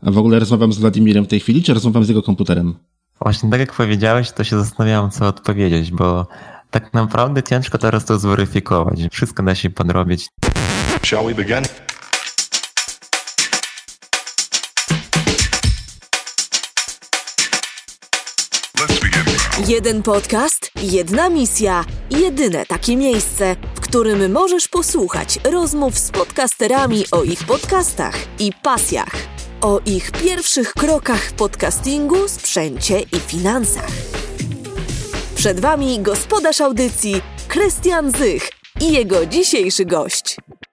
A w ogóle rozmawiam z Władimirem w tej chwili, czy rozmawiam z jego komputerem? Właśnie tak jak powiedziałeś, to się zastanawiałem, co odpowiedzieć, bo tak naprawdę ciężko teraz to zweryfikować. Wszystko da się podrobić. Shall we begin? Let's begin. Jeden podcast, jedna misja, jedyne takie miejsce, w którym możesz posłuchać rozmów z podcasterami o ich podcastach i pasjach, o ich pierwszych krokach w podcastingu, sprzęcie i finansach. Przed Wami gospodarz audycji Krystian Zych i jego dzisiejszy gość.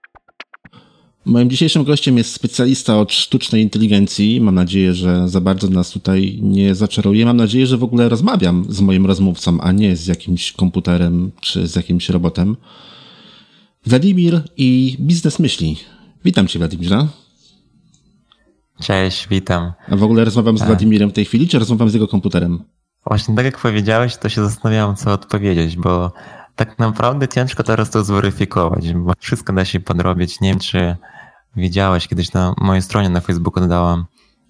Moim dzisiejszym gościem jest specjalista od sztucznej inteligencji. Mam nadzieję, że za bardzo nas tutaj nie zaczaruje. Mam nadzieję, że w ogóle rozmawiam z moim rozmówcą, a nie z jakimś komputerem czy z jakimś robotem. Władimir i Biznes Myśli. Witam Cię, Władimirze. Cześć, witam. A w ogóle rozmawiam z Władimirem w tej chwili, czy rozmawiam z jego komputerem? Właśnie tak jak powiedziałeś, to się zastanawiałem, co odpowiedzieć, bo tak naprawdę ciężko teraz to zweryfikować, bo wszystko da się podrobić. Nie wiem, czy widziałeś, kiedyś na mojej stronie na Facebooku dodałam,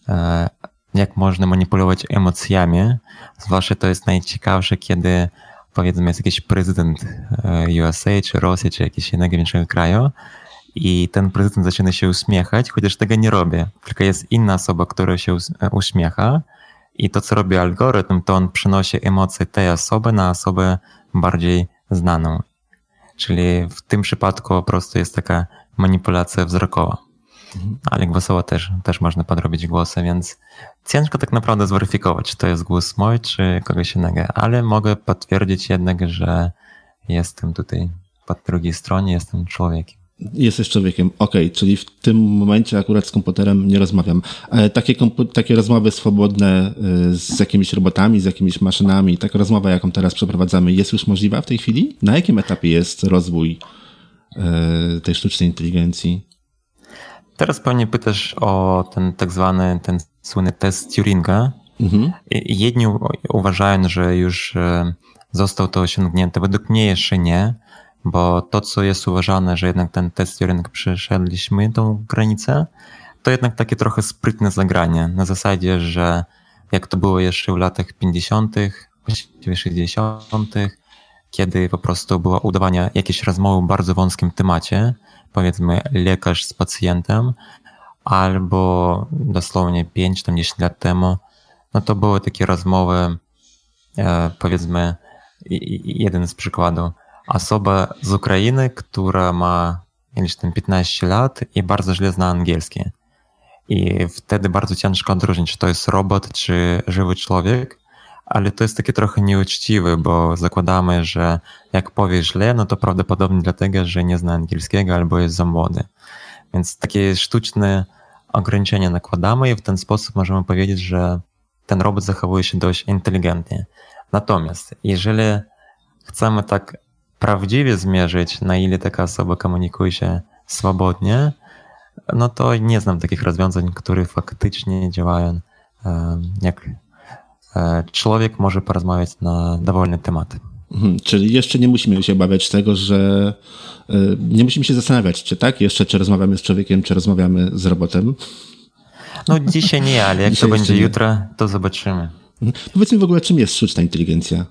jak można manipulować emocjami. Zwłaszcza to jest najciekawsze, kiedy powiedzmy jest jakiś prezydent USA, czy Rosji, czy jakiegoś innego większego kraju i ten prezydent zaczyna się uśmiechać, chociaż tego nie robię. Tylko jest inna osoba, która się uśmiecha i to, co robi algorytm, to on przenosi emocje tej osoby na osobę bardziej znaną. Czyli w tym przypadku po prostu jest taka manipulacja wzrokowa. Ale głosowo też można podrobić głosy, więc ciężko tak naprawdę zweryfikować, czy to jest głos mój, czy kogoś innego. Ale mogę potwierdzić jednak, że jestem tutaj po drugiej stronie, jestem człowiekiem. Jesteś człowiekiem. Okej, czyli w tym momencie akurat z komputerem nie rozmawiam. Takie rozmowy swobodne z jakimiś robotami, z jakimiś maszynami, taka rozmowa, jaką teraz przeprowadzamy, jest już możliwa w tej chwili? Na jakim etapie jest rozwój tej sztucznej inteligencji? Teraz pewnie pytasz o ten tak zwany, ten słynny test Turinga. Jedni uważają, że już został to osiągnięte. Według mnie jeszcze nie. Bo to, co jest uważane, że jednak ten test Turing przeszedliśmy tą granicę, to jednak takie trochę sprytne zagranie. Na zasadzie, że jak to było jeszcze w latach 50., właściwie 60., kiedy po prostu było udawanie jakiejś rozmowy w bardzo wąskim temacie, powiedzmy lekarz z pacjentem, albo dosłownie 5-10 lat temu, no to były takie rozmowy, powiedzmy, jeden z przykładów. Osoba z Ukrainy, która ma jakieś tam 15 lat i bardzo źle zna angielski. I wtedy bardzo ciężko odróżnić, czy to jest robot, czy żywy człowiek, ale to jest takie trochę nieuczciwe, bo zakładamy, że jak powie źle, no to prawdopodobnie dlatego, że nie zna angielskiego albo jest za młody. Więc takie sztuczne ograniczenia nakładamy i w ten sposób możemy powiedzieć, że ten robot zachowuje się dość inteligentnie. Natomiast jeżeli chcemy tak prawdziwie zmierzyć, na ile taka osoba komunikuje się swobodnie, no to nie znam takich rozwiązań, które faktycznie działają, jak człowiek może porozmawiać na dowolne tematy. Czyli jeszcze nie musimy się obawiać tego, że nie musimy się zastanawiać, czy rozmawiamy z człowiekiem, czy rozmawiamy z robotem. No dzisiaj nie, ale jak dzisiaj to będzie jutro, to zobaczymy. Powiedz mi w ogóle, czym jest sztuczna inteligencja?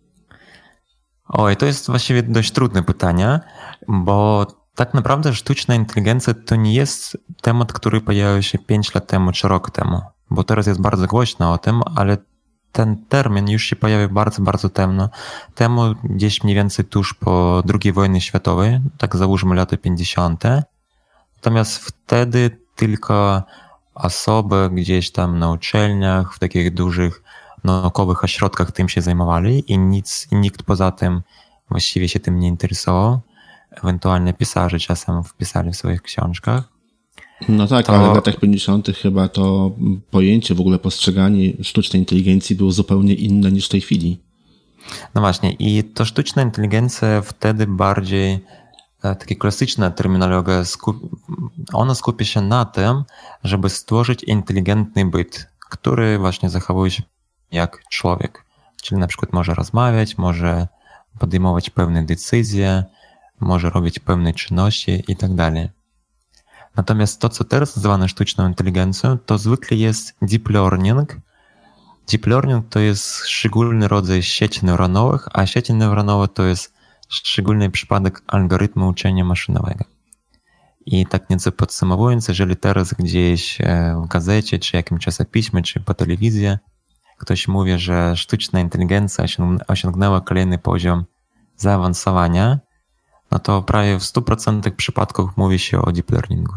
Oj, to jest właściwie dość trudne pytanie, bo tak naprawdę sztuczna inteligencja to nie jest temat, który pojawił się 5 lat temu czy rok temu, bo teraz jest bardzo głośno o tym, ale ten termin już się pojawił bardzo, bardzo temu, gdzieś mniej więcej tuż po II wojnie światowej, tak załóżmy lata 50. Natomiast wtedy tylko osoby gdzieś tam na uczelniach, w takich dużych naukowych ośrodkach tym się zajmowali i nikt poza tym właściwie się tym nie interesował. Ewentualnie pisarze czasem wpisali w swoich książkach. No tak, ale w latach 50. chyba to pojęcie, w ogóle postrzeganie sztucznej inteligencji było zupełnie inne niż w tej chwili. No właśnie i to sztuczna inteligencja wtedy bardziej, taka klasyczna terminologia, ona skupia się na tym, żeby stworzyć inteligentny byt, który właśnie zachowuje się jak człowiek. Czyli na przykład może rozmawiać, może podejmować pewne decyzje, może robić pewne czynności i tak dalej. Natomiast to, co teraz nazywane sztuczną inteligencją, to zwykle jest deep learning. Deep learning to jest szczególny rodzaj sieci neuronowych, a sieci neuronowe to jest szczególny przypadek algorytmu uczenia maszynowego. I tak nieco podsumowując, jeżeli teraz gdzieś w gazecie, czy jakimś czasopiśmie, czy po telewizji ktoś mówi, że sztuczna inteligencja osiągnęła kolejny poziom zaawansowania, no to prawie w 100% przypadków mówi się o deep learningu.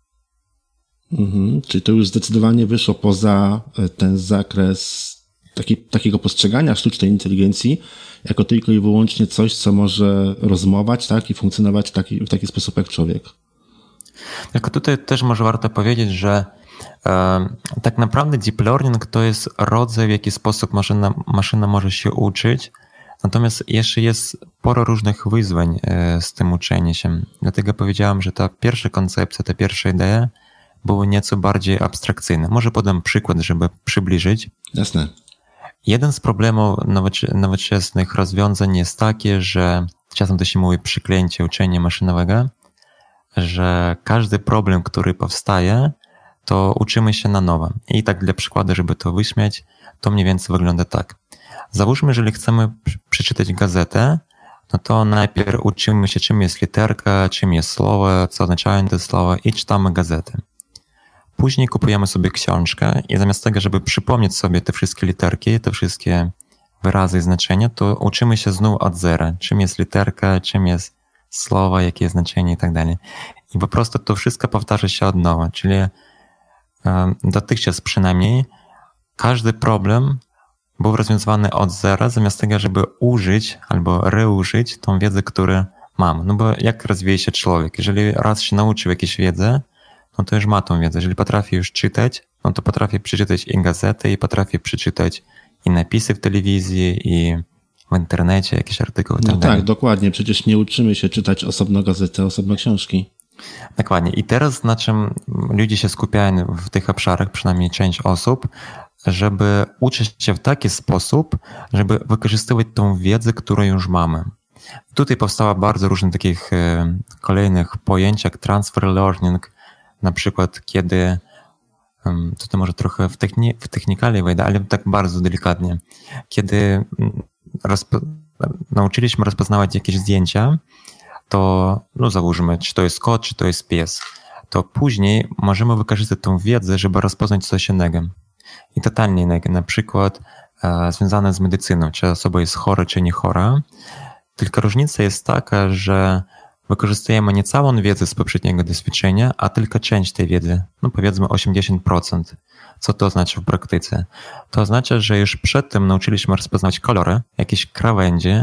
Czyli to już zdecydowanie wyszło poza ten zakres takiego postrzegania sztucznej inteligencji jako tylko i wyłącznie coś, co może rozmować, tak, i funkcjonować w taki sposób jak człowiek. Tylko tutaj też może warto powiedzieć, że tak naprawdę deep learning to jest rodzaj, w jaki sposób maszyna może się uczyć, natomiast jeszcze jest sporo różnych wyzwań z tym uczeniem się. Dlatego powiedziałem, że ta pierwsza koncepcja, ta pierwsza idea były nieco bardziej abstrakcyjne. Może podam przykład, żeby przybliżyć. Jasne. Jeden z problemów nowoczesnych rozwiązań jest taki, że czasem to się mówi przyklęcie uczenia maszynowego, że każdy problem, który powstaje, to uczymy się na nowo. I tak dla przykładu, żeby to wyśmiać, to mniej więcej wygląda tak. Załóżmy, jeżeli chcemy przeczytać gazetę, no to najpierw uczymy się, czym jest literka, czym jest słowo, co oznaczają te słowa i czytamy gazetę. Później kupujemy sobie książkę i zamiast tego, żeby przypomnieć sobie te wszystkie literki, te wszystkie wyrazy i znaczenia, to uczymy się znów od zera. Czym jest literka, czym jest słowo, jakie jest znaczenie i tak dalej. I po prostu to wszystko powtarza się od nowa, czyli dotychczas przynajmniej każdy problem był rozwiązywany od zera, zamiast tego, żeby użyć albo reużyć tą wiedzę, którą mamy. No bo jak rozwija się człowiek? Jeżeli raz się nauczył jakiejś wiedzy, no to już ma tą wiedzę. Jeżeli potrafi już czytać, no to potrafi przeczytać i gazetę, i potrafi przeczytać i napisy w telewizji, i w internecie, jakieś artykuły. No tak, dokładnie. Przecież nie uczymy się czytać osobno gazety, osobno książki. Dokładnie. I teraz na czym ludzie się skupiają w tych obszarach, przynajmniej część osób, żeby uczyć się w taki sposób, żeby wykorzystywać tą wiedzę, którą już mamy. Tutaj powstało bardzo różnych takich kolejnych pojęć, jak transfer learning, na przykład kiedy, tutaj może trochę w technikalię wejdę, ale tak bardzo delikatnie, kiedy nauczyliśmy rozpoznawać jakieś zdjęcia, to no załóżmy, czy to jest kot, czy to jest pies, to później możemy wykorzystać tą wiedzę, żeby rozpoznać coś innego. I totalnie innego, na przykład związane z medycyną, czy osoba jest chora, czy nie chora. Tylko różnica jest taka, że wykorzystujemy nie całą wiedzę z poprzedniego doświadczenia, a tylko część tej wiedzy, no powiedzmy 80%. Co to oznacza w praktyce? To oznacza, że już przed tym nauczyliśmy rozpoznawać kolory, jakieś krawędzie,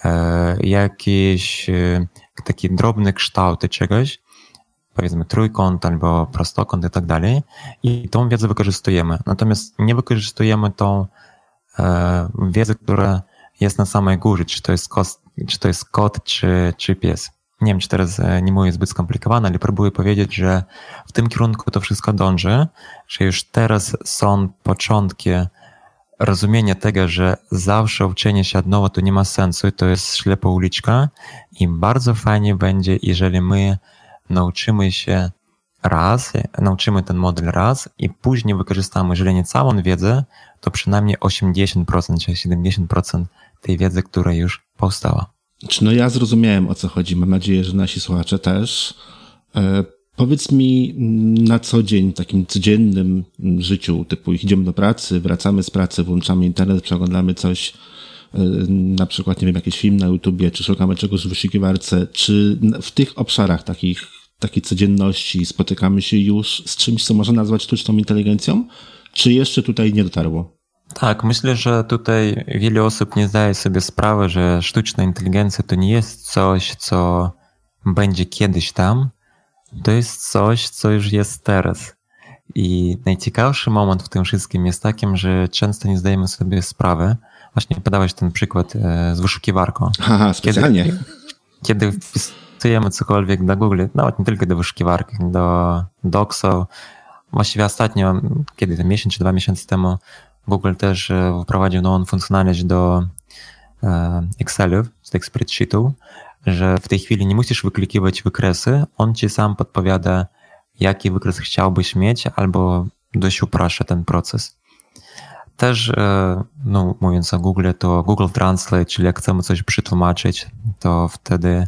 jakieś takie drobne kształty czegoś, powiedzmy trójkąt albo prostokąt i tak dalej, i tą wiedzę wykorzystujemy. Natomiast nie wykorzystujemy tą wiedzę, która jest na samej górze, czy to jest kot, czy pies. Nie wiem, czy teraz nie mówię zbyt skomplikowane, ale próbuję powiedzieć, że w tym kierunku to wszystko dąży, że już teraz są początki rozumienia tego, że zawsze uczenie się od nowa to nie ma sensu, to jest ślepa uliczka i bardzo fajnie będzie, jeżeli my nauczymy się raz, nauczymy ten model raz i później wykorzystamy, jeżeli nie całą wiedzę, to przynajmniej 80% czy 70% tej wiedzy, która już powstała. No ja zrozumiałem, o co chodzi. Mam nadzieję, że nasi słuchacze też. Powiedz mi na co dzień, w takim codziennym życiu, typu idziemy do pracy, wracamy z pracy, włączamy internet, przeglądamy coś, na przykład, nie wiem, jakiś film na YouTubie, czy szukamy czegoś w wyszukiwarce, czy w tych obszarach takiej codzienności spotykamy się już z czymś, co można nazwać sztuczną inteligencją, czy jeszcze tutaj nie dotarło? Tak, myślę, że tutaj wiele osób nie zdaje sobie sprawy, że sztuczna inteligencja to nie jest coś, co będzie kiedyś tam, to jest coś, co już jest teraz. I najciekawszy moment w tym wszystkim jest takim, że często nie zdajemy sobie sprawy. Właśnie podałeś ten przykład z wyszukiwarką. Aha, specjalnie. Kiedy wpisujemy cokolwiek do Google, nawet nie tylko do wyszukiwarki, do Docsów. Właściwie ostatnio, kiedy to miesiąc czy 2 miesiące temu, Google też wprowadził nową funkcjonalność do Excelów, z tych spreadsheetów, że w tej chwili nie musisz wyklikiwać wykresy, on ci sam podpowiada, jaki wykres chciałbyś mieć, albo dość upraszcza ten proces. Też, no, mówiąc o Google, to Google Translate, czyli jak chcemy coś przetłumaczyć, to wtedy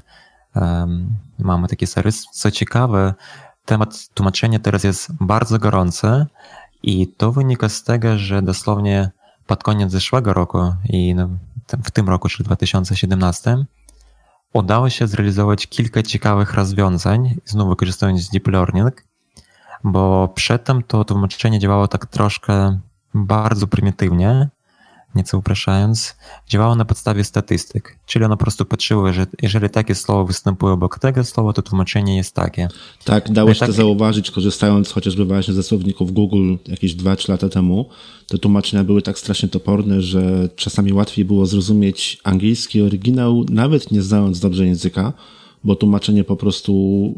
mamy taki serwis. Co ciekawe, temat tłumaczenia teraz jest bardzo gorący i to wynika z tego, że dosłownie pod koniec zeszłego roku i w tym roku, czyli 2017, udało się zrealizować kilka ciekawych rozwiązań, znów wykorzystując deep learning, bo przedtem to tłumaczenie działało tak troszkę bardzo prymitywnie, nieco upraszczając, działało na podstawie statystyk, czyli ono po prostu patrzyło, że jeżeli takie słowo występuje obok tego słowa, to tłumaczenie jest takie. Tak, dało się to zauważyć, korzystając chociażby właśnie ze słowników Google jakieś 2-3 lata temu. Te tłumaczenia były tak strasznie toporne, że czasami łatwiej było zrozumieć angielski oryginał, nawet nie znając dobrze języka, bo tłumaczenie po prostu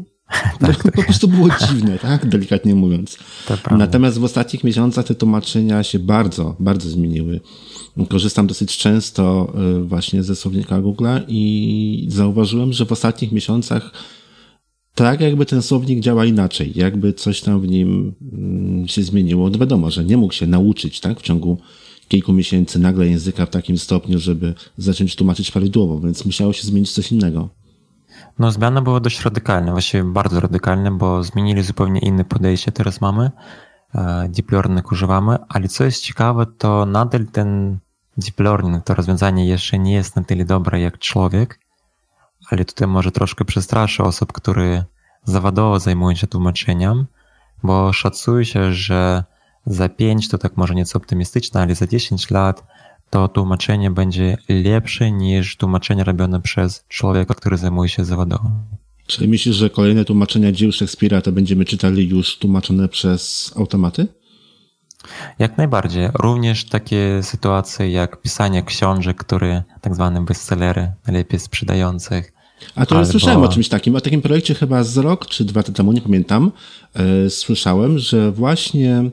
po prostu było dziwne, tak? Delikatnie mówiąc. Natomiast w ostatnich miesiącach te tłumaczenia się bardzo, bardzo zmieniły. Korzystam dosyć często właśnie ze słownika Google'a i zauważyłem, że w ostatnich miesiącach tak jakby ten słownik działa inaczej, jakby coś tam w nim się zmieniło. No wiadomo, że nie mógł się nauczyć, tak? W ciągu kilku miesięcy nagle języka w takim stopniu, żeby zacząć tłumaczyć prawidłowo, więc musiało się zmienić coś innego. No, zmiana była dość radykalna, właściwie bardzo radykalna, bo zmienili zupełnie inne podejście. Teraz mamy, deep learning używamy, ale co jest ciekawe, to nadal ten deep learning, to rozwiązanie jeszcze nie jest na tyle dobre jak człowiek, ale tutaj może troszkę przestraszy osób, które zawodowo zajmują się tłumaczeniem, bo szacuje się, że za 5, to tak może nieco optymistyczne, ale za 10 lat to tłumaczenie będzie lepsze niż tłumaczenie robione przez człowieka, który zajmuje się zawodowo. Czyli myślisz, że kolejne tłumaczenia dzieł Szekspira to będziemy czytali już tłumaczone przez automaty? Jak najbardziej. Również takie sytuacje jak pisanie książek, które tak zwane bestsellery, najlepiej sprzedających. A to ja słyszałem o czymś takim. O takim projekcie chyba z rok czy 2 lata temu, nie pamiętam. Słyszałem, że właśnie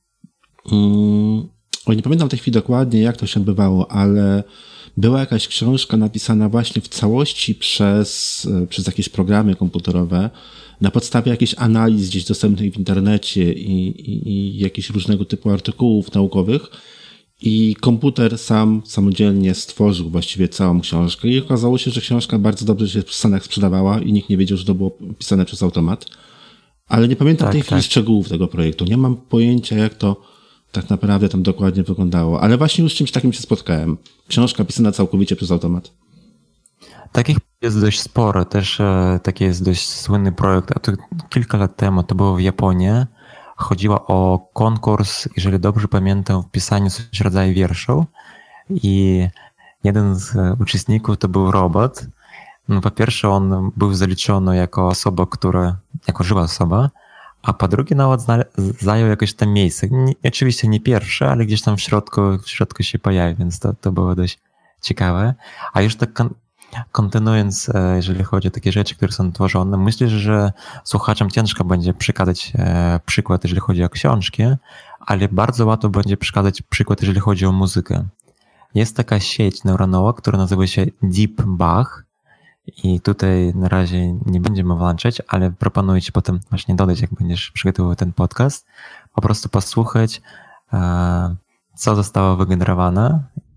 nie pamiętam w tej chwili dokładnie, jak to się odbywało, ale była jakaś książka napisana właśnie w całości przez jakieś programy komputerowe na podstawie jakichś analiz gdzieś dostępnych w internecie i jakichś różnego typu artykułów naukowych i komputer samodzielnie stworzył właściwie całą książkę i okazało się, że książka bardzo dobrze się w Stanach sprzedawała i nikt nie wiedział, że to było pisane przez automat. Ale nie pamiętam w tej chwili szczegółów tego projektu. Nie mam pojęcia, jak to tak naprawdę tam dokładnie wyglądało. Ale właśnie już z czymś takim się spotkałem. Książka pisana całkowicie przez automat. Takich jest dość sporo. Też taki jest dość słynny projekt. A to kilka lat temu, to było w Japonii. Chodziło o konkurs, jeżeli dobrze pamiętam, w pisaniu coś rodzaju wierszu. I jeden z uczestników to był robot. No, po pierwsze, on był zaliczony jako osoba, jako żywa osoba, a po drugie nawet zajął jakieś tam miejsce. Oczywiście nie pierwsze, ale gdzieś tam w środku się pojawił, więc to było dość ciekawe. A już tak kontynuując, jeżeli chodzi o takie rzeczy, które są tworzone, myślę, że słuchaczom ciężko będzie przekazać przykład, jeżeli chodzi o książki, ale bardzo łatwo będzie przekazać przykład, jeżeli chodzi o muzykę. Jest taka sieć neuronowa, która nazywa się DeepBach. I tutaj na razie nie będziemy włączać, ale proponuję Ci potem właśnie dodać, jak będziesz przygotowywał ten podcast, po prostu posłuchać, co zostało wygenerowane.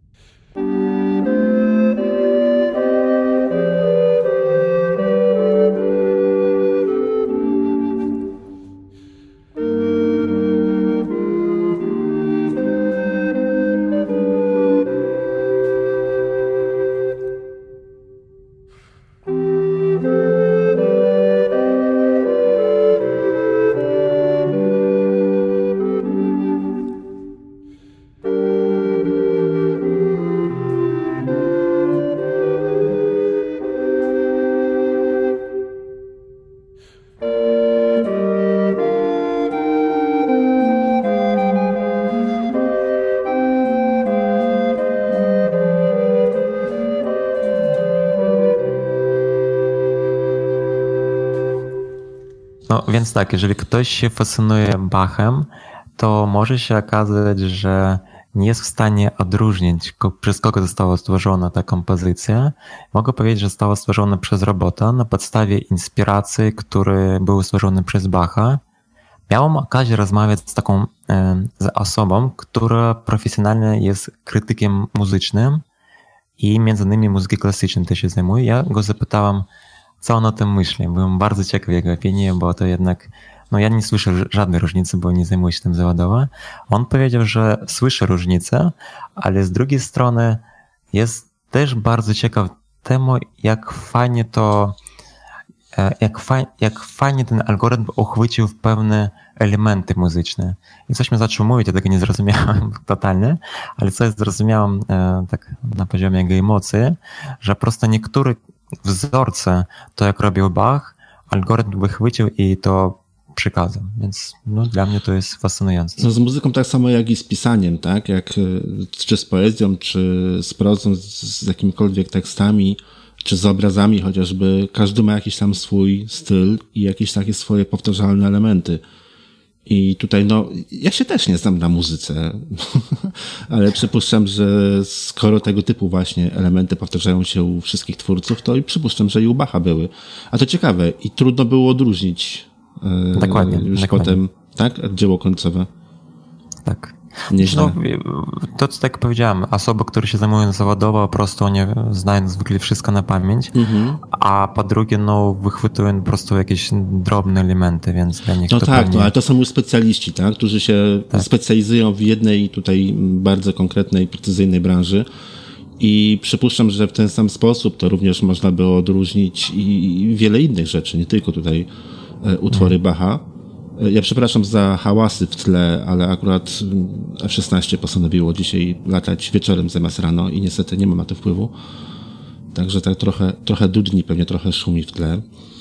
No więc tak, jeżeli ktoś się fascynuje Bachem, to może się okazać, że nie jest w stanie odróżnić, przez kogo została stworzona ta kompozycja. Mogę powiedzieć, że została stworzona przez robota na podstawie inspiracji, które były stworzone przez Bacha. Miałem okazję rozmawiać z taką z osobą, która profesjonalnie jest krytykiem muzycznym i między innymi muzyki klasycznej też się zajmuje. Ja go zapytałem, co on o tym myśli. Byłem bardzo ciekaw jego opinii, bo to jednak, ja nie słyszę żadnej różnicy, bo nie zajmuję się tym zawodowo. On powiedział, że słyszy różnicę, ale z drugiej strony jest też bardzo ciekaw temu, jak fajnie ten algorytm uchwycił pewne elementy muzyczne. I coś mnie zaczął mówić, ja tego nie zrozumiałem totalnie, ale coś zrozumiałem tak na poziomie jego emocji, że prosto niektóre wzorce, to jak robił Bach, algorytm wychwycił i to przekazał. Więc dla mnie to jest fascynujące. Z muzyką tak samo jak i z pisaniem, tak? Czy z poezją, czy z prozą, z jakimikolwiek tekstami, czy z obrazami chociażby. Każdy ma jakiś tam swój styl i jakieś takie swoje powtarzalne elementy. I tutaj, ja się też nie znam na muzyce, ale przypuszczam, że skoro tego typu właśnie elementy powtarzają się u wszystkich twórców, to i przypuszczam, że i u Bacha były. A to ciekawe i trudno było odróżnić dokładnie. Potem, tak? Dzieło końcowe. Tak. Nieźle. To co tak powiedziałem, osoby, które się zajmują zawodowo, po prostu oni znają zwykle wszystko na pamięć, a po drugie, wychwytują po prostu jakieś drobne elementy, więc dla nich to tak, ale to są już specjaliści, tak? Którzy się specjalizują w jednej tutaj bardzo konkretnej, precyzyjnej branży i przypuszczam, że w ten sam sposób to również można było odróżnić i wiele innych rzeczy, nie tylko tutaj utwory Bacha. Ja przepraszam za hałasy w tle, ale akurat F-16 postanowiło dzisiaj latać wieczorem zamiast rano i niestety nie mam na to wpływu. Także tak trochę dudni, pewnie trochę szumi w tle.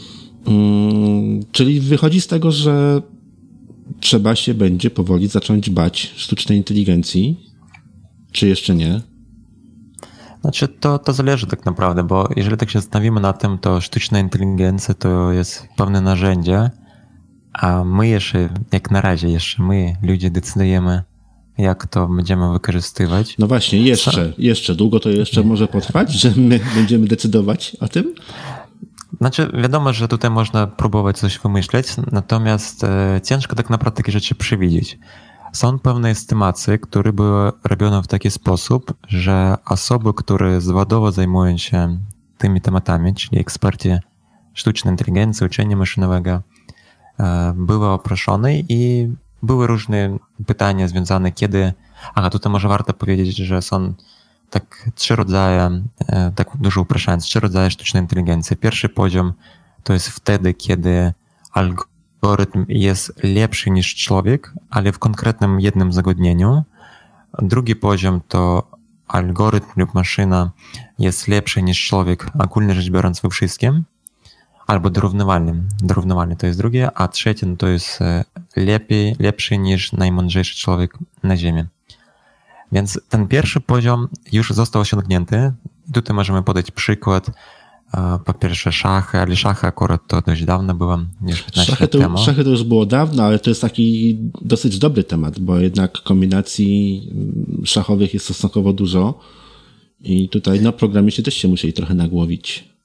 Czyli wychodzi z tego, że trzeba się będzie powoli zacząć bać sztucznej inteligencji, czy jeszcze nie? Znaczy to zależy tak naprawdę, bo jeżeli tak się zastanowimy na tym, to sztuczna inteligencja to jest pewne narzędzie, a my jeszcze, jak na razie my, ludzie, decydujemy, jak to będziemy wykorzystywać. No właśnie, jeszcze długo to jeszcze może potrwać, że my będziemy decydować o tym? Znaczy, wiadomo, że tutaj można próbować coś wymyśleć, natomiast ciężko tak naprawdę takie rzeczy przewidzieć. Są pewne estymacje, które były robione w taki sposób, że osoby, które zawodowo zajmują się tymi tematami, czyli eksperci sztucznej inteligencji, uczenia maszynowego, były oproszone i były różne pytania związane, kiedy... tutaj może warto powiedzieć, że są tak 3 rodzaje, tak dużo upraszając, 3 rodzaje sztucznej inteligencji. Pierwszy poziom to jest wtedy, kiedy algorytm jest lepszy niż człowiek, ale w konkretnym jednym zagadnieniu. Drugi poziom to algorytm lub maszyna jest lepszy niż człowiek, ogólnie rzecz biorąc we wszystkim, albo dorównywalny to jest drugie, a trzecie to jest lepszy niż najmądrzejszy człowiek na Ziemi. Więc ten pierwszy poziom już został osiągnięty. Tutaj możemy podać przykład. Po pierwsze szachy, ale szachy akurat to dość dawno było, już 15 lat temu. Szachy to już było dawno, ale to jest taki dosyć dobry temat, bo jednak kombinacji szachowych jest stosunkowo dużo i tutaj programiści też się musieli trochę nagłowić.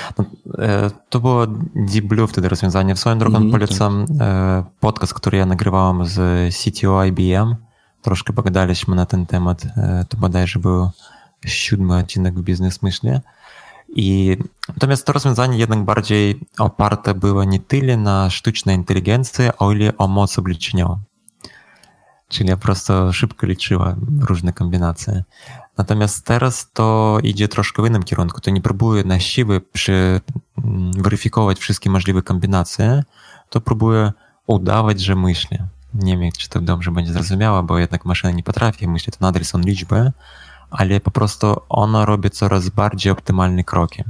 To było Deep Blue wtedy rozwiązanie. W swoją drogą polecam podcast, który ja nagrywałem z CTO IBM. Troszkę pogadaliśmy na ten temat. To bodajże był 7 odcinek w Biznes Myśli. Natomiast to rozwiązanie jednak bardziej oparte było nie tyle na sztucznej inteligencji, o ile o mocy obliczeniową. Czyli ja po prostu szybko liczyła różne kombinacje. Natomiast teraz to idzie troszkę w innym kierunku. To nie próbuje na siłę weryfikować wszystkie możliwe kombinacje, to próbuje udawać, że myśli. Nie wiem, czy to dobrze będzie zrozumiałe, bo jednak maszyna nie potrafi myśleć, to nadal są liczby, ale po prostu ona robi coraz bardziej optymalne kroki.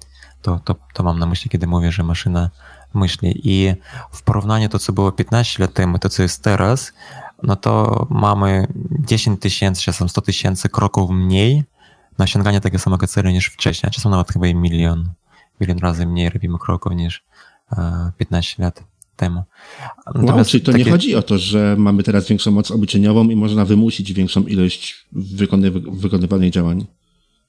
To mam na myśli, kiedy mówię, że maszyna myśli. I w porównaniu to, co było 15 lat temu, to, co jest teraz, no to mamy 10 000, czasem 100 000 kroków mniej na osiąganie tego samego celu niż wcześniej, a czasem nawet chyba i milion razy mniej robimy kroków niż 15 lat temu. Czyli to nie chodzi o to, że mamy teraz większą moc obliczeniową i można wymusić większą ilość wykonywanych działań.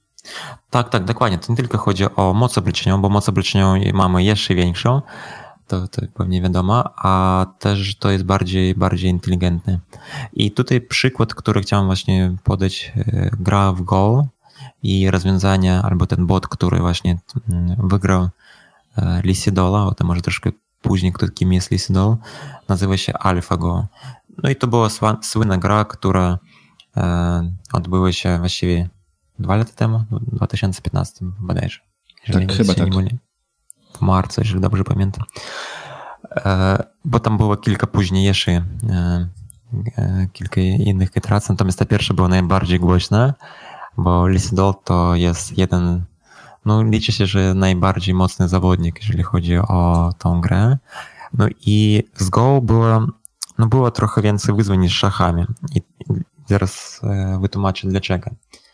Tak, dokładnie. To nie tylko chodzi o moc obliczeniową, bo moc obliczeniową mamy jeszcze większą, to pewnie wiadomo, a też to jest bardziej inteligentne. I tutaj przykład, który chciałem właśnie podać, gra w Go i rozwiązanie, albo ten bot, który właśnie wygrał Lissidola, o tym może troszkę później, kim jest Lissidol, nazywa się AlphaGo. No i to była słynna gra, która odbyła się właściwie 2 lata temu, w 2015 bodajże. Tak, chyba tak. W marcu, jeżeli dobrze pamiętam. Bo tam było kilka później jeszcze, kilka innych iteracji, natomiast ta pierwsza była najbardziej głośna, bo Lissidol to jest jeden, no liczy się, że najbardziej mocny zawodnik, jeżeli chodzi o tą grę. No i z Go było trochę więcej wyzwań niż z szachami. I zaraz wytłumaczę dlaczego.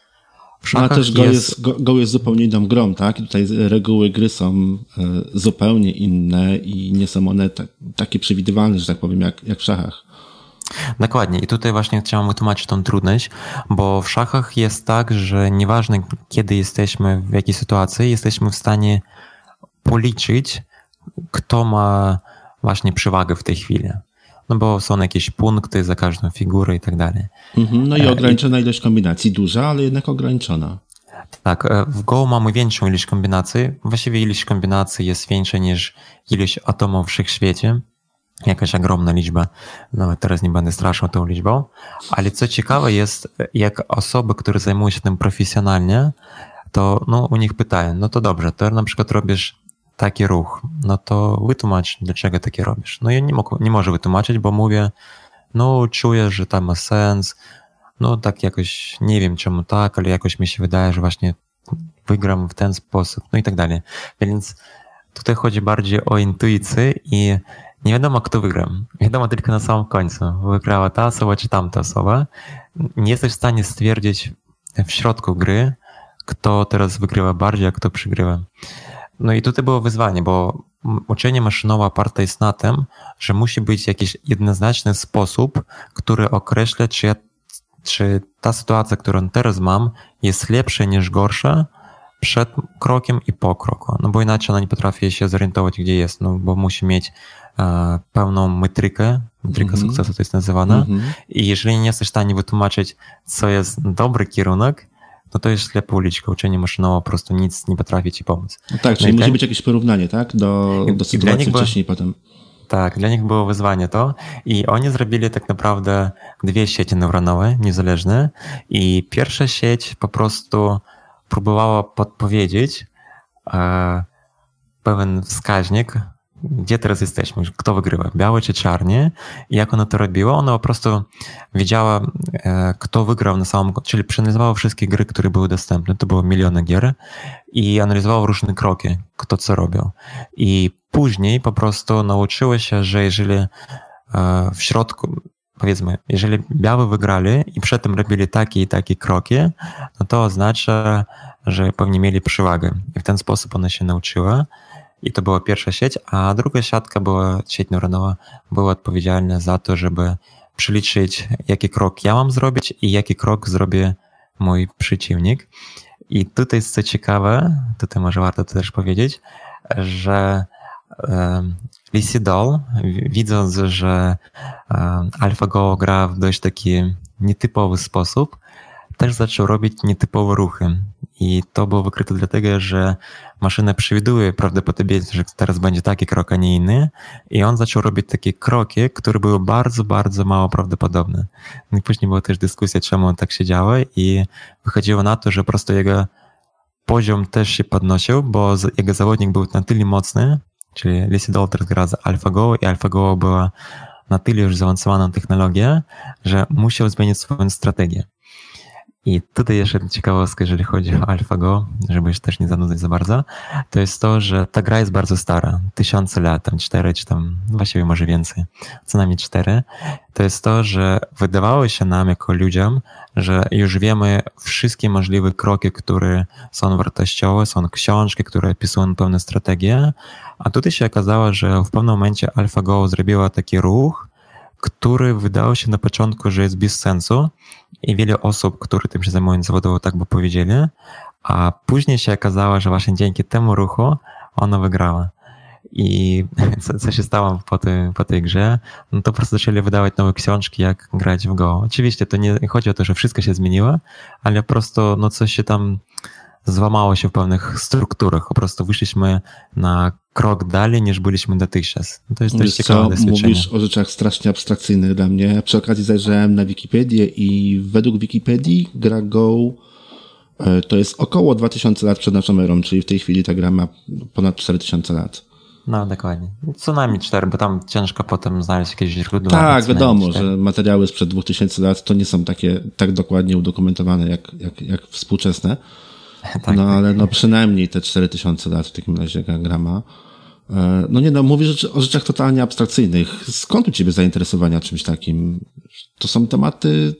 Ale też Go jest zupełnie inną grą, tak? I tutaj reguły gry są zupełnie inne i nie są one takie przewidywalne, że tak powiem, jak w szachach. Dokładnie. I tutaj właśnie chciałem wytłumaczyć tą trudność, bo w szachach jest tak, że nieważne kiedy jesteśmy, w jakiej sytuacji, jesteśmy w stanie policzyć, kto ma właśnie przewagę w tej chwili. No bo są jakieś punkty za każdą figurę i tak dalej. No i ograniczona ilość kombinacji, duża, ale jednak ograniczona. Tak, w Go mamy większą ilość kombinacji. Właściwie ilość kombinacji jest większa niż ilość atomów w wszechświecie. Jakaś ogromna liczba. Nawet teraz nie będę straszył tą liczbą. Ale co ciekawe jest, jak osoby, które zajmują się tym profesjonalnie, to u nich pytają, no to dobrze, to na przykład robisz taki ruch, no to wytłumacz, dlaczego takie robisz. No ja nie mogę wytłumaczyć, bo mówię, czuję, że tam ma sens, tak jakoś, nie wiem czemu tak, ale jakoś mi się wydaje, że właśnie wygram w ten sposób, no i tak dalej. Więc tutaj chodzi bardziej o intuicję i nie wiadomo, kto wygra. Wiadomo tylko na samym końcu. Wygrała ta osoba czy tamta osoba. Nie jesteś w stanie stwierdzić w środku gry, kto teraz wygrywa bardziej, a kto przegrywa. No i tutaj było wyzwanie, bo uczenie maszynowe oparte jest na tym, że musi być jakiś jednoznaczny sposób, który określa, czy ta sytuacja, którą teraz mam, jest lepsza niż gorsza przed krokiem i po kroku. No bo inaczej ona nie potrafi się zorientować, gdzie jest, bo musi mieć pełną metrykę sukcesu to jest nazywana. I jeżeli nie jesteś w stanie wytłumaczyć, co jest dobry kierunek, no to jest ślepa uliczka. Uczenie maszynowe po prostu nic nie potrafi ci pomóc. No tak, czyli musi być jakieś porównanie, tak? Do sytuacji wcześniej i potem. Tak, dla nich było wyzwanie to i oni zrobili tak naprawdę 2 sieci neuronowe, niezależne i pierwsza sieć po prostu próbowała podpowiedzieć pewien wskaźnik, gdzie teraz jesteśmy, kto wygrywa, biały czy czarny. I jak ona to robiła? Ona po prostu wiedziała, kto wygrał na samym końcu, czyli przeanalizowała wszystkie gry, które były dostępne, to było miliony gier i analizowała różne kroki, kto co robił. I później po prostu nauczyła się, że jeżeli w środku, powiedzmy, jeżeli białe wygrali i przedtem robili takie i takie kroki, no to oznacza, że pewnie mieli przewagę. I w ten sposób ona się nauczyła. I to była pierwsza sieć, a druga siatka sieć neuronowa, była odpowiedzialna za to, żeby przeliczyć, jaki krok ja mam zrobić i jaki krok zrobi mój przeciwnik. I tutaj jest co ciekawe, tutaj może warto to też powiedzieć, że Lissidol, widząc, że AlphaGo gra w dość taki nietypowy sposób, też zaczął robić nietypowe ruchy. I to było wykryte dlatego, że maszyna przewiduje prawdopodobieństwo, że teraz będzie taki krok, a nie inny. I on zaczął robić takie kroki, które były bardzo, bardzo mało prawdopodobne. No i później była też dyskusja, czemu on tak się działo i wychodziło na to, że po prostu jego poziom też się podnosił, bo jego zawodnik był na tyle mocny, czyli Lissidol teraz gra z AlphaGo i AlphaGo była na tyle już zaawansowaną technologią, że musiał zmienić swoją strategię. I tutaj jeszcze ciekawostka, jeżeli chodzi o AlphaGo, żeby już też nie zanudzać za bardzo, to jest to, że ta gra jest bardzo stara, 1000 lat, tam 4 czy tam właściwie może więcej, co najmniej 4. To jest to, że wydawało się nam jako ludziom, że już wiemy wszystkie możliwe kroki, które są wartościowe, są książki, które opisują pewne strategie, a tutaj się okazało, że w pewnym momencie AlphaGo zrobiła taki ruch, który wydawał się na początku, że jest bez sensu i wiele osób, które tym się zajmują zawodowo, tak by powiedzieli, a później się okazało, że właśnie dzięki temu ruchu ona wygrała. I co się stało po tej grze? No to po prostu zaczęli wydawać nowe książki, jak grać w Go. Oczywiście to nie chodzi o to, że wszystko się zmieniło, ale po prostu no coś się tam złamało się w pewnych strukturach. Po prostu wyszliśmy na krok dalej, niż byliśmy dotychczas. To jest dość ciekawe doświadczenie. Mówisz o rzeczach strasznie abstrakcyjnych dla mnie. Przy okazji zajrzałem na Wikipedię i według Wikipedii gra Go to jest około 2000 lat przed naszą erą, czyli w tej chwili ta gra ma ponad 4000 lat. No, dokładnie. Co najmniej 4, bo tam ciężko potem znaleźć jakieś źródła. Tak, wiadomo, że materiały sprzed 2000 lat to nie są tak dokładnie udokumentowane jak współczesne. Tak, no ale no przynajmniej te 4000 lat w takim razie gra ma. No mówisz o rzeczach totalnie abstrakcyjnych. Skąd u ciebie zainteresowania czymś takim? To są tematy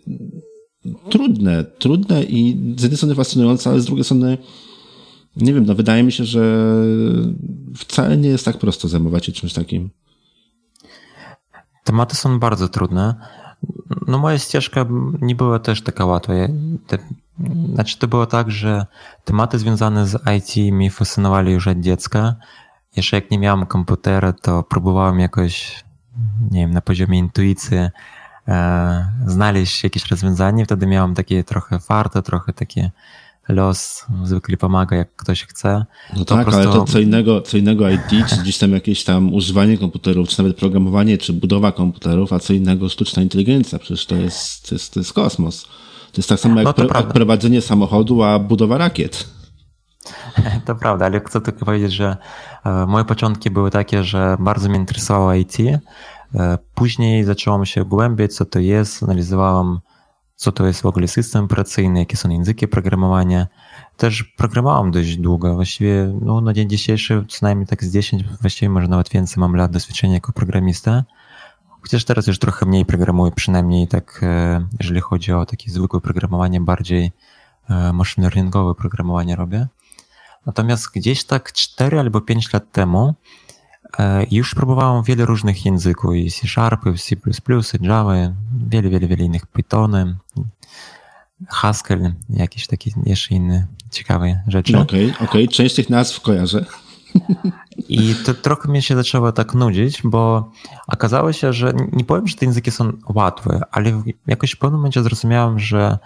trudne i z jednej strony fascynujące, ale z drugiej strony nie wiem, no wydaje mi się, że wcale nie jest tak prosto zajmować się czymś takim. Tematy są bardzo trudne. No moja ścieżka nie była też taka łatwa. Znaczy to było tak, że tematy związane z IT mnie fascynowali już od dziecka. Jeszcze jak nie miałem komputera, to próbowałem jakoś, nie wiem, na poziomie intuicji znaleźć jakieś rozwiązanie. Wtedy miałem takie trochę farta, trochę takie los zwykle pomaga, jak ktoś chce. No to tak, prostu... ale to co innego IT, czy gdzieś tam jakieś tam używanie komputerów, czy nawet programowanie, czy budowa komputerów, a co innego sztuczna inteligencja. Przecież to jest kosmos. To jest tak samo jak prowadzenie samochodu, a budowa rakiet. To prawda, ale chcę tylko powiedzieć, że moje początki były takie, że bardzo mnie interesowało IT. Później zacząłem się głębiej, co to jest, analizowałem, co to jest w ogóle system operacyjny, jakie są języki programowania. Też programowałem dość długo, właściwie no, na dzień dzisiejszy co najmniej tak z 10, właściwie może nawet więcej mam lat doświadczenia jako programista. Chociaż teraz już trochę mniej programuję, przynajmniej tak, jeżeli chodzi o takie zwykłe programowanie, bardziej machine learningowe programowanie robię. Natomiast gdzieś tak 4 albo 5 lat temu już próbowałem wiele różnych języków, i C#, C++, Java, wiele innych, Pythony, Haskell, jakieś takie jeszcze inne ciekawe rzeczy. Okej. Część tych nazw kojarzę. I to trochę mnie się zaczęło tak nudzić, bo okazało się, że nie powiem, że te języki są łatwe, ale jakoś w pewnym momencie zrozumiałem, że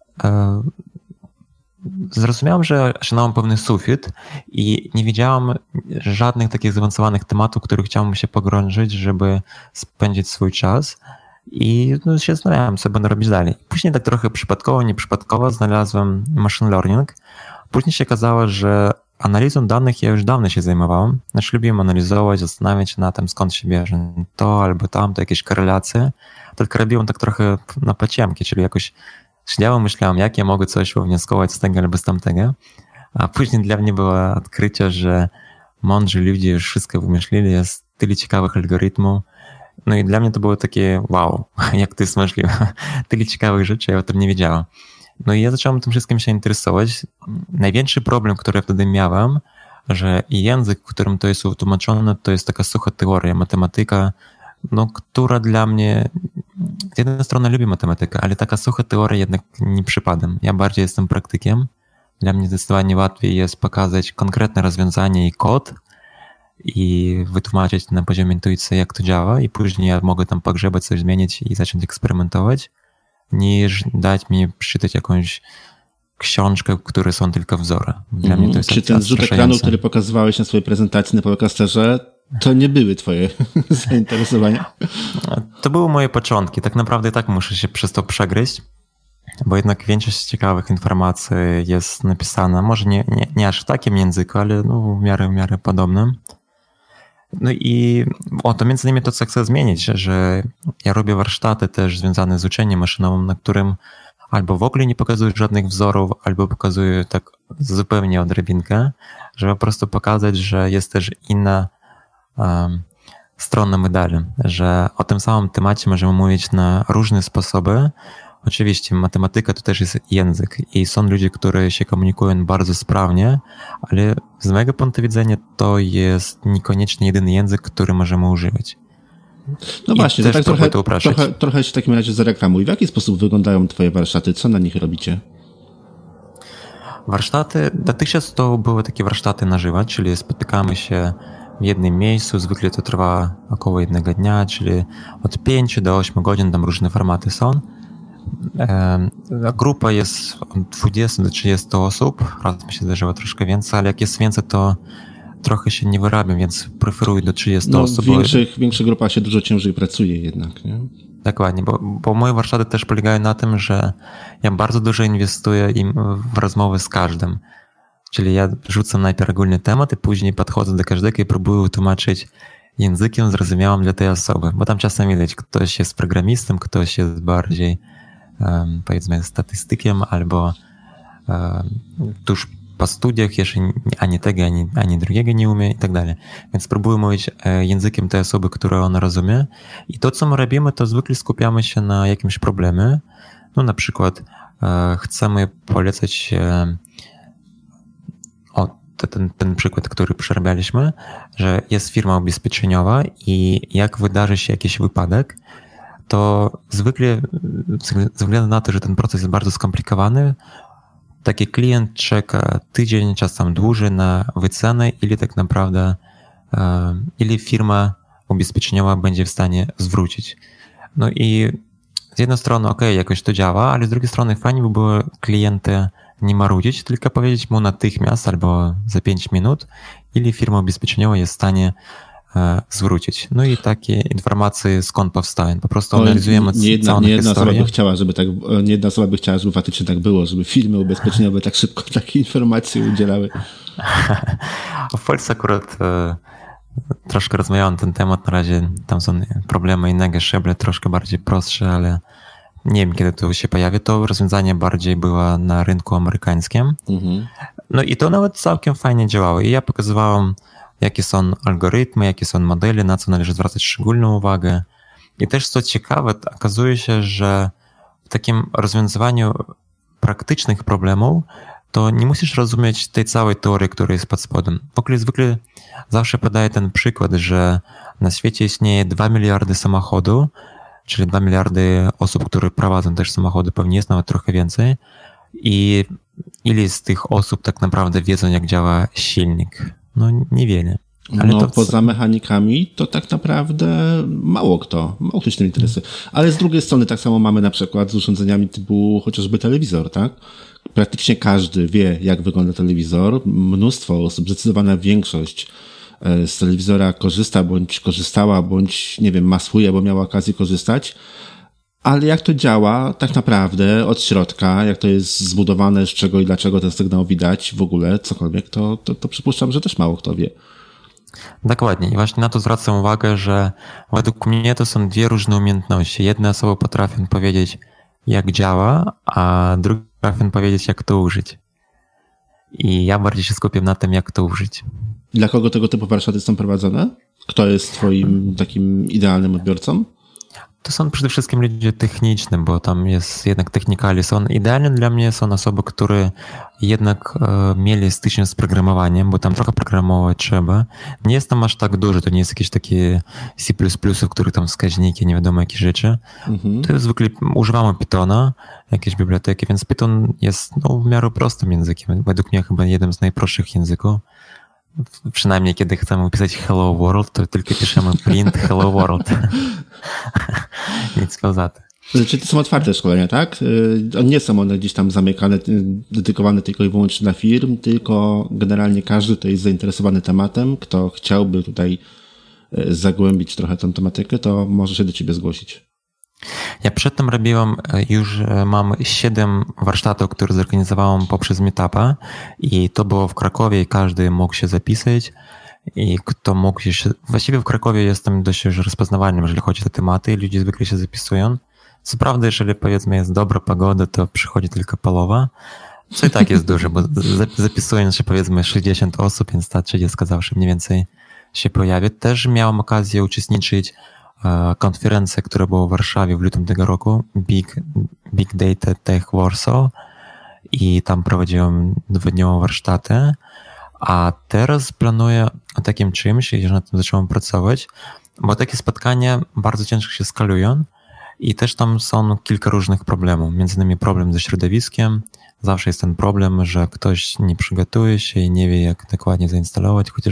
osiągnąłem pewny sufit i nie wiedziałem żadnych takich zaawansowanych tematów, w których chciałem się pogrążyć, żeby spędzić swój czas i no, się zastanawiałem, co będę robić dalej. Później tak trochę przypadkowo, nieprzypadkowo znalazłem machine learning. Później się okazało, że analizą danych ja już dawno się zajmowałem. Znaczy lubiłem analizować, zastanawiać się na tym, skąd się bierze to albo tamto, jakieś korelacje. Tylko robiłem tak trochę na paciemki, czyli jakoś siedziałem, myślałem, jak ja mogę coś wywnioskować z tego albo z tamtego. A później dla mnie było odkrycie, że mądrzy ludzie już wszystko wymyślili, jest tyle ciekawych algorytmów. No i dla mnie to było takie wow, jak to jest możliwe. Tyle ciekawych rzeczy, ja o tym nie wiedziałem. No i ja zacząłem tym wszystkim się interesować. Największy problem, który wtedy miałem, że język, w którym to jest utłumaczone, to jest taka sucha teoria, matematyka, no, która dla mnie, z jednej strony lubię matematykę, ale taka sucha teoria jednak nie przypadam. Ja bardziej jestem praktykiem. Dla mnie zdecydowanie łatwiej jest pokazać konkretne rozwiązanie i kod i wytłumaczyć na poziomie intuicji, jak to działa i później ja mogę tam pogrzebać, coś zmienić i zacząć eksperymentować, niż dać mi przeczytać jakąś książkę, w której są tylko wzory. Dla mnie to jest Czy ten zrzut ekranu, który pokazywałeś na swojej prezentacji na podcasterze, to nie były twoje zainteresowania? To były moje początki. Tak naprawdę tak muszę się przez to przegryźć, bo jednak większość ciekawych informacji jest napisana, może nie aż w takim języku, ale no w miarę podobnym. No i to między innymi to, co chcę zmienić, że ja robię warsztaty też związane z uczeniem maszynowym, na którym albo w ogóle nie pokazuję żadnych wzorów, albo pokazuję tak zupełnie odrobinkę, żeby po prostu pokazać, że jest też inna strona medalu, że o tym samym temacie możemy mówić na różne sposoby. Oczywiście matematyka to też jest język i są ludzie, którzy się komunikują bardzo sprawnie, ale z mojego punktu widzenia to jest niekoniecznie jedyny język, który możemy używać. No właśnie, to tak trochę się w takim razie zareklamuj. W jaki sposób wyglądają twoje warsztaty? Co na nich robicie? Warsztaty, dotychczas to były takie warsztaty na żywo, czyli spotykamy się w jednym miejscu. Zwykle to trwa około 1 dnia, czyli od 5 do 8 godzin, tam różne formaty są. Grupa jest od 20 do 30 osób, raz mi się zdarzyło troszkę więcej, ale jak jest więcej, to trochę się nie wyrabiam, więc preferuję do 30 osób. W większych grupach się dużo ciężej pracuje jednak, nie? Dokładnie, bo moje warsztaty też polegają na tym, że ja bardzo dużo inwestuję w rozmowy z każdym. Czyli ja rzucam najpierw ogólny temat i później podchodzę do każdego i próbuję tłumaczyć językiem zrozumiałym dla tej osoby. Bo tam czasem widać, ktoś jest programistą, ktoś jest bardziej powiedzmy statystykiem albo tuż po studiach jeszcze ani tego, ani drugiego nie umie i tak dalej. Więc próbuję mówić językiem tej osoby, którą on rozumie. I to, co my robimy, to zwykle skupiamy się na jakimś problemie. No na przykład chcemy polecać ten przykład, który przerabialiśmy, że jest firma ubezpieczeniowa i jak wydarzy się jakiś wypadek, to zwykle ze względu na to, że ten proces jest bardzo skomplikowany, taki klient czeka tydzień, czasem dłużej na wycenę, ile tak naprawdę, ile firma ubezpieczeniowa będzie w stanie zwrócić. No i z jednej strony jakoś to działa, ale z drugiej strony fajnie by było klienta nie marudzić, tylko powiedzieć mu natychmiast albo za 5 minut, ile firma ubezpieczeniowa jest w stanie zwrócić. No i takie informacje skąd powstają. Po prostu analizujemy całą historię. Nie jedna osoba by chciała, żeby faktycznie tak było, żeby firmy ubezpieczeniowe tak szybko takie informacje udzielały. W Polsce akurat troszkę rozmawiałem na ten temat. Na razie tam są problemy innego szczebla, troszkę bardziej prostsze, ale nie wiem, kiedy to się pojawi. To rozwiązanie bardziej było na rynku amerykańskim. No i to nawet całkiem fajnie działało. I ja pokazywałem, jakie są algorytmy, jakie są modele, na co należy zwracać szczególną uwagę. I też co ciekawe, okazuje się, że w takim rozwiązywaniu praktycznych problemów to nie musisz rozumieć tej całej teorii, która jest pod spodem. W ogóle zwykle zawsze podaję ten przykład, że na świecie istnieje 2 miliardy samochodów, czyli 2 miliardy osób, które prowadzą też samochody, pewnie jest nawet trochę więcej. I ile z tych osób tak naprawdę wiedzą, jak działa silnik? No niewiele. Ale no poza mechanikami to tak naprawdę mało kto się tym interesuje. Ale z drugiej strony tak samo mamy na przykład z urządzeniami typu chociażby telewizor, tak? Praktycznie każdy wie, jak wygląda telewizor. Mnóstwo osób, zdecydowana większość z telewizora korzysta, bądź korzystała, bądź nie wiem, masuje, bo miała okazję korzystać. Ale jak to działa tak naprawdę od środka, jak to jest zbudowane, z czego i dlaczego ten sygnał widać, w ogóle cokolwiek, to przypuszczam, że też mało kto wie. Dokładnie. I właśnie na to zwracam uwagę, że według mnie to są dwie różne umiejętności. Jedna osoba potrafi powiedzieć, jak działa, a druga potrafi powiedzieć, jak to użyć. I ja bardziej się skupiam na tym, jak to użyć. Dla kogo tego typu warsztaty są prowadzone? Kto jest twoim takim idealnym odbiorcą? To są przede wszystkim ludzie techniczni, bo tam jest jednak technikali. Idealnie dla mnie są osoby, które jednak mieli styczność z programowaniem, bo tam trochę programować trzeba. Nie jest tam aż tak dużo, to nie jest jakieś takie C++, w których tam wskaźniki, nie wiadomo jakie rzeczy. To jest zwykle używamy Pythona, jakieś biblioteki, więc Python jest w miarę prostym językiem. Według mnie chyba jednym z najprostszych języków. Przynajmniej kiedy chcemy pisać Hello World, to tylko piszemy print Hello World. Nic poza tym. Czyli to są otwarte szkolenia, tak? Nie są one gdzieś tam zamykane, dedykowane tylko i wyłącznie dla firm, tylko generalnie każdy, kto jest zainteresowany tematem, kto chciałby tutaj zagłębić trochę tę tematykę, to może się do ciebie zgłosić. Ja przedtem mam 7 warsztatów, które zorganizowałem poprzez Meetupa i to było w Krakowie i każdy mógł się zapisać i kto mógł się... Właściwie w Krakowie jestem dość już rozpoznawalnym, jeżeli chodzi o tematy i ludzie zwykle się zapisują. Co prawda, jeżeli powiedzmy jest dobra pogoda, to przychodzi tylko połowa, co i tak jest dużo, bo zapisują się powiedzmy 60 osób, więc ta 30 zawsze mniej więcej się pojawi. Też miałem okazję uczestniczyć konferencja, która była w Warszawie w lutym tego roku, Big Data Tech Warsaw i tam prowadziłem 2-dniowe warsztaty, a teraz planuję o takim czymś, że nad tym zacząłem pracować, bo takie spotkania bardzo ciężko się skalują i też tam są kilka różnych problemów, między innymi problem ze środowiskiem, zawsze jest ten problem, że ktoś nie przygotuje się i nie wie jak dokładnie zainstalować, chociaż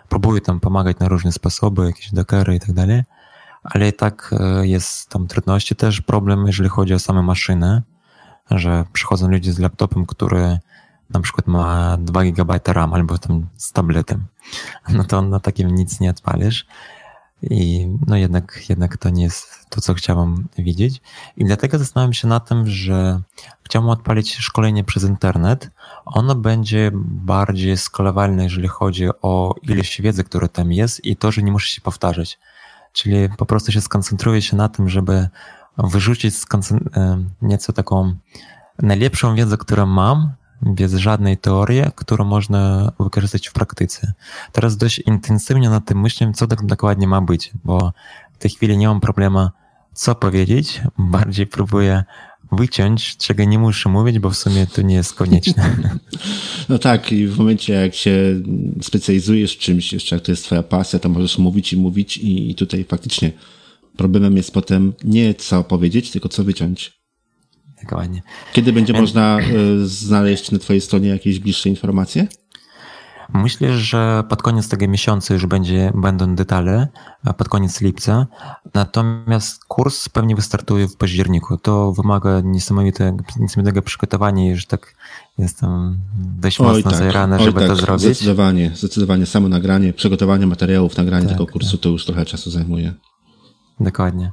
próbuję tam pomagać na różne sposoby, jakieś dockery i tak dalej, ale i tak jest tam trudności też, problem, jeżeli chodzi o same maszyny, że przychodzą ludzie z laptopem, który na przykład ma 2 GB RAM albo tam z tabletem, no to na takim nic nie odpalisz i no jednak to nie jest to, co chciałam widzieć i dlatego zastanawiam się na tym, że chciałam odpalić szkolenie przez internet. Ono będzie bardziej skalowalne, jeżeli chodzi o ilość wiedzy, która tam jest i to, że nie muszę się powtarzać. Czyli po prostu się skoncentruję się na tym, żeby wyrzucić nieco taką najlepszą wiedzę, którą mam, bez żadnej teorii, którą można wykorzystać w praktyce. Teraz dość intensywnie nad tym myślę, co tak dokładnie ma być, bo w tej chwili nie mam problemu, co powiedzieć, bardziej próbuję wyciąć, czego nie muszę mówić, bo w sumie to nie jest konieczne. No tak, i w momencie, jak się specjalizujesz w czymś, jeszcze jak to jest twoja pasja, to możesz mówić i tutaj faktycznie problemem jest potem nie co powiedzieć, tylko co wyciąć. Dokładnie. Kiedy będzie można znaleźć na twojej stronie jakieś bliższe informacje? Myślę, że pod koniec tego miesiąca już będą detale, pod koniec lipca. Natomiast kurs pewnie wystartuje w październiku. To wymaga niesamowitego przygotowania, już tak jestem dość mocno zajrany, żeby to zrobić. Zdecydowanie. Samo nagranie, przygotowanie materiałów, nagranie tego kursu to już trochę czasu zajmuje. Dokładnie.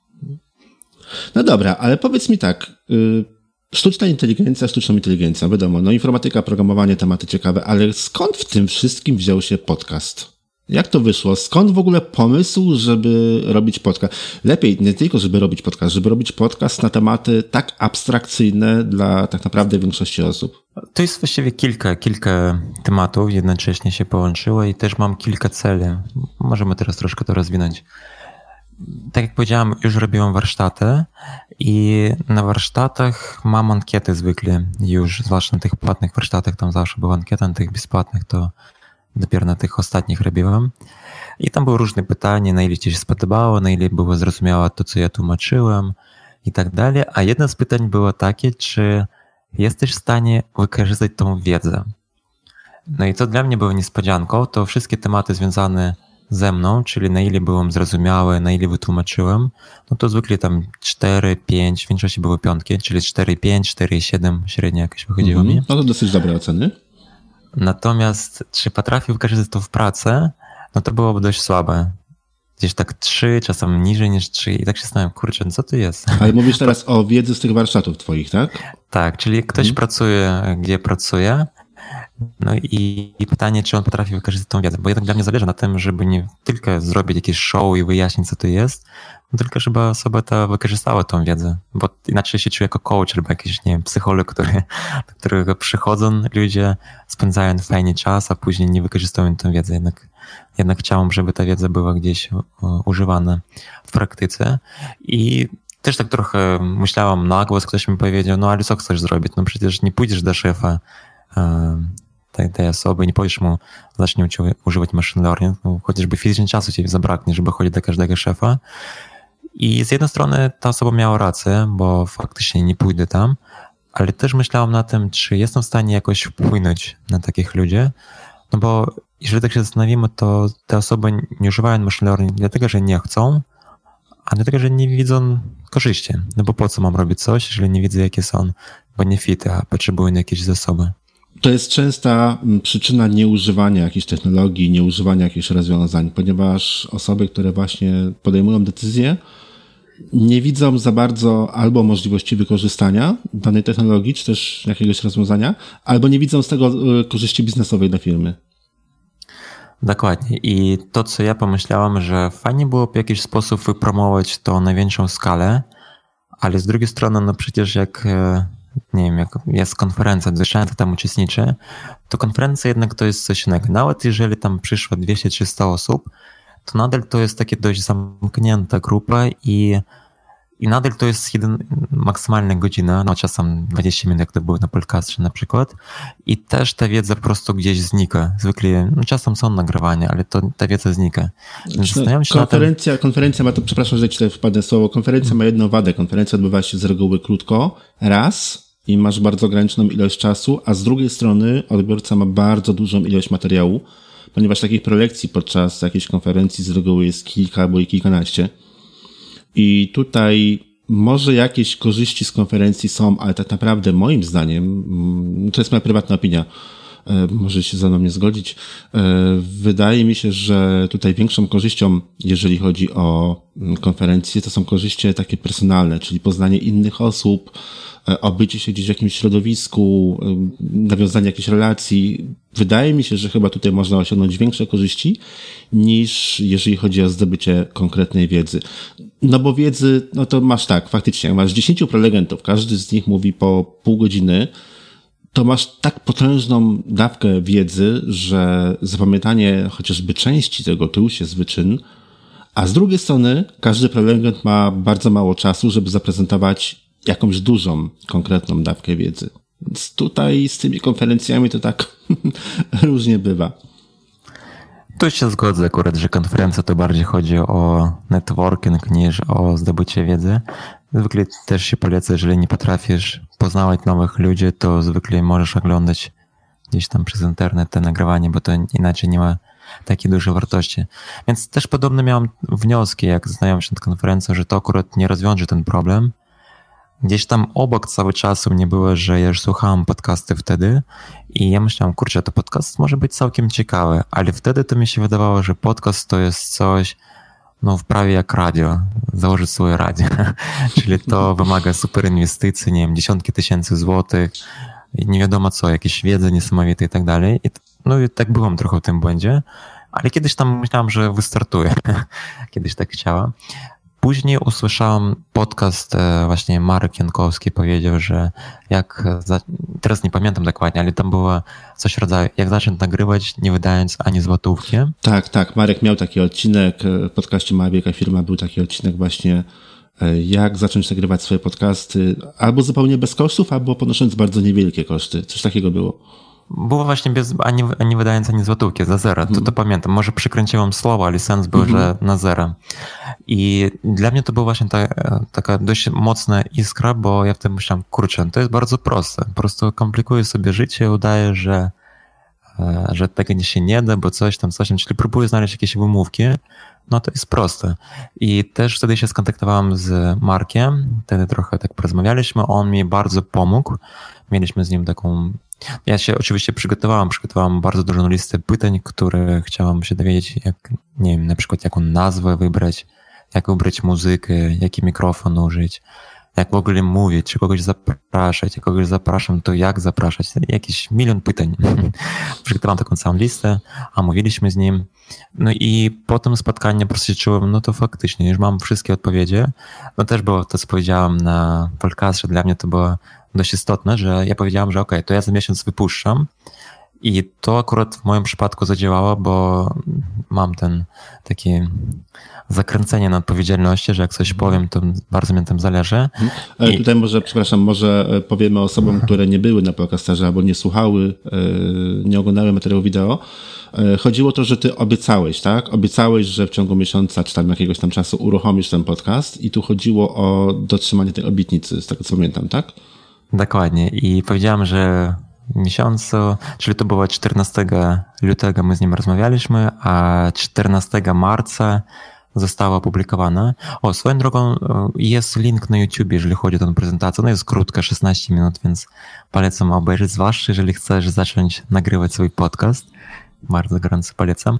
No dobra, ale powiedz mi tak, sztuczną inteligencja, wiadomo, no informatyka, programowanie, tematy ciekawe, ale skąd w tym wszystkim wziął się podcast? Jak to wyszło? Skąd w ogóle pomysł, żeby robić podcast? Lepiej nie tylko, żeby robić podcast na tematy tak abstrakcyjne dla tak naprawdę większości osób. To jest właściwie kilka tematów jednocześnie się połączyło i też mam kilka celi. Możemy teraz troszkę to rozwinąć. Tak jak powiedziałem, już robiłem warsztaty i na warsztatach mam ankiety zwykle już, zwłaszcza na tych płatnych warsztatach, tam zawsze była ankieta, na tych bezpłatnych to dopiero na tych ostatnich robiłem. I tam były różne pytania, na ile ci się spodobało, na ile było zrozumiałe to, co ja tłumaczyłem i tak dalej. A jedno z pytań było takie, czy jesteś w stanie wykorzystać tą wiedzę? No i to dla mnie było niespodzianką, to wszystkie tematy związane ze mną, czyli na ile byłem zrozumiały, na ile wytłumaczyłem, no to zwykle tam 4, 5, w większości były 5, czyli 4,5, 4,7 średnio jakoś wychodziło mi. No to dosyć dobre oceny. Natomiast czy potrafię wykorzystać to w pracy, no to byłoby dość słabe. Gdzieś tak 3, czasem niżej niż 3 i tak się zastanawiam, kurczę, co to jest? Ale mówisz teraz o wiedzy z tych warsztatów twoich, tak? Tak, czyli ktoś pracuje, gdzie pracuje, no i pytanie, czy on potrafi wykorzystać tą wiedzę, bo jednak dla mnie zależy na tym, żeby nie tylko zrobić jakieś show i wyjaśnić, co to jest, no tylko żeby osoba ta wykorzystała tą wiedzę, bo inaczej się czuję jako coach albo jakiś, nie wiem, psycholog, do którego przychodzą ludzie, spędzają fajnie czas, a później nie wykorzystują tą wiedzę. Jednak chciałam, żeby ta wiedza była gdzieś używana w praktyce i też tak trochę myślałam na głos, ktoś mi powiedział, no ale co chcesz zrobić? No przecież nie pójdziesz do szefa tej osoby, nie powiesz mu, zacznie używać machine learning, no, chociażby fizycznie czasu ci zabraknie, żeby chodzić do każdego szefa. I z jednej strony ta osoba miała rację, bo faktycznie nie pójdę tam, ale też myślałam na tym, czy jestem w stanie jakoś wpłynąć na takich ludzi, no bo jeżeli tak się zastanowimy, to te osoby nie używają machine learning dlatego, że nie chcą, a dlatego, że nie widzą korzyści. No bo po co mam robić coś, jeżeli nie widzę, jakie są benefity, a potrzebuję jakieś zasoby. To jest częsta przyczyna nieużywania jakichś technologii, nieużywania jakichś rozwiązań, ponieważ osoby, które właśnie podejmują decyzje, nie widzą za bardzo albo możliwości wykorzystania danej technologii, czy też jakiegoś rozwiązania, albo nie widzą z tego korzyści biznesowej dla firmy. Dokładnie. I to, co ja pomyślałam, że fajnie byłoby w jakiś sposób wypromować to na większą skalę, ale z drugiej strony, no przecież jak jest konferencja, dość często tam uczestniczę, to konferencja jednak to jest coś innego. Nawet jeżeli tam przyszło 200-300 osób, to nadal to jest takie dość zamknięta grupa i nadal to jest maksymalna godzina, no czasem 20 minut, jak to było na podcaście na przykład, i też ta wiedza po prostu gdzieś znika. Zwykle, no czasem są nagrywania, ale ta wiedza znika. Konferencja ma to, przepraszam, że ci wpadnę słowo, konferencja ma jedną wadę. Konferencja odbywa się z reguły krótko, raz, i masz bardzo ograniczoną ilość czasu, a z drugiej strony odbiorca ma bardzo dużą ilość materiału, ponieważ takich prelekcji podczas jakiejś konferencji z reguły jest kilka albo i kilkanaście. I tutaj może jakieś korzyści z konferencji są, ale tak naprawdę moim zdaniem, to jest moja prywatna opinia, może się ze mną nie zgodzić, wydaje mi się, że tutaj większą korzyścią, jeżeli chodzi o konferencje, to są korzyści takie personalne, czyli poznanie innych osób, obycie się gdzieś w jakimś środowisku, nawiązanie jakichś relacji. Wydaje mi się, że chyba tutaj można osiągnąć większe korzyści niż jeżeli chodzi o zdobycie konkretnej wiedzy. No bo wiedzy, no to masz tak, faktycznie, jak masz 10 prelegentów, każdy z nich mówi po pół godziny, to masz tak potężną dawkę wiedzy, że zapamiętanie chociażby części tego to już jest wyczyn, a z drugiej strony każdy prelegent ma bardzo mało czasu, żeby zaprezentować jakąś dużą, konkretną dawkę wiedzy. Więc tutaj z tymi konferencjami to tak różnie bywa. Tu się zgodzę akurat, że konferencja to bardziej chodzi o networking niż o zdobycie wiedzy. Zwykle też się poleca, jeżeli nie potrafisz poznawać nowych ludzi, to zwykle możesz oglądać gdzieś tam przez internet te nagrywanie, bo to inaczej nie ma takiej dużej wartości. Więc też podobne miałem wnioski, jak znałem się nad konferencją, że to akurat nie rozwiąże ten problem. Gdzieś tam obok cały czas u mnie było, że ja już słuchałem podcasty wtedy i ja myślałem, kurczę, to podcast może być całkiem ciekawy, ale wtedy to mi się wydawało, że podcast to jest coś, no w prawie jak radio, założyć swoje radio, czyli to wymaga super inwestycji, nie wiem, dziesiątki tysięcy złotych, nie wiadomo co, jakieś wiedzy niesamowite i tak dalej. No i tak byłem trochę w tym błędzie, ale kiedyś tam myślałem, że wystartuję, kiedyś tak chciałem. Później usłyszałem podcast, właśnie Marek Jankowski powiedział, że teraz nie pamiętam dokładnie, ale tam było coś w rodzaju, jak zacząć nagrywać, nie wydając ani złotówki. Tak, Marek miał taki odcinek, w podcaście Mała Wielka Firma był taki odcinek właśnie, jak zacząć nagrywać swoje podcasty, albo zupełnie bez kosztów, albo ponosząc bardzo niewielkie koszty. Coś takiego było. Było właśnie ani wydając ani złotówki, za zero. To pamiętam. Może przykręciłem słowo, ale sens był, że na zero. I dla mnie to była właśnie taka dość mocna iskra, bo ja wtedy myślałem, kurczę, to jest bardzo proste. Po prostu komplikuję sobie życie, udaję, że tego się nie da, bo coś tam, czyli próbuję znaleźć jakieś wymówki. No to jest proste. I też wtedy się skontaktowałem z Markiem, wtedy trochę tak porozmawialiśmy, on mi bardzo pomógł. Mieliśmy z nim taką... Ja się oczywiście przygotowałem bardzo dużą listę pytań, które chciałem się dowiedzieć, jak, nie wiem, na przykład jaką nazwę wybrać, jak wybrać muzykę, jaki mikrofon użyć, jak w ogóle mówić, czy kogoś zapraszać, jak kogoś zapraszam, to jak zapraszać, jakiś milion pytań. Przygotowałem taką całą listę, a mówiliśmy z nim, no i po tym spotkaniu po prostu czułem, no to faktycznie, już mam wszystkie odpowiedzi. No też było to, co powiedziałem na podcastie, dla mnie to było dość istotne, że ja powiedziałem, że okej, to ja za miesiąc wypuszczam i to akurat w moim przypadku zadziałało, bo mam ten taki zakręcenie na odpowiedzialności, że jak coś powiem, to bardzo mi na tym zależy. Tutaj może powiemy osobom, które nie były na podcasterze albo nie słuchały, nie oglądały materiału wideo. Chodziło o to, że ty obiecałeś, tak? Obiecałeś, że w ciągu miesiąca czy tam jakiegoś tam czasu uruchomisz ten podcast i tu chodziło o dotrzymanie tej obietnicy, z tego co pamiętam, tak? Dokładnie. I powiedziałem, że miesiącu, czyli to było 14 lutego my z nim rozmawialiśmy, a 14 marca została opublikowana. O, swoją drogą jest link na YouTube, jeżeli chodzi o tę prezentację. Ona jest krótka, 16 minut, więc polecam obejrzeć, zwłaszcza jeżeli chcesz zacząć nagrywać swój podcast. Bardzo gorąco polecam.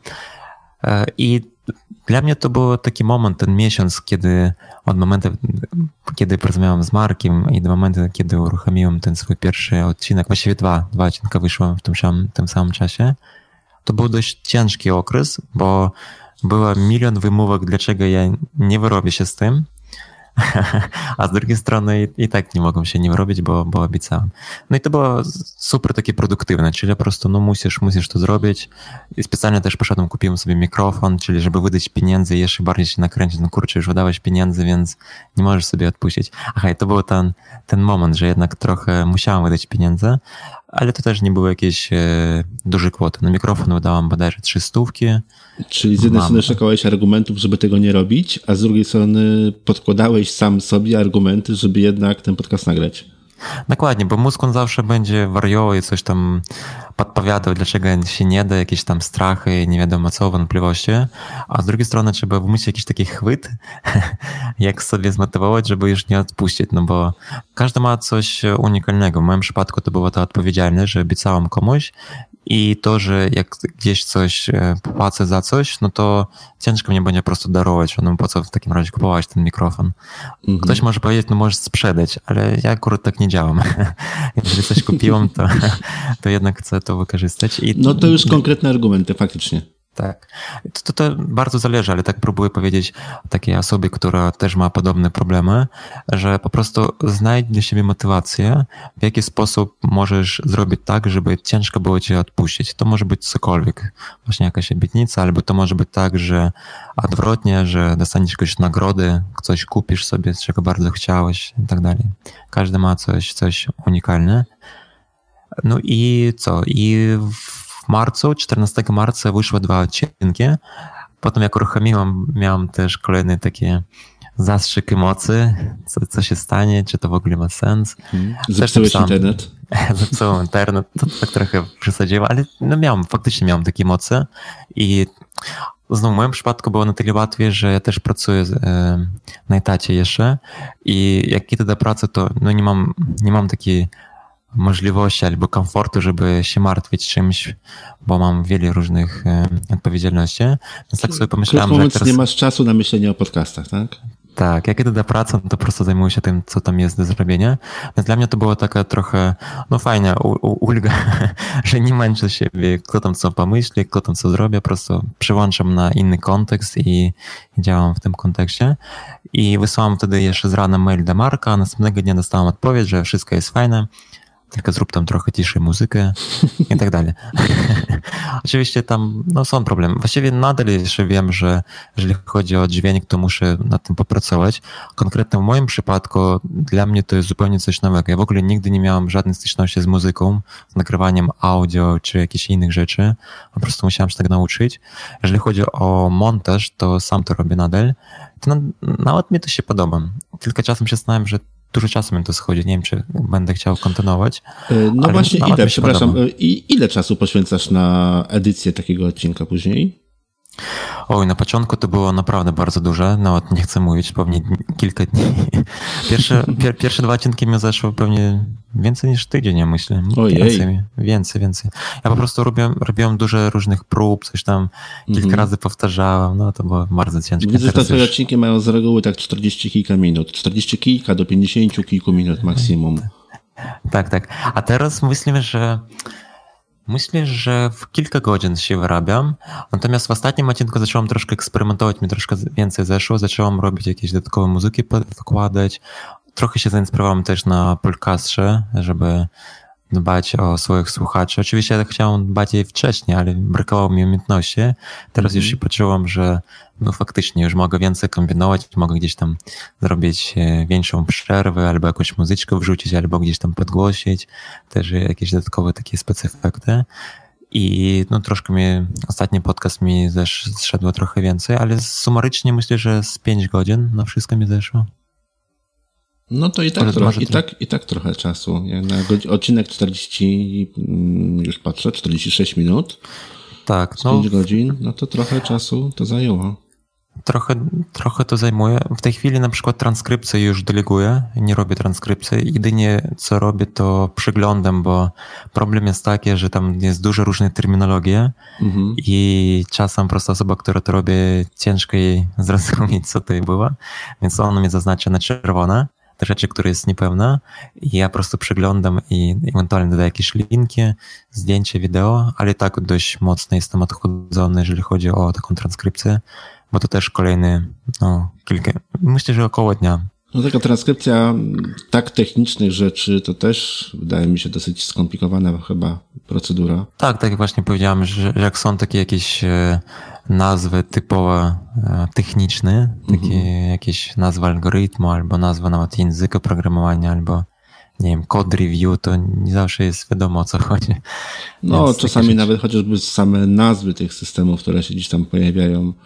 I dla mnie to był taki moment, ten miesiąc, od momentu, kiedy porozmawiałem z Markiem i do momentu, kiedy uruchomiłem ten swój pierwszy odcinek, właściwie dwa odcinka wyszły w tym samym czasie, to był dość ciężki okres, bo było milion wymówek, dlaczego ja nie wyrobię się z tym, a z drugiej strony i tak nie mogłem się nie wyrobić, bo obiecałem. No i to było super takie produktywne, czyli po prostu musisz to zrobić. I specjalnie też poszedłem, kupiłem sobie mikrofon, czyli żeby wydać pieniędzy i jeszcze bardziej się nakręcić. No kurczę, już wydałeś pieniędzy, więc nie możesz sobie odpuścić. Aha, i to był ten moment, że jednak trochę musiałem wydać pieniędzy, ale to też nie były jakieś duże kwoty. Na mikrofon wydałam bodajże 300. Czyli z jednej strony szukałeś argumentów, żeby tego nie robić, a z drugiej strony podkładałeś sam sobie argumenty, żeby jednak ten podcast nagrać. Dokładnie, bo mózg on zawsze będzie wariował i coś tam podpowiadał, dlaczego się nie da, jakieś tam strachy, nie wiadomo co, wątpliwości, a z drugiej strony trzeba wymyślić jakiś taki chwyt, jak sobie zmotywować, żeby już nie odpuścić, no bo każdy ma coś unikalnego. W moim przypadku to była ta odpowiedzialność, że obiecałem komuś i to, że jak gdzieś coś płacę za coś, no to ciężko mnie będzie po prostu darować, no po co w takim razie kupować ten mikrofon. Ktoś może powiedzieć, no możesz sprzedać, ale ja akurat tak nie działam. Jeżeli coś kupiłem, to jednak chcę to wykorzystać. No to już konkretne argumenty, faktycznie. Tak. To bardzo zależy, ale tak próbuję powiedzieć takiej osobie, która też ma podobne problemy, że po prostu znajdź dla siebie motywację, w jaki sposób możesz zrobić tak, żeby ciężko było cię odpuścić. To może być cokolwiek, właśnie jakaś obietnica, albo to może być tak, że odwrotnie, że dostaniesz jakąś nagrodę, coś kupisz sobie, czego bardzo chciałeś i tak dalej. Każdy ma coś unikalne. No i co? W marcu, 14 marca wyszły 2 odcinki. Potem jak uruchomiłem, miałem też kolejny takie zastrzyk emocji, co się stanie, czy to w ogóle ma sens. Zepsułeś internet? Zepsułem internet, to tak trochę przesadziłem, ale no faktycznie miałem takie emocje i znowu w moim przypadku było na tyle łatwiej, że ja też pracuję na etacie jeszcze i jak idę do pracy, to no nie mam takiej możliwości albo komfortu, żeby się martwić czymś, bo mam wiele różnych odpowiedzialności. Więc tak sobie pomyślałem, że teraz nie masz czasu na myślenie o podcastach, tak? Tak, jak idę do pracy, to po prostu zajmuję się tym, co tam jest do zrobienia. Więc dla mnie to było taka trochę, no fajna ulga, że nie męczę siebie, kto tam co pomyśli, kto tam co zrobi, po prostu przyłączam na inny kontekst i działam w tym kontekście. I wysłałem wtedy jeszcze z rana mail do Marka, a następnego dnia dostałem odpowiedź, że wszystko jest fajne, tylko zrób tam trochę ciszej muzykę i tak dalej. Oczywiście tam są problemy. Właściwie nadal jeszcze wiem, że jeżeli chodzi o dźwięk, to muszę nad tym popracować. Konkretnie w moim przypadku dla mnie to jest zupełnie coś nowego. Ja w ogóle nigdy nie miałem żadnej styczności z muzyką, z nagrywaniem audio czy jakichś innych rzeczy. Po prostu musiałem się tak nauczyć. Jeżeli chodzi o montaż, to sam to robię nadal. To nawet mi to się podoba. Tylko czasem się zastanawiam, że dużo czasu mi to schodzi. Nie wiem, czy będę chciał kontynuować. No właśnie, ile czasu poświęcasz na edycję takiego odcinka później? Oj, na początku to było naprawdę bardzo duże, nawet nie chcę mówić, pewnie kilka dni. Pierwsze 2 odcinki mi zeszło pewnie więcej niż tydzień, ja myślę. Ojej. Więcej. Ja po prostu robiłem dużo różnych prób, coś tam kilka razy powtarzałem, no to było bardzo ciężkie. Widzę, że te odcinki mają z reguły tak 40 kilka minut, 40 kilka do 50 kilku minut maksimum. Tak. A teraz myślę, że w kilka godzin się wyrabiam, natomiast w ostatnim odcinku zacząłem troszkę eksperymentować, mi troszkę więcej zeszło, zacząłem robić jakieś dodatkowe muzyki wkładać, trochę się zainspirowałem też na podcastrze, żeby dbać o swoich słuchaczy. Oczywiście ja chciałem dbać jej wcześniej, ale brakowało mi umiejętności. Teraz już się poczułem, że faktycznie już mogę więcej kombinować, mogę gdzieś tam zrobić większą przerwę, albo jakąś muzyczkę wrzucić, albo gdzieś tam podgłosić. Też jakieś dodatkowe takie specefekty. I troszkę ostatni podcast mi zszedło trochę więcej, ale sumarycznie myślę, że z 5 godzin na wszystko mi zeszło. No to i tak trochę czasu. Na odcinek 40, już patrzę, 46 minut. Tak. 5 godzin, no to trochę czasu to zajęło. Trochę to zajmuje. W tej chwili na przykład transkrypcję już deleguję, nie robię transkrypcji. Jedynie co robię, to przeglądam, bo problem jest taki, że tam jest dużo różnych terminologii i czasem prosta osoba, która to robi, ciężko jej zrozumieć, co to było, więc ono mnie zaznacza na czerwone. Te rzeczy, które jest niepełne i ja po prostu przeglądam i ewentualnie dodaję jakieś linki, zdjęcie, wideo, ale i tak dość mocno jestem odchudzony, jeżeli chodzi o taką transkrypcję, bo to też kolejny, myślę, że około dnia. No taka transkrypcja tak technicznych rzeczy to też wydaje mi się dosyć skomplikowana chyba procedura. Tak jak właśnie powiedziałem, że jak są takie jakieś nazwy typowo techniczne, takie jakieś nazwy algorytmu, albo nazwa nawet języka programowania, albo nie wiem, code review, to nie zawsze jest wiadomo, o co chodzi. No, czasami nawet chociażby same nazwy tych systemów, które się gdzieś tam pojawiają,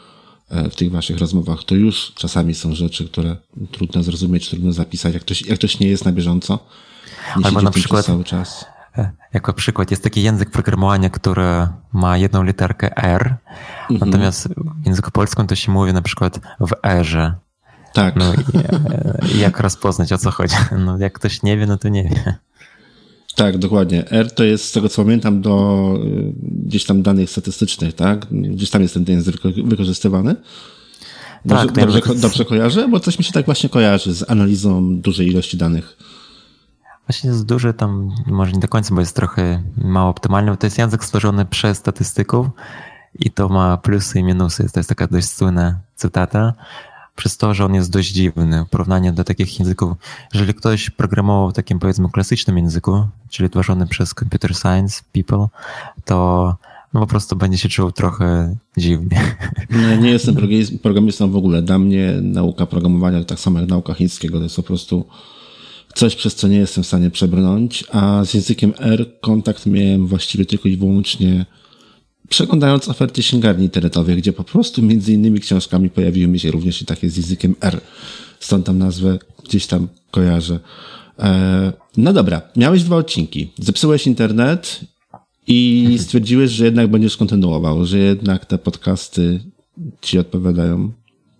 w tych waszych rozmowach, to już czasami są rzeczy, które trudno zrozumieć, trudno zapisać, jak ktoś nie jest na bieżąco, nie albo siedzi na w tym przykład, przez cały czas. Jako przykład, jest taki język programowania, który ma jedną literkę R, natomiast w języku polskim to się mówi na przykład w R-ze. Tak. No i jak rozpoznać, o co chodzi? No jak ktoś nie wie, no to nie wie. Tak, dokładnie. R to jest, z tego co pamiętam, do gdzieś tam danych statystycznych, tak? Gdzieś tam jest ten język wykorzystywany. Dobrze kojarzę? Bo coś mi się tak właśnie kojarzy z analizą dużej ilości danych. Właśnie jest duży tam, może nie do końca, bo jest trochę mało optymalny, bo to jest język stworzony przez statystyków i to ma plusy i minusy. To jest taka dość słynna cytata. Przez to, że on jest dość dziwny w porównaniu do takich języków. Jeżeli ktoś programował w takim, powiedzmy, klasycznym języku, czyli tworzony przez computer science people, to no po prostu będzie się czuł trochę dziwnie. Nie jestem programistą w ogóle. Dla mnie nauka programowania to tak samo jak nauka chińskiego. To jest po prostu coś, przez co nie jestem w stanie przebrnąć, a z językiem R kontakt miałem właściwie tylko i wyłącznie przeglądając oferty księgarni internetowych, gdzie po prostu między innymi książkami pojawiły mi się również i takie z językiem R. Stąd tam nazwę gdzieś tam kojarzę. No dobra, miałeś 2 odcinki. Zepsułeś internet i stwierdziłeś, że jednak będziesz kontynuował, że jednak te podcasty ci odpowiadają.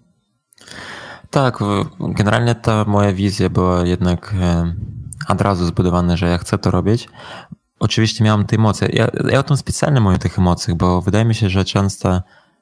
Tak, generalnie ta moja wizja była jednak od razu zbudowana, że ja chcę to robić. Oczywiście miałem te emocje. Ja o tym specjalnie mówię o tych emocjach, bo wydaje mi się, że często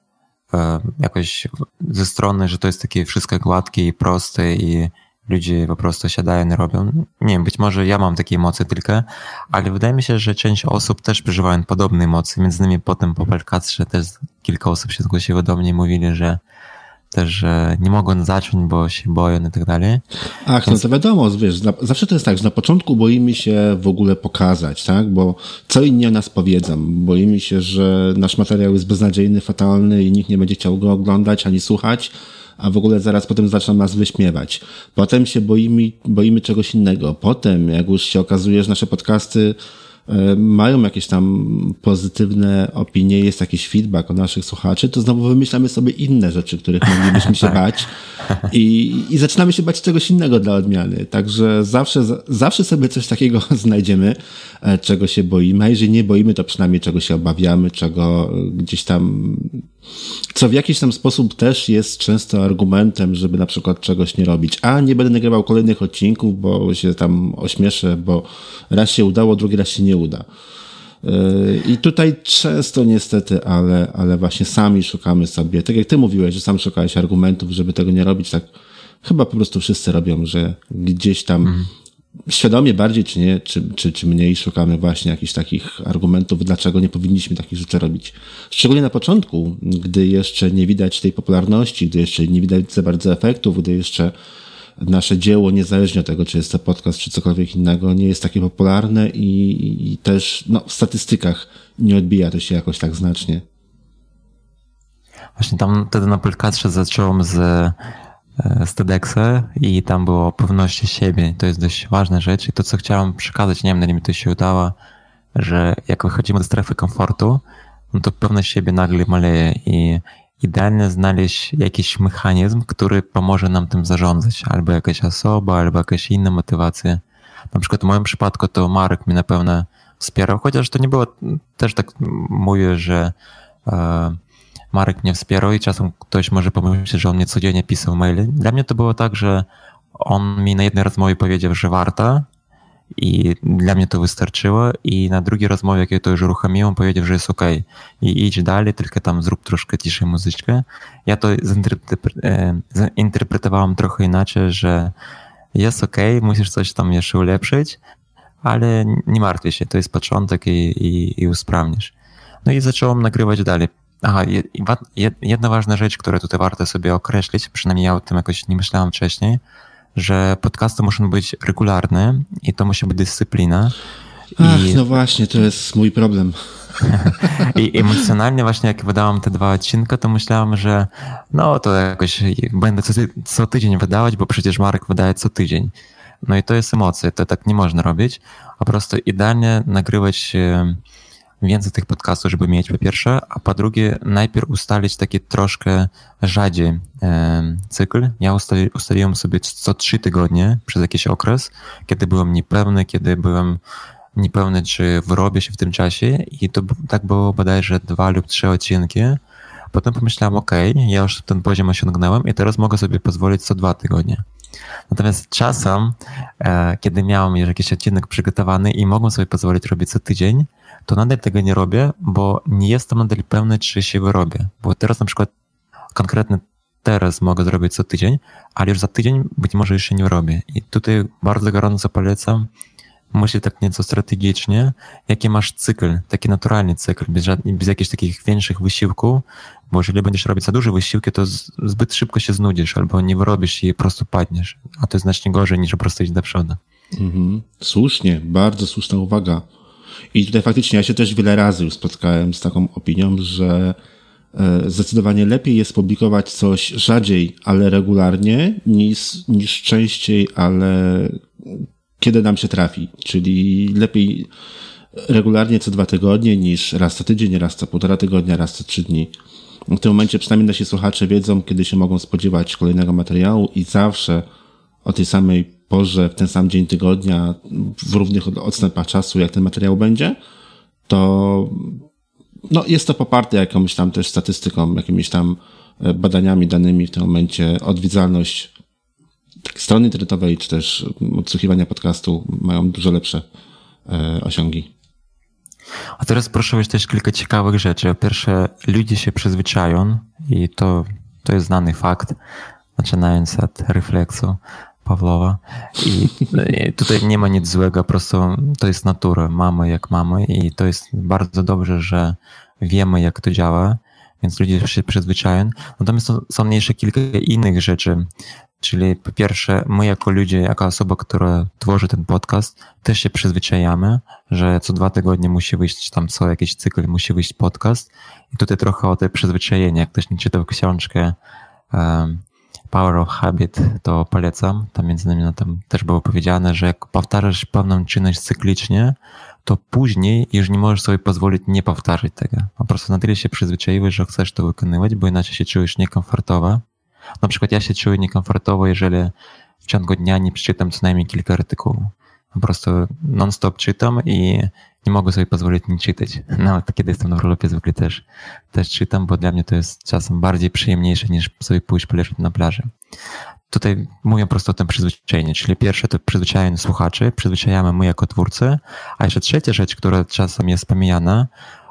jakoś ze strony, że to jest takie wszystko gładkie i proste i ludzie po prostu siadają i robią. Nie wiem, być może ja mam takie emocje tylko, ale wydaje mi się, że część osób też przeżywają podobne emocje. Między innymi potem po podcaście też kilka osób się zgłosiło do mnie i mówili, że też nie mogą zacząć, bo się boją i tak dalej. Ach, no to wiadomo, wiesz, zawsze to jest tak, że na początku boimy się w ogóle pokazać, tak, bo co inni o nas powiedzą. Boimy się, że nasz materiał jest beznadziejny, fatalny i nikt nie będzie chciał go oglądać ani słuchać, a w ogóle zaraz potem zaczną nas wyśmiewać. Potem się boimy czegoś innego. Potem, jak już się okazuje, że nasze podcasty mają jakieś tam pozytywne opinie, jest jakiś feedback od naszych słuchaczy, to znowu wymyślamy sobie inne rzeczy, których moglibyśmy się bać i zaczynamy się bać czegoś innego dla odmiany. Także zawsze sobie coś takiego znajdziemy, czego się boimy, a jeżeli nie boimy, to przynajmniej czego się obawiamy, czego gdzieś tam, co w jakiś tam sposób też jest często argumentem, żeby na przykład czegoś nie robić. A nie będę nagrywał kolejnych odcinków, bo się tam ośmieszę, bo raz się udało, drugi raz się nie uda. I tutaj często niestety, ale właśnie sami szukamy sobie, tak jak ty mówiłeś, że sam szukałeś argumentów, żeby tego nie robić, tak chyba po prostu wszyscy robią, że gdzieś tam świadomie bardziej czy nie, czy mniej szukamy właśnie jakichś takich argumentów, dlaczego nie powinniśmy takich rzeczy robić. Szczególnie na początku, gdy jeszcze nie widać tej popularności, gdy jeszcze nie widać za bardzo efektów, gdy jeszcze nasze dzieło, niezależnie od tego, czy jest to podcast, czy cokolwiek innego, nie jest takie popularne i też w statystykach nie odbija to się jakoś tak znacznie. Właśnie tam wtedy na podcaście zacząłem z TEDxa i tam było o pewności siebie. To jest dość ważna rzecz i to, co chciałem przekazać, nie wiem, na ile mi to się udało, że jak wychodzimy do strefy komfortu, no to pewność siebie nagle maleje i idealnie znaleźć jakiś mechanizm, który pomoże nam tym zarządzać. Albo jakaś osoba, albo jakaś inna motywacja. Na przykład w moim przypadku to Marek mnie na pewno wspierał, chociaż to nie było, też tak mówię, że Marek mnie wspierał i czasem ktoś może pomyśleć, że on mnie codziennie pisał maile. Dla mnie to było tak, że on mi na jednej rozmowie powiedział, że warto i dla mnie to wystarczyło i na drugiej rozmowie, jak ja to już uruchomiłem, powiedział, że jest okej. I idź dalej, tylko tam zrób troszkę ciszej muzyczkę. Ja to zinterpretowałem trochę inaczej, że jest okej, musisz coś tam jeszcze ulepszyć, ale nie martw się, to jest początek i usprawnisz. No i zacząłem nagrywać dalej. Aha, jedna ważna rzecz, którą tutaj warto sobie określić, przynajmniej ja o tym jakoś nie myślałem wcześniej, że podcasty muszą być regularne i to musi być dyscyplina. No właśnie, to jest mój problem. I emocjonalnie właśnie jak wydałem te 2 odcinki, to myślałem, że no to jakoś będę co tydzień wydawać, bo przecież Marek wydaje co tydzień. No i to jest emocja, to tak nie można robić, a po prostu idealnie nagrywać więcej tych podcastów, żeby mieć po pierwsze, a po drugie najpierw ustalić taki troszkę rzadziej cykl. Ja ustaliłem sobie co 3 tygodnie przez jakiś okres, kiedy byłem niepewny, czy wyrobię się w tym czasie i to tak było bodajże 2 lub 3 odcinki. Potem pomyślałem, ja już ten poziom osiągnąłem i teraz mogę sobie pozwolić co 2 tygodnie. Natomiast czasem, kiedy miałem już jakiś odcinek przygotowany i mogłem sobie pozwolić robić co tydzień, to nadal tego nie robię, bo nie jestem nadal pewny, czy się wyrobię. Bo teraz na przykład konkretnie teraz mogę zrobić co tydzień, ale już za tydzień być może już się nie robię. I tutaj bardzo gorąco polecam myśleć tak nieco strategicznie, jaki masz cykl, taki naturalny cykl, bez jakichś takich większych wysiłków, bo jeżeli będziesz robić za duże wysiłki, to zbyt szybko się znudzisz albo nie wyrobisz i po prostu padniesz, a to jest znacznie gorzej niż po prostu iść do przodu. Słusznie, bardzo słuszna uwaga. I tutaj faktycznie ja się też wiele razy już spotkałem z taką opinią, że zdecydowanie lepiej jest publikować coś rzadziej, ale regularnie, niż częściej, ale kiedy nam się trafi. Czyli lepiej regularnie co 2 tygodnie, niż raz co tydzień, raz co 1,5 tygodnia, raz co 3 dni. W tym momencie przynajmniej nasi słuchacze wiedzą, kiedy się mogą spodziewać kolejnego materiału i zawsze o tej samej porze, w ten sam dzień tygodnia, w równych odstępach czasu, jak ten materiał będzie, to jest to poparte jakąś tam też statystyką, jakimiś tam badaniami, danymi w tym momencie. Odwiedzalność strony internetowej, czy też odsłuchiwania podcastu mają dużo lepsze osiągi. A teraz poruszyłeś też kilka ciekawych rzeczy. Po pierwsze, ludzie się przyzwyczają i to jest znany fakt, zaczynając od refleksu Pawłowa. I tutaj nie ma nic złego, po prostu to jest natura, mamy jak mamy i to jest bardzo dobrze, że wiemy jak to działa, więc ludzie się przyzwyczają. Natomiast są jeszcze kilka innych rzeczy, czyli po pierwsze my jako ludzie, jako osoba, która tworzy ten podcast, też się przyzwyczajamy, że co 2 tygodnie musi wyjść tam co jakiś cykl, musi wyjść podcast i tutaj trochę o te przyzwyczajenie, jak ktoś nie czytał książkę Power of Habit, to polecam. Tam między innymi tam też było powiedziane, że jak powtarzasz pewną czynność cyklicznie, to później już nie możesz sobie pozwolić nie powtarzać tego. Po prostu na tyle się przyzwyczaiłeś, że chcesz to wykonywać, bo inaczej się czujesz niekomfortowo. Na przykład ja się czuję niekomfortowo, jeżeli w ciągu dnia nie przeczytam co najmniej kilka artykułów. Po prostu non-stop czytam i nie mogę sobie pozwolić nie czytać. Nawet kiedy jestem na urlopie zwykle też czytam, bo dla mnie to jest czasem bardziej przyjemniejsze niż sobie pójść poleżeć na plaży. Tutaj mówię po prostu o tym przyzwyczajeniu, czyli pierwsze to przyzwyczajenie słuchaczy, przyzwyczajamy my jako twórcy, a jeszcze trzecia rzecz, która czasem jest pomijana,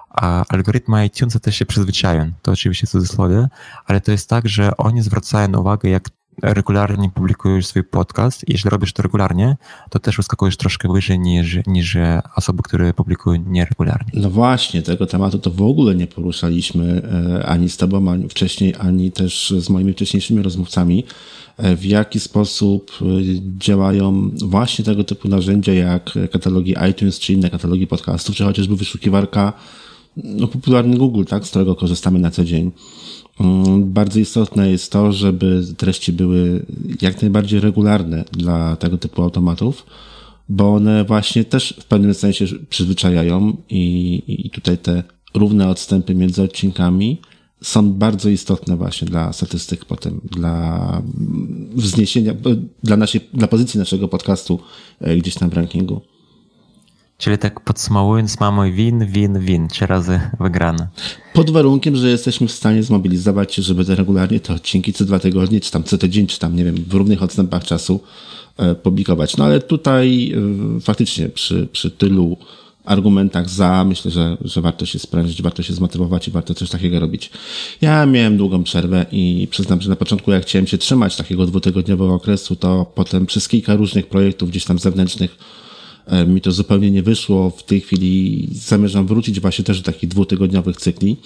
a algorytmy iTunesa też się przyzwyczają, to oczywiście w cudzysłowie, ale to jest tak, że oni zwracają uwagę, jak regularnie publikujesz swój podcast i jeśli robisz to regularnie, to też wyskakujesz troszkę wyżej niż osoby, które publikują nieregularnie. No właśnie, tego tematu to w ogóle nie poruszaliśmy ani z tobą, ani wcześniej, ani też z moimi wcześniejszymi rozmówcami, w jaki sposób działają właśnie tego typu narzędzia jak katalogi iTunes, czy inne katalogi podcastów, czy chociażby wyszukiwarka popularny Google, tak, z którego korzystamy na co dzień. Bardzo istotne jest to, żeby treści były jak najbardziej regularne dla tego typu automatów, bo one właśnie też w pewnym sensie przyzwyczajają i tutaj te równe odstępy między odcinkami są bardzo istotne właśnie dla statystyk potem, dla wzniesienia, dla pozycji naszego podcastu gdzieś tam w rankingu. Czyli tak podsumowując, mamy win, 3 razy wygrane. Pod warunkiem, że jesteśmy w stanie zmobilizować się, żeby te regularnie te odcinki co 2 tygodnie, czy tam co tydzień, czy tam, nie wiem, w równych odstępach czasu publikować. No ale tutaj faktycznie przy tylu argumentach za, myślę, że warto się sprężyć, warto się zmotywować i warto coś takiego robić. Ja miałem długą przerwę i przyznam, że na początku jak chciałem się trzymać takiego 2-tygodniowego okresu, to potem przez kilka różnych projektów gdzieś tam zewnętrznych mi to zupełnie nie wyszło. W tej chwili zamierzam wrócić właśnie też do takich 2-tygodniowych cykli.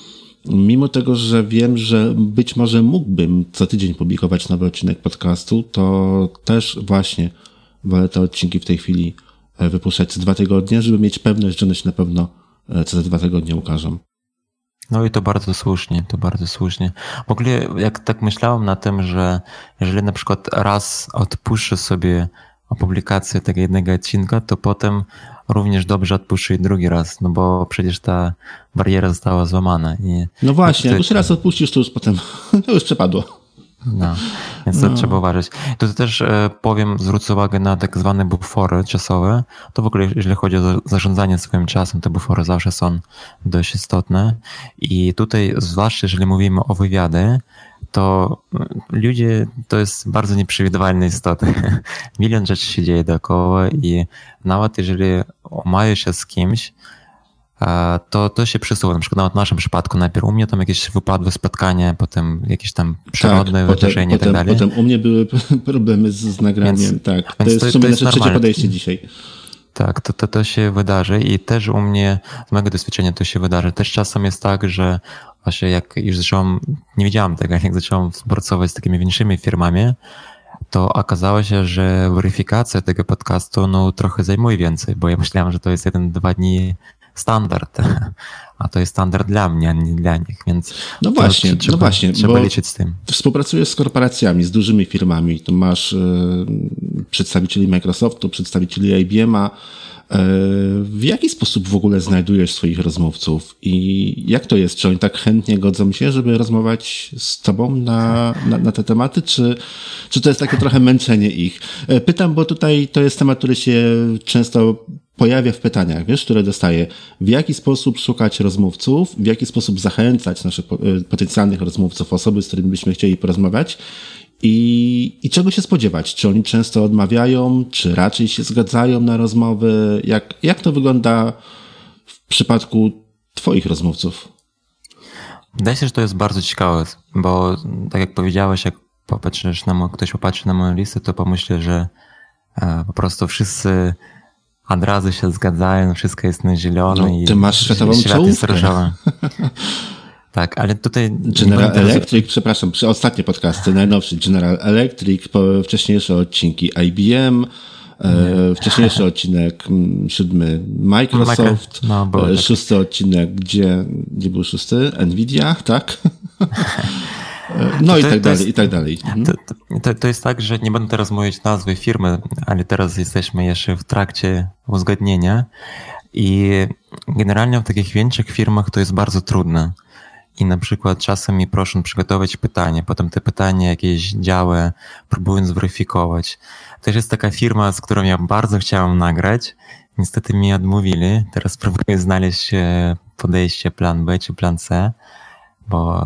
Mimo tego, że wiem, że być może mógłbym co tydzień publikować nowy odcinek podcastu, to też właśnie wolę te odcinki w tej chwili wypuszczać co 2 tygodnie, żeby mieć pewność, że one się na pewno co te 2 tygodnie ukażą. No i to bardzo słusznie. W ogóle jak tak myślałem na tym, że jeżeli na przykład raz odpuszczę sobie o publikację tego jednego odcinka, to potem również dobrze odpuszczę drugi raz, no bo przecież ta bariera została złamana. No właśnie, jak już raz odpuścisz, to już potem to już przepadło. No, więc to trzeba uważać. To też powiem, zwrócę uwagę na tak zwane bufory czasowe. To w ogóle, jeżeli chodzi o zarządzanie swoim czasem, te bufory zawsze są dość istotne. I tutaj, zwłaszcza jeżeli mówimy o wywiady, to ludzie to jest bardzo nieprzewidywalne istoty. Milion rzeczy się dzieje dookoła i nawet jeżeli umawiają się z kimś, to się przesuwa. Na przykład nawet w naszym przypadku najpierw u mnie tam jakieś wypadły spotkania, potem jakieś tam przyrodne wydarzenia i tak dalej. Potem u mnie były problemy z nagraniem. Więc, tak. To jest w sumie nasze trzecie podejście dzisiaj. Tak, to się wydarzy i też u mnie, z mojego doświadczenia to się wydarzy. Też czasem jest tak, że właśnie jak już zacząłem, nie wiedziałem tego, jak zacząłem współpracować z takimi większymi firmami, to okazało się, że weryfikacja tego podcastu trochę zajmuje więcej, bo ja myślałem, że to jest 1-2 dni standard, a to jest standard dla mnie, a nie dla nich, więc no właśnie, trzeba liczyć z tym. Współpracujesz z korporacjami, z dużymi firmami, tu masz przedstawicieli Microsoftu, przedstawicieli IBM-a. W jaki sposób w ogóle znajdujesz swoich rozmówców i jak to jest? Czy oni tak chętnie godzą się, żeby rozmawiać z tobą na te tematy, czy to jest takie trochę męczenie ich? Pytam, bo tutaj to jest temat, który się często pojawia w pytaniach, wiesz, które dostaję. W jaki sposób szukać rozmówców, w jaki sposób zachęcać naszych potencjalnych rozmówców, osoby, z którymi byśmy chcieli porozmawiać i czego się spodziewać? Czy oni często odmawiają, czy raczej się zgadzają na rozmowy? Jak to wygląda w przypadku twoich rozmówców? Wydaje się, że to jest bardzo ciekawe, bo tak jak powiedziałeś, jak ktoś popatrzy na moją listę, to pomyśli, że po prostu wszyscy od razu się zgadzają, wszystko jest na zielono i ty masz światową czołówkę. Tak, ale tutaj... General Electric, przepraszam, ostatnie podcasty, najnowszy General Electric, wcześniejsze odcinki IBM, wcześniejszy odcinek 7 Microsoft, 6 odcinek, gdzie był 6? Nvidia, tak? No i tak dalej. To jest tak, że nie będę teraz mówić nazwy firmy, ale teraz jesteśmy jeszcze w trakcie uzgodnienia i generalnie w takich większych firmach to jest bardzo trudne. I na przykład czasem mi proszą przygotować pytanie, potem te pytania jakieś działy próbują zweryfikować. Też jest taka firma, z którą ja bardzo chciałem nagrać, niestety mi odmówili. Teraz próbuję znaleźć podejście plan B czy plan C, bo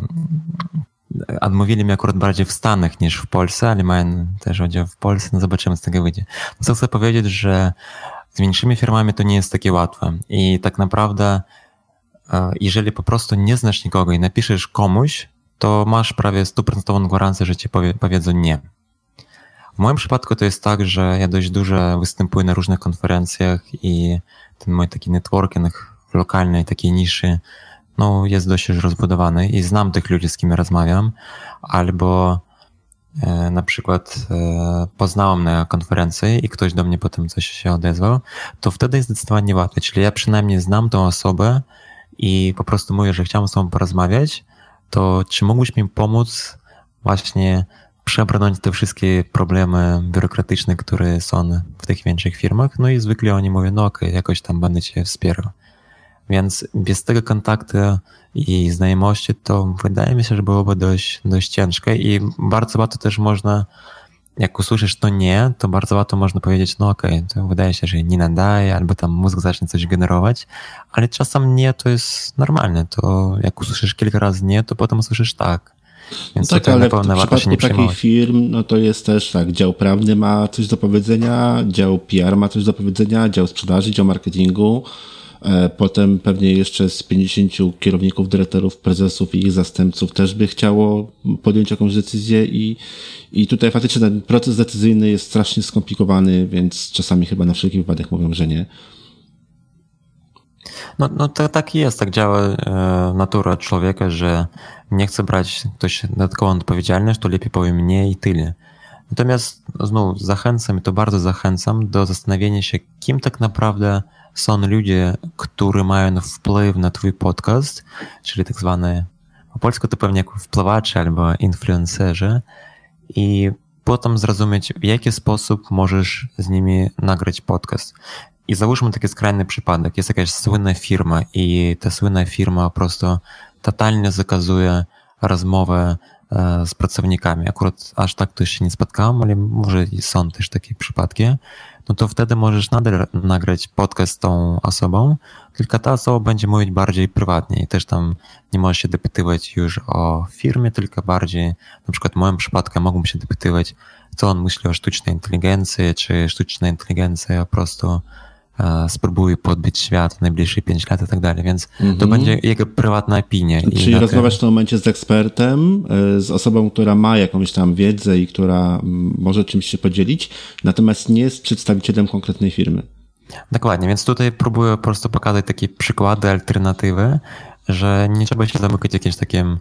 odmówili mi akurat bardziej w Stanach niż w Polsce, ale mają też oddział w Polsce, no zobaczymy, z tego wyjdzie. Co chcę powiedzieć, że z większymi firmami to nie jest takie łatwe i tak naprawdę jeżeli po prostu nie znasz nikogo i napiszesz komuś, to masz prawie 100% gwarancję, że ci powiedzą nie. W moim przypadku to jest tak, że ja dość dużo występuję na różnych konferencjach i ten mój taki networking w lokalnej takiej niszy jest dość już rozbudowany i znam tych ludzi, z kim rozmawiam, albo na przykład poznałem na konferencji i ktoś do mnie potem coś się odezwał, to wtedy jest zdecydowanie łatwiej. Czyli ja przynajmniej znam tą osobę i po prostu mówię, że chciałem z tobą porozmawiać, to czy mógłbyś mi pomóc właśnie przebrnąć te wszystkie problemy biurokratyczne, które są w tych większych firmach? No i zwykle oni mówią, okej, jakoś tam będę cię wspierał. Więc bez tego kontaktu i znajomości to wydaje mi się, że byłoby dość ciężko i bardzo łatwo też można, jak usłyszysz to nie, to bardzo łatwo można powiedzieć, to wydaje się, że nie nadaje, albo tam mózg zacznie coś generować, ale czasem nie, to jest normalne, to jak usłyszysz kilka razy nie, to potem usłyszysz tak. Więc tak, ale w przypadku takich firm, to jest też tak, dział prawny ma coś do powiedzenia, dział PR ma coś do powiedzenia, dział sprzedaży, dział marketingu, potem pewnie jeszcze z 50 kierowników, dyrektorów, prezesów i ich zastępców też by chciało podjąć jakąś decyzję i tutaj faktycznie ten proces decyzyjny jest strasznie skomplikowany, więc czasami chyba na wszelki wypadek mówią, że nie. No to tak jest, tak działa natura człowieka, że nie chce brać ktoś dodatkową odpowiedzialność, to lepiej powiem nie i tyle. Natomiast znów zachęcam, i to bardzo zachęcam do zastanowienia się, kim tak naprawdę są ludzie, którzy mają wpływ na twój podcast, czyli tak zwane, po polsku to pewnie jak wpływacze albo influencerzy i potem zrozumieć, w jaki sposób możesz z nimi nagrać podcast. I załóżmy taki skrajny przypadek. Jest jakaś słynna firma i ta słynna firma po prostu totalnie zakazuje rozmowę z pracownikami. Akurat aż tak to się nie spotkałem, ale może i są też takie przypadki. No to wtedy możesz nadal nagrać podcast z tą osobą, tylko ta osoba będzie mówić bardziej prywatnie i też tam nie możesz się dopytywać już o firmie, tylko bardziej, na przykład w moim przypadku mogłem się dopytywać, co on myśli o sztucznej inteligencji, czy sztuczna inteligencja po prostu spróbuje podbić świat w najbliższe 5 lat i tak dalej, więc to będzie jego prywatna opinia. Czyli rozmawiasz w tym momencie z ekspertem, z osobą, która ma jakąś tam wiedzę i która może czymś się podzielić, natomiast nie jest przedstawicielem konkretnej firmy. Dokładnie, więc tutaj próbuję po prostu pokazać takie przykłady, alternatywy, że nie trzeba się zamykać jakimś takim,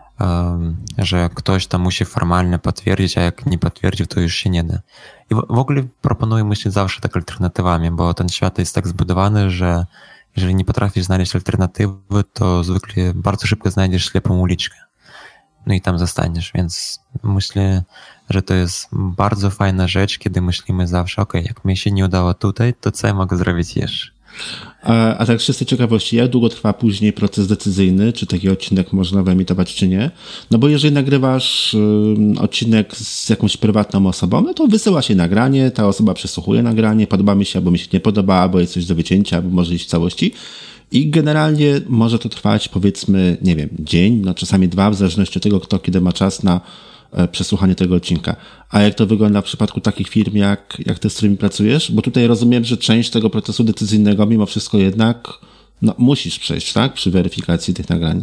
że ktoś tam musi formalnie potwierdzić, a jak nie potwierdził, to już się nie da. I w ogóle proponuję myśleć zawsze tak alternatywami, bo ten świat jest tak zbudowany, że jeżeli nie potrafisz znaleźć alternatywy, to zwykle bardzo szybko znajdziesz ślepą uliczkę. No i tam zostaniesz, więc myślę, że to jest bardzo fajna rzecz, kiedy myślimy zawsze, jak mi się nie udało tutaj, to co ja mogę zrobić jeszcze? A tak z czystej ciekawości, jak długo trwa później proces decyzyjny, czy taki odcinek można wyemitować, czy nie? No bo jeżeli nagrywasz odcinek z jakąś prywatną osobą, no to wysyła się nagranie, ta osoba przesłuchuje nagranie, podoba mi się, albo mi się nie podoba, albo jest coś do wycięcia, albo może iść w całości. I generalnie może to trwać, powiedzmy, nie wiem, dzień, no czasami 2, w zależności od tego, kto kiedy ma czas na przesłuchanie tego odcinka. A jak to wygląda w przypadku takich firm, jak te, z którymi pracujesz? Bo tutaj rozumiem, że część tego procesu decyzyjnego mimo wszystko jednak musisz przejść, tak? Przy weryfikacji tych nagrań.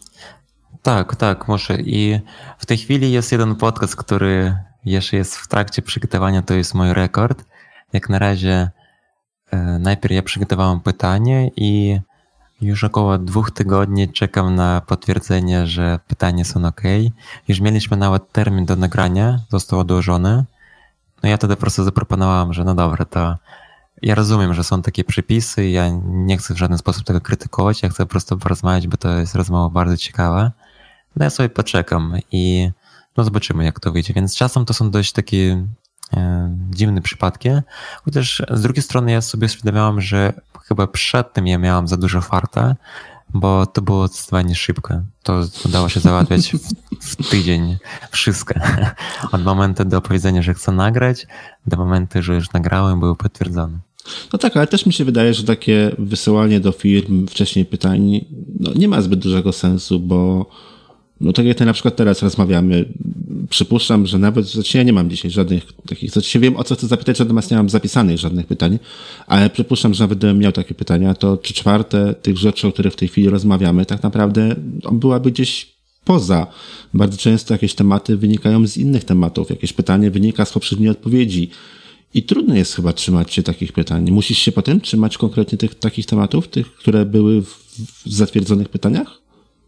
Tak, muszę. I w tej chwili jest jeden podcast, który jeszcze jest w trakcie przygotowania, to jest mój rekord. Jak na razie najpierw ja przygotowałem pytanie i już około 2 tygodni czekam na potwierdzenie, że pytania są ok. Już mieliśmy nawet termin do nagrania, został odłożony. No ja wtedy po prostu zaproponowałem, że no dobra, to ja rozumiem, że są takie przepisy, ja nie chcę w żaden sposób tego krytykować, ja chcę po prostu porozmawiać, bo to jest rozmowa bardzo ciekawa. No ja sobie poczekam i no zobaczymy, jak to wyjdzie. Więc czasem to są dość takie dziwne przypadki, chociaż z drugiej strony ja sobie uświadomiałem, że chyba przed tym ja miałam za dużo farta, bo to było zdecydowanie szybko. To udało się załatwiać w tydzień wszystko. Od momentu do powiedzenia, że chcę nagrać, do momentu, że już nagrałem, było potwierdzone. No tak, ale też mi się wydaje, że takie wysyłanie do firm wcześniej pytań nie ma zbyt dużego sensu, bo no tak jak na przykład teraz rozmawiamy, przypuszczam, że nawet, ja nie mam dzisiaj żadnych takich, wiem o co chcę zapytać, natomiast nie mam zapisanych żadnych pytań, ale przypuszczam, że nawet gdybym miał takie pytania, to 3/4 tych rzeczy, o których w tej chwili rozmawiamy, tak naprawdę byłaby gdzieś poza. Bardzo często jakieś tematy wynikają z innych tematów, jakieś pytanie wynika z poprzedniej odpowiedzi i trudno jest chyba trzymać się takich pytań. Musisz się potem trzymać konkretnie takich tematów, tych, które były w zatwierdzonych pytaniach?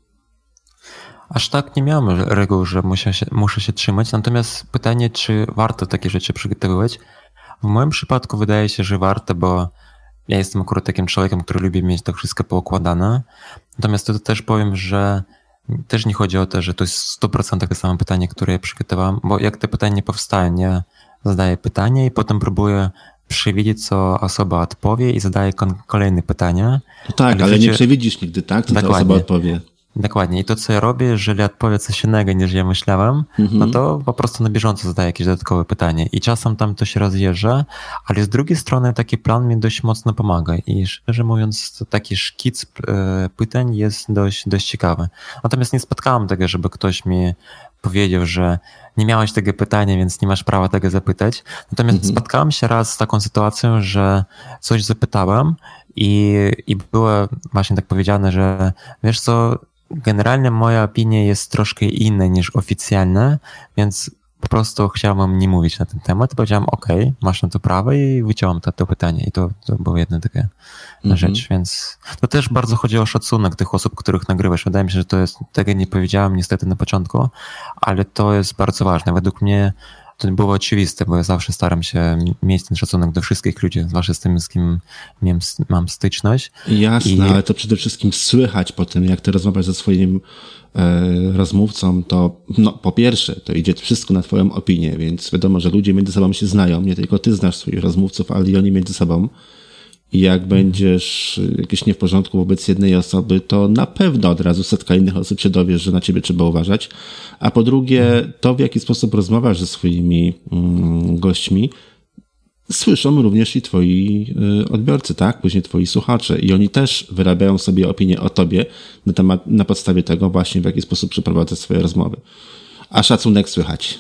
Aż tak nie miałem reguł, że muszę się trzymać, natomiast pytanie, czy warto takie rzeczy przygotowywać? W moim przypadku wydaje się, że warto, bo ja jestem akurat takim człowiekiem, który lubi mieć to wszystko poukładane. Natomiast to też powiem, że też nie chodzi o to, że to jest 100% te same pytanie, które ja przygotowałem, bo jak te pytanie powstają, ja zadaję pytanie i potem próbuję przewidzieć, co osoba odpowie i zadaję kolejne pytania. No tak, ale nie przewidzisz nigdy, tak? Co ta osoba odpowie. Dokładnie. I to, co ja robię, jeżeli odpowie coś innego niż ja myślałem, no to po prostu na bieżąco zadaję jakieś dodatkowe pytanie. I czasem tam to się rozjeżdża, ale z drugiej strony taki plan mi dość mocno pomaga. I szczerze mówiąc, taki szkic pytań jest dość ciekawy. Natomiast nie spotkałem tego, żeby ktoś mi powiedział, że nie miałeś tego pytania, więc nie masz prawa tego zapytać. Natomiast spotkałem się raz z taką sytuacją, że coś zapytałem i było właśnie tak powiedziane, że wiesz co, generalnie moja opinia jest troszkę inna niż oficjalna, więc po prostu chciałam nie mówić na ten temat i powiedziałam, okej, masz na to prawo i wyciąłam to pytanie i to była jedna taka rzecz, więc to też bardzo chodzi o szacunek tych osób, których nagrywasz. Wydaje mi się, że to jest, tego nie powiedziałem niestety na początku, ale to jest bardzo ważne. Według mnie to było oczywiste, bo ja zawsze staram się mieć ten szacunek do wszystkich ludzi, zwłaszcza z tym, z kim mam styczność. Jasne, ale to przede wszystkim słychać po tym, jak ty rozmawiasz ze swoim rozmówcą, to po pierwsze, to idzie wszystko na twoją opinię, więc wiadomo, że ludzie między sobą się znają, nie tylko ty znasz swoich rozmówców, ale i oni między sobą. i jak będziesz jakiś nie w porządku wobec jednej osoby, to na pewno od razu setka innych osób się dowiesz, że na ciebie trzeba uważać. A po drugie, to w jaki sposób rozmawiasz ze swoimi gośćmi, słyszą również i twoi odbiorcy, tak? Później twoi słuchacze i oni też wyrabiają sobie opinię o tobie na podstawie tego właśnie, w jaki sposób przeprowadzasz swoje rozmowy. A szacunek słychać.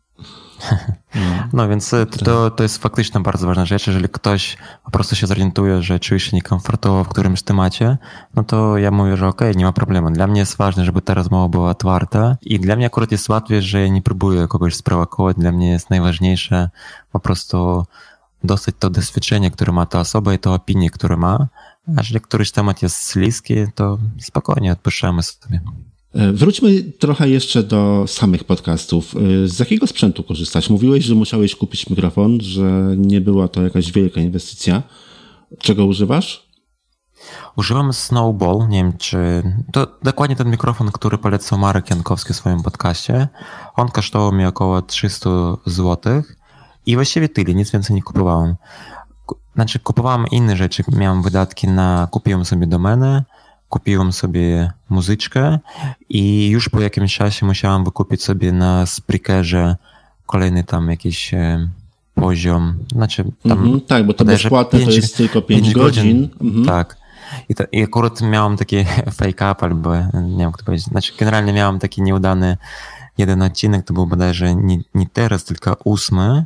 No więc to jest faktycznie bardzo ważna rzecz. Jeżeli ktoś po prostu się zorientuje, że czuje się niekomfortowo w którymś temacie, no to ja mówię, że okej, nie ma problemu. Dla mnie jest ważne, żeby ta rozmowa była otwarta i dla mnie akurat jest łatwiej, że ja nie próbuję kogoś sprowokować. Dla mnie jest najważniejsze po prostu dostać to doświadczenie, które ma ta osoba i to opinię, które ma. A jeżeli któryś temat jest śliski, to spokojnie odpuszczamy sobie. Wróćmy trochę jeszcze do samych podcastów. Z jakiego sprzętu korzystać? Mówiłeś, że musiałeś kupić mikrofon, że nie była to jakaś wielka inwestycja. Czego używasz? Używam Snowball, nie wiem czy... To dokładnie ten mikrofon, który polecał Marek Jankowski w swoim podcaście. On kosztował mi około 300 zł i właściwie tyle, nic więcej nie kupowałem. Znaczy kupowałem inne rzeczy, miałem wydatki kupiłem sobie domenę, kupiłem sobie muzyczkę i już po jakimś czasie musiałem wykupić sobie na Spreakerze kolejny tam jakiś poziom. Znaczy tam tak, bo to bezpłatne to jest tylko 5 godzin. Tak. I akurat miałem taki fake up, albo nie wiem, kto powiedzieć. Znaczy generalnie miałem taki nieudany jeden odcinek, to był bodajże nie teraz, tylko 8,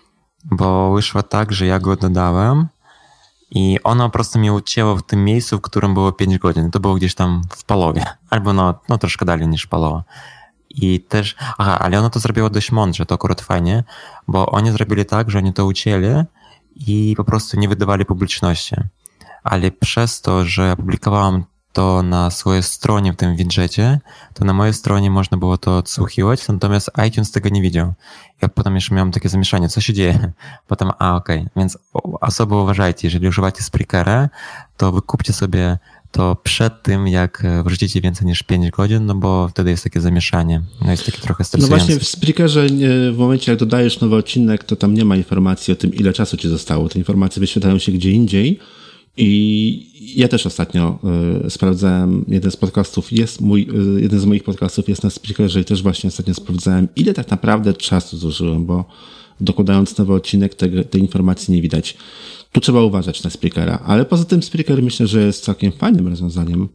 bo wyszło tak, że ja go dodałem i ono po prostu mi ucięło w tym miejscu, w którym było 5 godzin. To było gdzieś tam w połowie, albo no troszkę dalej niż połowa. I też, ale ono to zrobiło dość mądrze, to akurat fajnie, bo oni zrobili tak, że oni to ucięli i po prostu nie wydawali publiczności. Ale przez to, że publikowałem to na swojej stronie w tym widżecie, to na mojej stronie można było to odsłuchiwać, natomiast iTunes tego nie widział. Ja potem jeszcze miałem takie zamieszanie, co się dzieje? Potem, okej. Więc osoby uważajcie, jeżeli używacie Spreakera, to wykupcie sobie to przed tym, jak wrzucicie więcej niż 5 godzin, no bo wtedy jest takie zamieszanie. No jest takie trochę stresujące. No właśnie w Spreakerze w momencie, jak dodajesz nowy odcinek, to tam nie ma informacji o tym, ile czasu ci zostało. Te informacje wyświetlają się gdzie indziej. I ja też ostatnio sprawdzałem jeden z podcastów, jeden z moich podcastów jest na Spreakerze i też właśnie ostatnio sprawdzałem, ile tak naprawdę czasu zużyłem, bo dokładając nowy odcinek tej informacji nie widać. Tu trzeba uważać na Spreakera, ale poza tym Spreaker myślę, że jest całkiem fajnym rozwiązaniem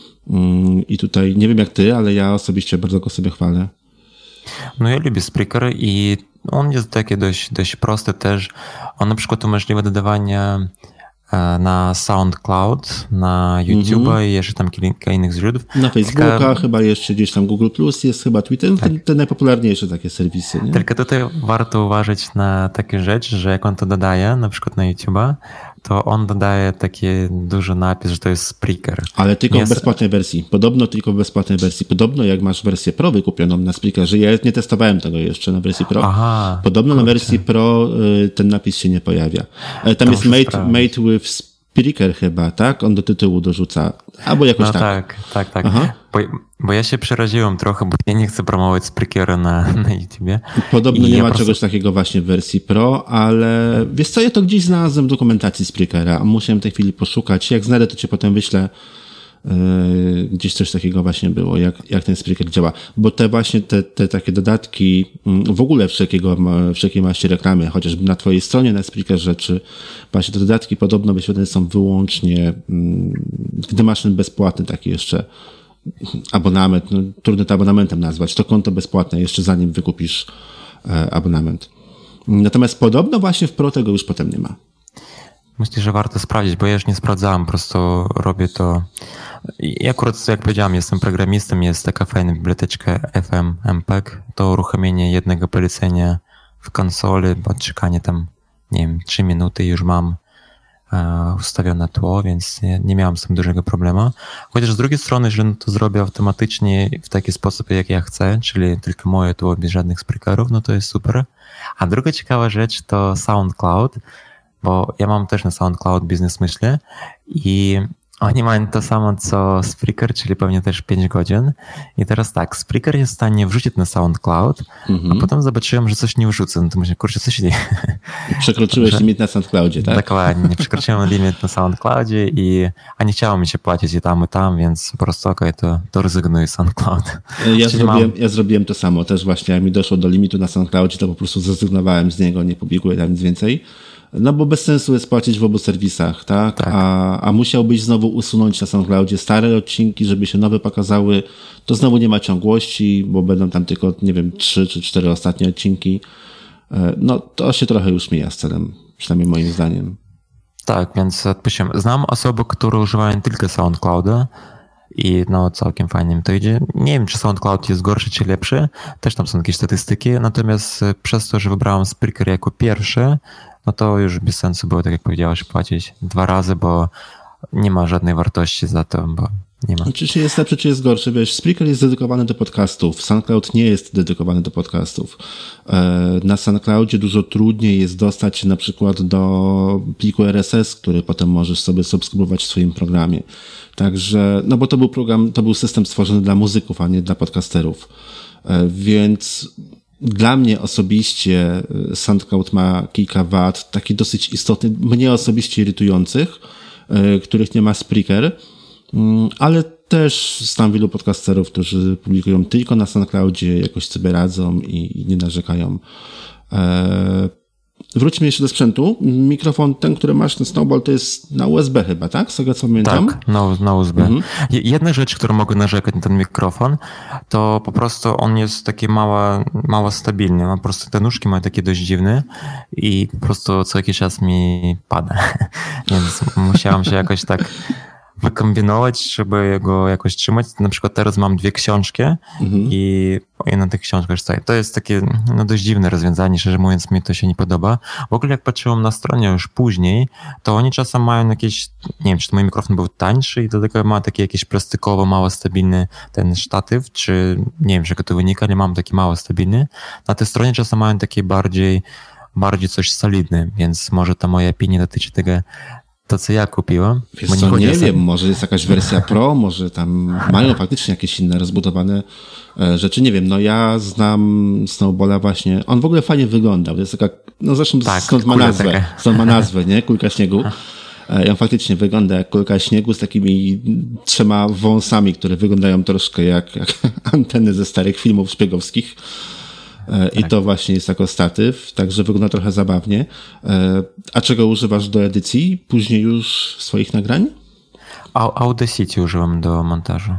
i tutaj nie wiem jak ty, ale ja osobiście bardzo go sobie chwalę. No ja lubię Spreaker i on jest taki dość prosty też. On na przykład umożliwia dodawanie na SoundCloud, na YouTube'a i jeszcze tam kilka innych źródeł. Na Facebooka, chyba jeszcze gdzieś tam Google+, jest chyba Twitter, tak. te najpopularniejsze takie serwisy. Nie? Tylko tutaj warto uważać na takie rzeczy, że jak on to dodaje, na przykład na YouTube'a, to on dodaje taki duży napis, że to jest Spreaker. Ale tylko w bezpłatnej wersji. Podobno tylko w bezpłatnej wersji. Podobno jak masz wersję Pro wykupioną na Spreakerze, ja nie testowałem tego jeszcze na wersji Pro. Podobno na wersji Pro ten napis się nie pojawia. Tam jest made with Spreaker chyba, tak? On do tytułu dorzuca. Albo jakoś tak. Tak. Bo ja się przeraziłem trochę, bo ja nie chcę promować Spreakera na YouTubie. Podobno nie ma czegoś takiego właśnie w wersji Pro, ale wiesz co, ja to gdzieś znalazłem w dokumentacji Spreakera, a musiałem w tej chwili poszukać. Jak znajdę, to cię potem wyślę. Gdzieś coś takiego właśnie było, jak ten Spreaker działa. Bo te właśnie te takie dodatki, w ogóle wszelkiej maści reklamy, chociażby na twojej stronie na Spreakerze, czy właśnie te dodatki podobno wyświetlane są wyłącznie, gdy masz ten bezpłatny taki jeszcze abonament, trudno to abonamentem nazwać, to konto bezpłatne jeszcze zanim wykupisz abonament. Natomiast podobno właśnie w Pro tego już potem nie ma. Myślę, że warto sprawdzić, bo ja już nie sprawdzałem, po prostu robię to. I akurat, jak powiedziałem, jestem programistą, jest taka fajna biblioteczka FM MPEG, to uruchomienie jednego polecenia w konsoli, odczekanie tam, nie wiem, 3 minuty już mam ustawione tło, więc nie miałem z tym dużego problemu. Chociaż z drugiej strony, że to zrobię automatycznie w taki sposób, jak ja chcę, czyli tylko moje tło bez żadnych Spreakerów, no to jest super. A druga ciekawa rzecz to SoundCloud, bo ja mam też na SoundCloud biznes myślę i Oni mają to samo co Spreaker, czyli pewnie też 5 godzin. I teraz tak, Spreaker jest w stanie wrzucić na SoundCloud, a potem zobaczyłem, że coś nie wrzucę. No to myślę, kurczę, coś nie. Przekroczyłeś limit na SoundCloudzie, tak? Dokładnie, przekroczyłem limit na SoundCloudzie a nie chciało mi się płacić i tam, więc po prostu to rezygnuję z SoundCloud. Ja zrobiłem to samo też właśnie, jak mi doszło do limitu na SoundCloudzie, to po prostu zrezygnowałem z niego, nie pobiegłem tam nic więcej. No bo bez sensu jest płacić w obu serwisach, tak? A musiałbyś znowu usunąć na SoundCloudzie stare odcinki, żeby się nowe pokazały. To znowu nie ma ciągłości, bo będą tam tylko, nie wiem, 3 czy 4 ostatnie odcinki. No to się trochę już mija z celem, przynajmniej moim zdaniem. Tak, więc odpuściłem. Znam osoby, które używają tylko SoundClouda i no całkiem fajnie mi to idzie. Nie wiem, czy SoundCloud jest gorszy czy lepszy, też tam są jakieś statystyki, natomiast przez to, że wybrałem Spreaker jako pierwszy, no to już bez sensu było, tak jak powiedziałeś, płacić 2 razy, bo nie ma żadnej wartości za to, bo nie ma. Czy jest lepszy, czy jest gorszy? Wiesz, Spreaker jest dedykowany do podcastów, SoundCloud nie jest dedykowany do podcastów. Na SoundCloudzie dużo trudniej jest dostać się na przykład do pliku RSS, który potem możesz sobie subskrybować w swoim programie. Także, no bo to był system stworzony dla muzyków, a nie dla podcasterów. Więc dla mnie osobiście SoundCloud ma kilka wad, takich dosyć istotnych, mnie osobiście irytujących, których nie ma Spreaker, ale też znam wielu podcasterów, którzy publikują tylko na SoundCloudzie, jakoś sobie radzą i nie narzekają. Wróćmy jeszcze do sprzętu. Mikrofon ten, który masz, ten Snowball, to jest na USB chyba, tak? Z tego co pamiętam? Tak, na USB. Jedna rzecz, którą mogę narzekać na ten mikrofon, to po prostu on jest taki mało stabilny. Po prostu te nóżki mają takie dość dziwne i po prostu co jakiś czas mi pada. Więc musiałem się jakoś tak wykombinować, żeby go jakoś trzymać. Na przykład teraz mam 2 książki i na tych książkach stoi. To jest takie dość dziwne rozwiązanie, szczerze mówiąc mi to się nie podoba. W ogóle jak patrzyłem na stronie już później, to oni czasem mają jakieś, nie wiem, czy to mój mikrofon był tańszy i do tego ma taki jakiś plastikowo mało stabilny ten sztatyw, czy nie wiem, z czego to wynika, nie mam taki mało stabilny. Na tej stronie czasem mają takie bardziej coś solidne, więc może ta moja opinia dotyczy tego, to, co ja kupiłem. Wiesz co, nie wiem, może jest jakaś wersja Pro, może tam mają faktycznie jakieś inne rozbudowane rzeczy, nie wiem, no ja znam Snowballa właśnie, on w ogóle fajnie wyglądał, to jest taka, no zresztą tak, stąd ma nazwę, nie? Kulka śniegu. I on faktycznie wygląda jak kulka śniegu z takimi 3 wąsami, które wyglądają troszkę jak anteny ze starych filmów szpiegowskich. I to właśnie jest jako statyw, także wygląda trochę zabawnie. A czego używasz do edycji? Później już swoich nagrań? Audacity użyłem do montażu.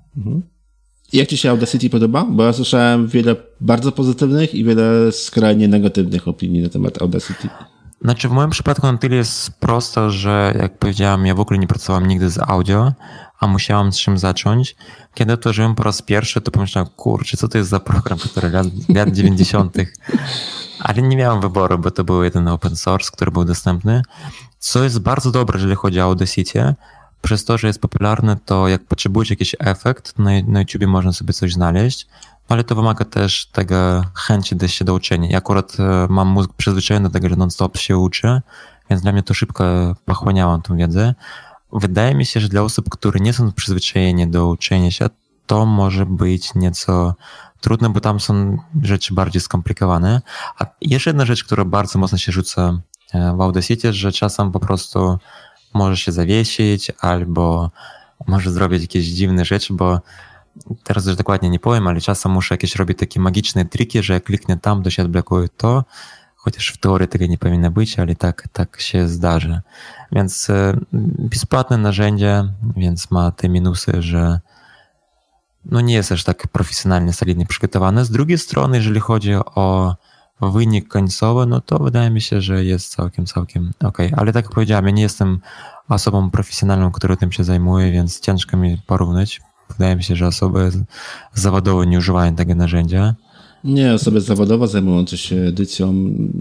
I jak ci się Audacity podoba? Bo ja słyszałem wiele bardzo pozytywnych i wiele skrajnie negatywnych opinii na temat Audacity. Znaczy w moim przypadku na tyle jest prosto, że jak powiedziałem, ja w ogóle nie pracowałem nigdy z audio, a musiałem z czym zacząć. Kiedy to żyłem po raz pierwszy, to pomyślałem, kurczę, co to jest za program, który lat 90. Ale nie miałem wyboru, bo to był jeden open source, który był dostępny. Co jest bardzo dobre, jeżeli chodzi o Audacity. Przez to, że jest popularny, to jak potrzebujesz jakiś efekt, na YouTubie można sobie coś znaleźć, ale to wymaga też tego chęci do uczenia. Ja akurat mam mózg przyzwyczajony do tego, że non-stop się uczy, więc dla mnie to szybko pochłaniałam tą wiedzę. Wydaje mi się, że dla osób, które nie są przyzwyczajeni do uczenia się, to może być nieco trudne, bo tam są rzeczy bardziej skomplikowane. A jeszcze jedna rzecz, która bardzo mocno się rzuca w Audacity, że czasem po prostu możesz się zawiesić albo możesz zrobić jakieś dziwne rzeczy, bo teraz już dokładnie nie powiem, ale czasem muszę jakieś robić takie magiczne triki, że jak kliknę tam, to się odblokuje to, chociaż w teorii tego nie powinno być, ale tak się zdarzy. Więc bezpłatne narzędzie, więc ma te minusy, że no nie jest aż tak profesjonalnie, solidnie przygotowane. Z drugiej strony, jeżeli chodzi o wynik końcowy, no to wydaje mi się, że jest całkiem okej. Ale tak jak powiedziałem, ja nie jestem osobą profesjonalną, która tym się zajmuje, więc ciężko mi porównać. Wydaje mi się, że osoby zawodowe nie używają tego narzędzia. Nie, osoby zawodowo zajmujące się edycją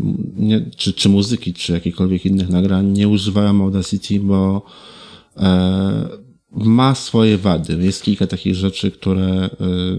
czy muzyki, czy jakichkolwiek innych nagrań nie używają Audacity, bo ma swoje wady. Jest kilka takich rzeczy, które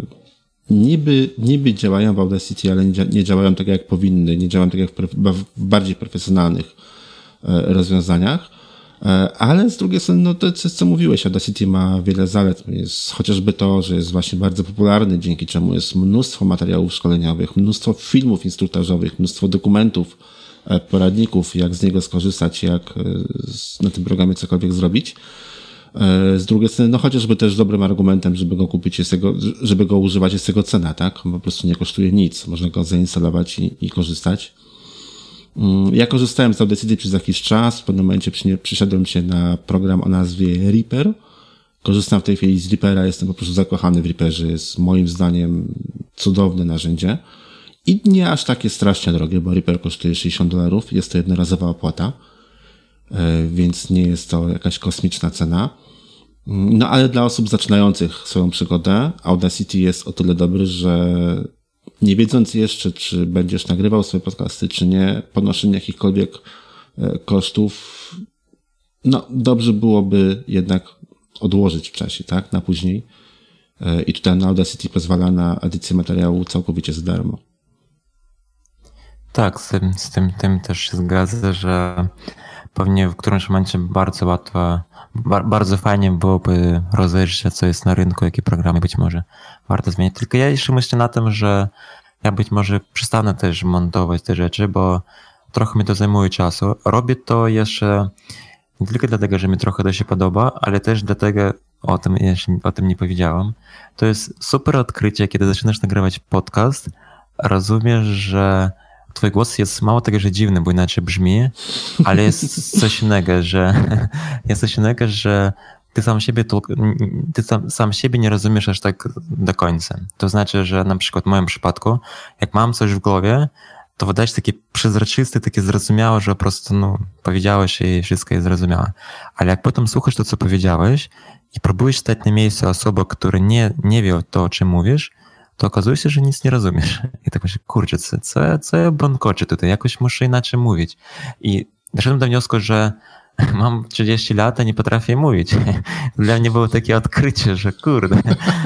niby działają w Audacity, ale nie działają tak jak powinny, nie działają tak jak w bardziej profesjonalnych rozwiązaniach. Ale z drugiej strony, no to co mówiłeś, Audacity ma wiele zalet. Jest chociażby to, że jest właśnie bardzo popularny, dzięki czemu jest mnóstwo materiałów szkoleniowych, mnóstwo filmów instruktażowych, mnóstwo dokumentów, poradników, jak z niego skorzystać, jak na tym programie cokolwiek zrobić. Z drugiej strony, no chociażby też dobrym argumentem, żeby go kupić jest tego, żeby go używać jest tego cena, tak? On po prostu nie kosztuje nic. Można go zainstalować i korzystać. Ja korzystałem z Audacity przez jakiś czas. W pewnym momencie przyszedłem się na program o nazwie Reaper. Korzystam w tej chwili z Reapera. Jestem po prostu zakochany w Reaperze. Jest moim zdaniem cudowne narzędzie. I nie aż takie strasznie drogie, bo Reaper kosztuje $60. Jest to jednorazowa opłata. Więc nie jest to jakaś kosmiczna cena. No ale dla osób zaczynających swoją przygodę Audacity jest o tyle dobry, że nie wiedząc jeszcze, czy będziesz nagrywał swoje podcasty, czy nie, ponoszenie jakichkolwiek kosztów, no dobrze byłoby jednak odłożyć w czasie, tak, na później. I tutaj na Audacity pozwala na edycję materiału całkowicie za darmo. Tak, z tym też się zgadzam, że pewnie w którymś momencie bardzo łatwo, bardzo fajnie byłoby rozejrzeć się, co jest na rynku, jakie programy być może warto zmienić. Tylko ja jeszcze myślę na tym, że ja być może przestanę też montować te rzeczy, bo trochę mi to zajmuje czasu. Robię to jeszcze nie tylko dlatego, że mi trochę to się podoba, ale też dlatego, o tym nie powiedziałam. To jest super odkrycie, kiedy zaczynasz nagrywać podcast, rozumiesz, że twój głos jest mało tego, że dziwny, bo inaczej brzmi, ale jest coś innego, że ty sam siebie nie rozumiesz aż tak do końca. To znaczy, że na przykład w moim przypadku, jak mam coś w głowie, to wydaje się takie przezroczyste, takie zrozumiałe, że po prostu powiedziałeś i wszystko jest zrozumiałe. Ale jak potem słuchasz to, co powiedziałeś i próbujesz stać na miejscu osoby, która nie wie to, o czym mówisz, to okazuje się, że nic nie rozumiesz. I tak myślę, kurczę, co ja bąkoczę tutaj, jakoś muszę inaczej mówić. I doszedłem do wniosku, że mam 30 lat, a nie potrafię mówić. Dla mnie było takie odkrycie, że kurde.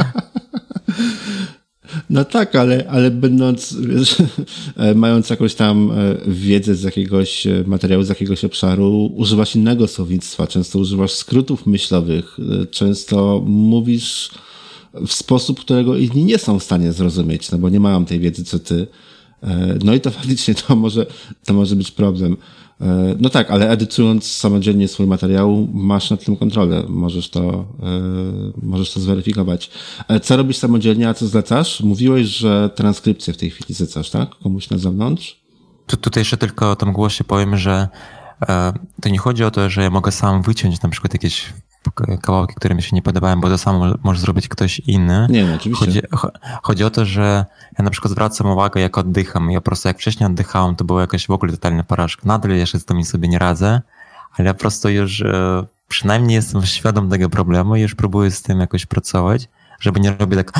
No tak, ale będąc, wiesz, mając jakąś tam wiedzę z jakiegoś materiału, z jakiegoś obszaru, używasz innego słownictwa, często używasz skrótów myślowych, często mówisz w sposób, którego inni nie są w stanie zrozumieć, no bo nie mają tej wiedzy, co ty. No i to faktycznie to może być problem. No tak, ale edytując samodzielnie swój materiał, masz nad tym kontrolę. Możesz to zweryfikować. Co robisz samodzielnie, a co zlecasz? Mówiłeś, że transkrypcję w tej chwili zlecasz, tak? Komuś na zewnątrz? Tutaj jeszcze tylko o tym głosie powiem, że to nie chodzi o to, że ja mogę sam wyciąć na przykład jakieś kawałki, które mi się nie podobają, bo to samo może zrobić ktoś inny. Nie, no, oczywiście. Chodzi o to, że ja na przykład zwracam uwagę, jak oddycham. Ja po prostu jak wcześniej oddychałem, to była jakaś w ogóle totalna porażka. Nadal jeszcze z tym sobie nie radzę, ale ja po prostu już przynajmniej jestem świadom tego problemu i już próbuję z tym jakoś pracować, żeby nie robić tak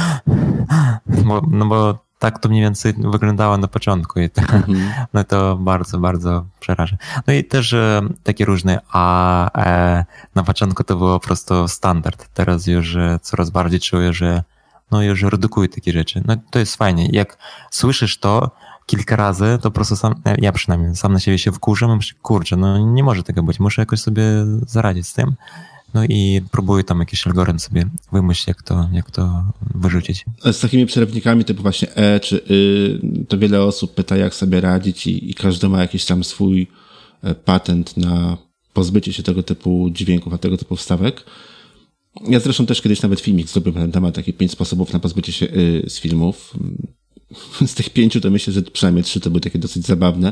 bo tak to mniej więcej wyglądało na początku i no to bardzo, bardzo przeraża. No i też takie różne na początku to było po prostu standard. Teraz już coraz bardziej czuję, że już redukuję takie rzeczy. No to jest fajnie. Jak słyszysz to kilka razy, to po prostu ja przynajmniej sam na siebie się wkurzam i myślę, kurczę, nie może tego być. Muszę jakoś sobie zaradzić z tym. No i próbuję tam jakiś algorytm sobie wymyślić, jak to wyrzucić. Z takimi przerywnikami typu właśnie czy to wiele osób pyta, jak sobie radzić i każdy ma jakiś tam swój patent na pozbycie się tego typu dźwięków, a tego typu wstawek. Ja zresztą też kiedyś nawet filmik zrobiłem na ten temat, takie 5 sposobów na pozbycie się z filmów. Z tych 5 to myślę, że przynajmniej 3 to były takie dosyć zabawne.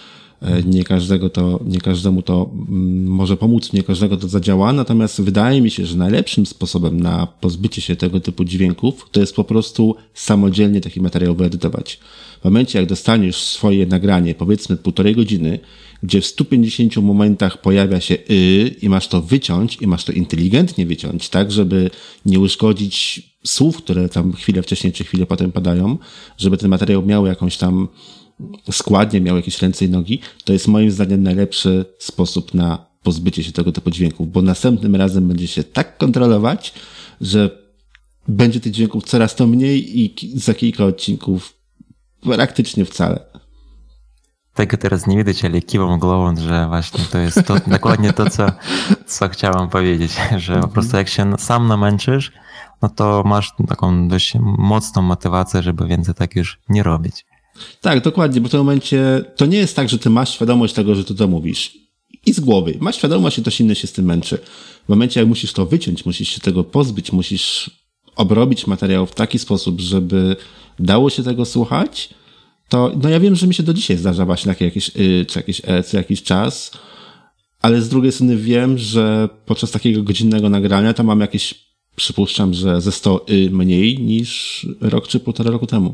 Nie każdemu to może pomóc, nie każdego to zadziała, natomiast wydaje mi się, że najlepszym sposobem na pozbycie się tego typu dźwięków to jest po prostu samodzielnie taki materiał wyedytować. W momencie, jak dostaniesz swoje nagranie, powiedzmy 1,5 godziny, gdzie w 150 momentach pojawia się i masz to wyciąć i masz to inteligentnie wyciąć, tak, żeby nie uszkodzić słów, które tam chwilę wcześniej czy chwilę potem padają, żeby ten materiał miał jakąś tam składnie, miał jakieś ręce i nogi, to jest moim zdaniem najlepszy sposób na pozbycie się tego typu dźwięków, bo następnym razem będzie się tak kontrolować, że będzie tych dźwięków coraz to mniej i za kilka odcinków praktycznie wcale. Tego teraz nie widać, ale kiwam głową, że właśnie to jest to, dokładnie to, co chciałem powiedzieć, że po prostu jak się sam namęczysz, no to masz taką dość mocną motywację, żeby więcej tak już nie robić. Tak, dokładnie, bo w tym momencie to nie jest tak, że ty masz świadomość tego, że ty to mówisz. I z głowy. Masz świadomość, że ktoś inny się z tym męczy. W momencie, jak musisz to wyciąć, musisz się tego pozbyć, musisz obrobić materiał w taki sposób, żeby dało się tego słuchać, to no ja wiem, że mi się do dzisiaj zdarza właśnie takie jakiś czas, ale z drugiej strony wiem, że podczas takiego godzinnego nagrania to mam jakieś, przypuszczam, że ze 100 mniej niż rok czy 1,5 roku temu.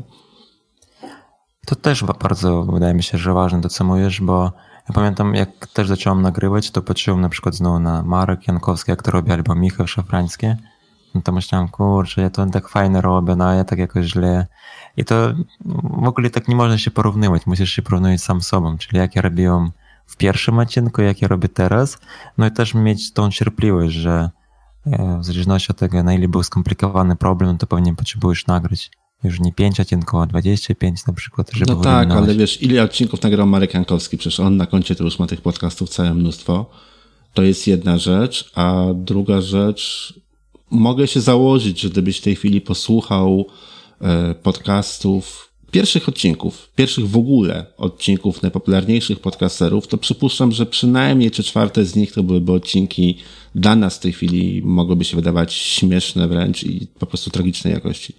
To też bardzo wydaje mi się, że ważne to, co mówisz, bo ja pamiętam, jak też zacząłem nagrywać, to patrzyłem na przykład znowu na Marek Jankowski, jak to robi, albo Michał Szafrański. No to myślałem, kurczę, ja to tak fajnie robię, no a ja tak jakoś źle. I to w ogóle tak nie można się porównywać, musisz się porównywać sam z sobą, czyli jak ja robiłem w pierwszym odcinku, jak ja robię teraz, no i też mieć tą cierpliwość, że w zależności od tego, na ile był skomplikowany problem, to pewnie potrzebujesz nagrać już nie 5 odcinków, a 25 na przykład, żeby no tak, ale wiesz, ile odcinków nagrał Marek Jankowski? Przecież on na koncie to już ma tych podcastów całe mnóstwo. To jest jedna rzecz, a druga rzecz, mogę się założyć, że gdybyś w tej chwili posłuchał podcastów, pierwszych w ogóle odcinków najpopularniejszych podcasterów, to przypuszczam, że przynajmniej 3/4 z nich to byłyby odcinki dla nas w tej chwili mogłyby się wydawać śmieszne wręcz i po prostu tragicznej jakości.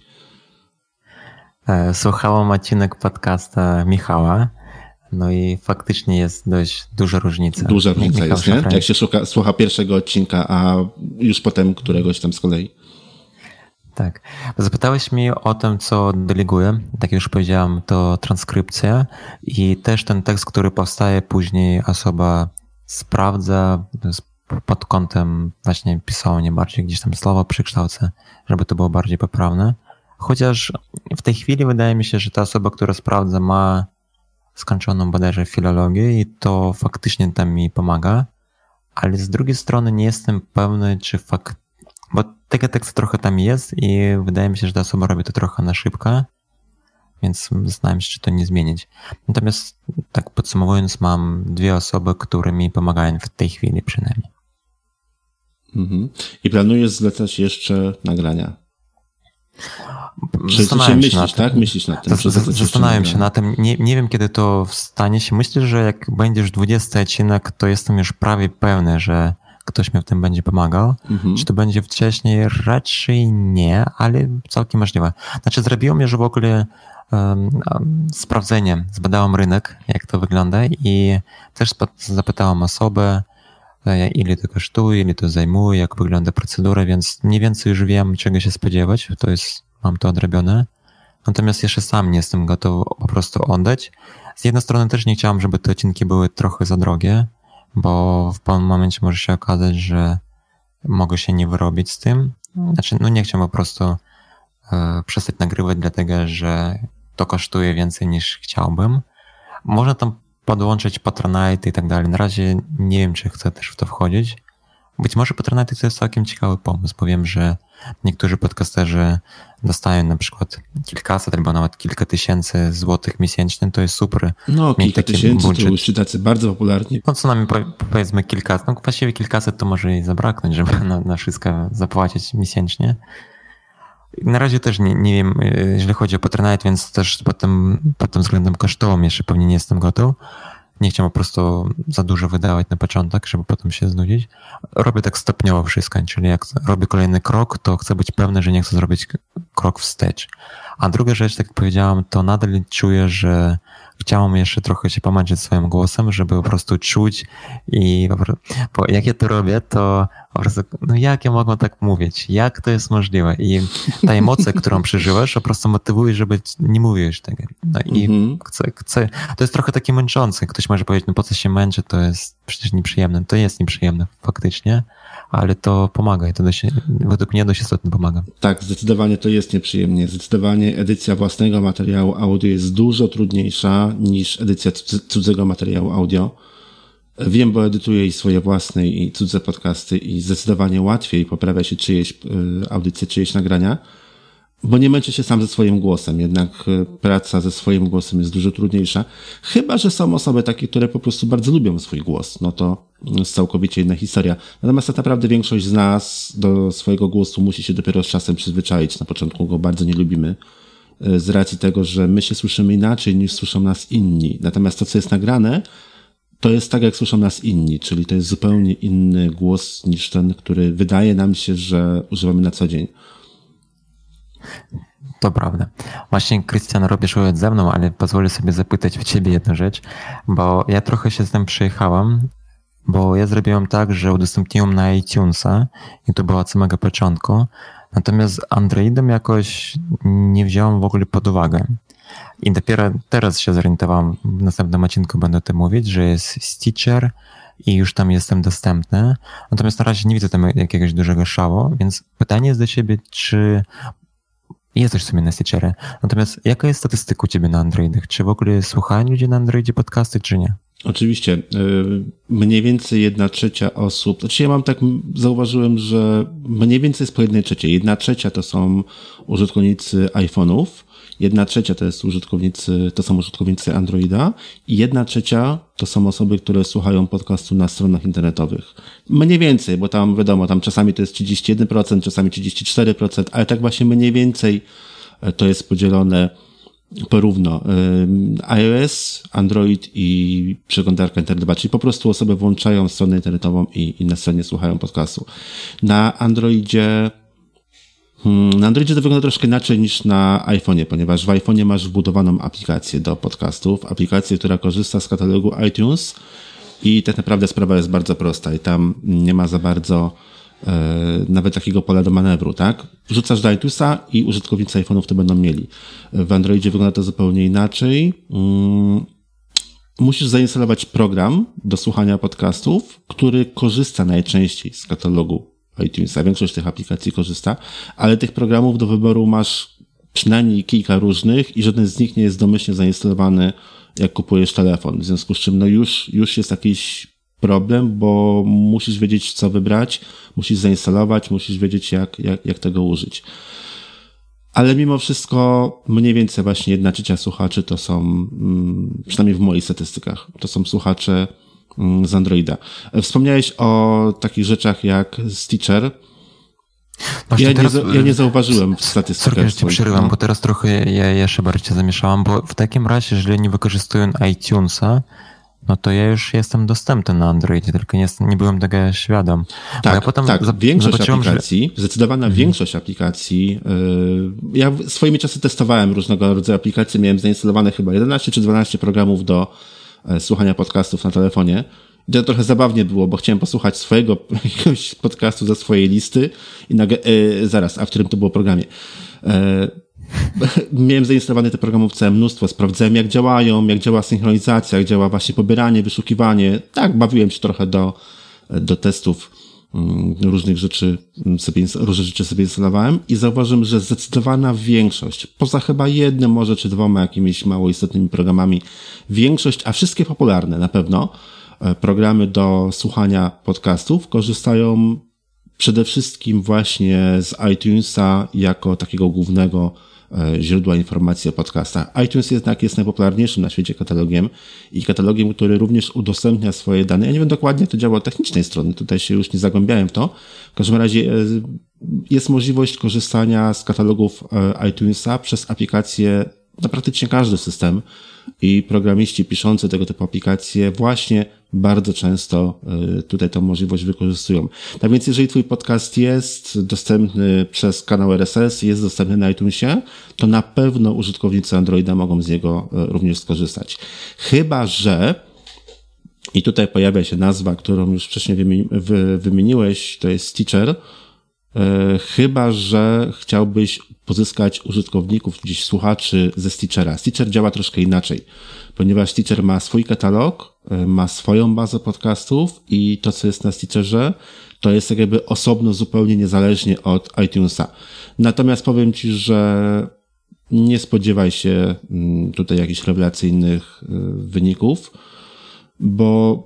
Słuchałem odcinek podcasta Michała, no i faktycznie jest dość duża różnica. Duża różnica jest, nie? Jak się słucha pierwszego odcinka, a już potem któregoś tam z kolei. Tak. Zapytałeś mnie o tym, co deleguję. Tak jak już powiedziałem, to transkrypcja i też ten tekst, który powstaje później, osoba sprawdza pod kątem właśnie pisania bardziej gdzieś tam słowa przekształca, żeby to było bardziej poprawne. Chociaż w tej chwili wydaje mi się, że ta osoba, która sprawdza, ma skończoną bodajże filologię i to faktycznie tam mi pomaga, ale z drugiej strony nie jestem pewny, czy bo tego tekstu trochę tam jest i wydaje mi się, że ta osoba robi to trochę na szybko, więc zastanawiam się, czy to nie zmienić. Natomiast tak podsumowując, mam 2 osoby, które mi pomagają w tej chwili przynajmniej. I planujesz zlecać jeszcze nagrania? Myślisz nad tym. Zastanawiam się na tym. Nie wiem, kiedy to stanie się. Myślę, że jak będziesz 20 odcinek, to jestem już prawie pewny, że ktoś mi w tym będzie pomagał. Czy to będzie wcześniej? Raczej nie, ale całkiem możliwe. Znaczy zrobiłem już w ogóle sprawdzenie. Zbadałem rynek, jak to wygląda i też zapytałem osobę, ile to kosztuje, ile to zajmuje, jak wygląda procedura, więc mniej więcej już wiem, czego się spodziewać. Mam to odrobione. Natomiast jeszcze sam nie jestem gotowy po prostu oddać. Z jednej strony też nie chciałem, żeby te odcinki były trochę za drogie, bo w pewnym momencie może się okazać, że mogę się nie wyrobić z tym. Znaczy, nie chciałem po prostu przestać nagrywać, dlatego że to kosztuje więcej niż chciałbym. Można tam podłączyć Patronite i tak dalej. Na razie nie wiem, czy chcę też w to wchodzić. Być może Patronite to jest całkiem ciekawy pomysł, bo wiem, że niektórzy podcasterzy dostają na przykład kilkaset albo nawet kilka tysięcy złotych miesięcznie, to jest super. No, kilka tysięcy to już tacy bardzo popularni. No co najmniej powiedzmy kilkaset, właściwie kilkaset to może i zabraknąć, żeby na wszystko zapłacić miesięcznie. Na razie też nie wiem, jeżeli chodzi o Patronite, więc też pod tym względem kosztowym jeszcze pewnie nie jestem gotów. Nie chciałem po prostu za dużo wydawać na początek, żeby potem się znudzić. Robię tak stopniowo wszystko, czyli jak robię kolejny krok, to chcę być pewny, że nie chcę zrobić krok wstecz. A druga rzecz, tak jak powiedziałam, to nadal czuję, że chciałam jeszcze trochę się pomęczyć swoim głosem, żeby po prostu czuć bo jak ja to robię, to po prostu, jak ja mogę tak mówić? Jak to jest możliwe? I ta emocja, którą przeżywasz, po prostu motywuje, żeby nie mówisz tego. No i chcę, to jest trochę takie męczące. Ktoś może powiedzieć, po co się męczy, to jest przecież nieprzyjemne. To jest nieprzyjemne faktycznie, ale to pomaga i to według mnie dość istotnie pomaga. Tak, zdecydowanie to jest nieprzyjemnie. Zdecydowanie edycja własnego materiału audio jest dużo trudniejsza niż edycja cudzego materiału audio. Wiem, bo edytuję i swoje własne i cudze podcasty i zdecydowanie łatwiej poprawia się czyjeś audycje, czyjeś nagrania, bo nie męczę się sam ze swoim głosem, jednak praca ze swoim głosem jest dużo trudniejsza. Chyba że są osoby takie, które po prostu bardzo lubią swój głos, no to jest całkowicie inna historia. Natomiast tak naprawdę większość z nas do swojego głosu musi się dopiero z czasem przyzwyczaić. Na początku go bardzo nie lubimy, z racji tego, że my się słyszymy inaczej niż słyszą nas inni. Natomiast to, co jest nagrane, to jest tak, jak słyszą nas inni, czyli to jest zupełnie inny głos niż ten, który wydaje nam się, że używamy na co dzień. To prawda. Właśnie, Krystian, robisz ująć ze mną, ale pozwolę sobie zapytać w ciebie jedną rzecz, bo ja trochę się z tym przejechałam, bo ja zrobiłem tak, że udostępniłem na iTunesa i to było od samego początku, natomiast Androidem jakoś nie wziąłem w ogóle pod uwagę. I dopiero teraz się zorientowałem, w następnym odcinku będę o tym mówić, że jest Stitcher i już tam jestem dostępny. Natomiast na razie nie widzę tam jakiegoś dużego szału, więc pytanie jest do ciebie, czy jesteś w sumie na Stitcherze. Natomiast jaka jest statystyka u ciebie na Androidach? Czy w ogóle słuchają ludzie na Androidzie podcasty, czy nie? Oczywiście. Mniej więcej 1/3 osób, znaczy ja zauważyłem, że mniej więcej jest po 1/3. 1/3 to są użytkownicy iPhone'ów, 1/3 to są użytkownicy Androida i 1/3 to są osoby, które słuchają podcastu na stronach internetowych. Mniej więcej, bo tam wiadomo, tam czasami to jest 31%, czasami 34%, ale tak właśnie mniej więcej to jest podzielone porówno. iOS, Android i przeglądarka internetowa, czyli po prostu osoby włączają stronę internetową i na stronie słuchają podcastu. Na Androidzie to wygląda troszkę inaczej niż na iPhone'ie, ponieważ w iPhone'ie masz wbudowaną aplikację do podcastów, aplikację, która korzysta z katalogu iTunes i tak naprawdę sprawa jest bardzo prosta i tam nie ma za bardzo nawet takiego pola do manewru, tak? Wrzucasz do iTunesa i użytkownicy iPhone'ów to będą mieli. W Androidzie wygląda to zupełnie inaczej. Musisz zainstalować program do słuchania podcastów, który korzysta najczęściej z katalogu iTunesa. Większość tych aplikacji korzysta, ale tych programów do wyboru masz przynajmniej kilka różnych i żaden z nich nie jest domyślnie zainstalowany, jak kupujesz telefon. W związku z czym no już jest jakiś problem, bo musisz wiedzieć, co wybrać, musisz zainstalować, musisz wiedzieć, jak tego użyć. Ale mimo wszystko mniej więcej właśnie 1/3 słuchaczy to są, przynajmniej w moich statystykach, to są słuchacze z Androida. Wspomniałeś o takich rzeczach jak Stitcher. Ja nie zauważyłem w statystykach. Sorry, że ci przerywam, bo teraz trochę ja jeszcze bardziej się zamieszałam, bo w takim razie, jeżeli nie wykorzystuję iTunesa, no to ja już jestem dostępny na Androidzie, tylko nie byłem tego świadom. Tak, większość aplikacji, zdecydowana większość aplikacji, ja swoimi czasy testowałem różnego rodzaju aplikacje, miałem zainstalowane chyba 11 czy 12 programów do słuchania podcastów na telefonie. I to trochę zabawnie było, bo chciałem posłuchać swojego jakiegoś podcastu ze swojej listy i nagle, w którym to było programie. Miałem zainstalowane te programów całe mnóstwo, sprawdzałem jak działają, jak działa synchronizacja, jak działa właśnie pobieranie, wyszukiwanie. Tak, bawiłem się trochę do testów różne rzeczy sobie instalowałem i zauważyłem, że zdecydowana większość, poza chyba jednym może czy 2 jakimiś mało istotnymi programami, większość, a wszystkie popularne na pewno, programy do słuchania podcastów korzystają przede wszystkim właśnie z iTunesa jako takiego głównego źródła informacji o podcastach. iTunes jednak jest najpopularniejszym na świecie katalogiem i katalogiem, który również udostępnia swoje dane. Ja nie wiem dokładnie, jak to działa od technicznej strony, tutaj się już nie zagłębiałem w to. W każdym razie jest możliwość korzystania z katalogów iTunesa przez aplikacje na praktycznie każdy system i programiści piszący tego typu aplikacje właśnie bardzo często tutaj tę możliwość wykorzystują. Tak więc jeżeli twój podcast jest dostępny przez kanał RSS, jest dostępny na iTunesie, to na pewno użytkownicy Androida mogą z niego również skorzystać. Chyba że, i tutaj pojawia się nazwa, którą już wcześniej wymieniłeś, to jest Stitcher, chyba że chciałbyś pozyskać użytkowników, gdzieś słuchaczy ze Stitchera. Stitcher działa troszkę inaczej, ponieważ Stitcher ma swój katalog, ma swoją bazę podcastów i to, co jest na Stitcherze, to jest jakby osobno, zupełnie niezależnie od iTunesa. Natomiast powiem Ci, że nie spodziewaj się tutaj jakichś rewelacyjnych wyników, bo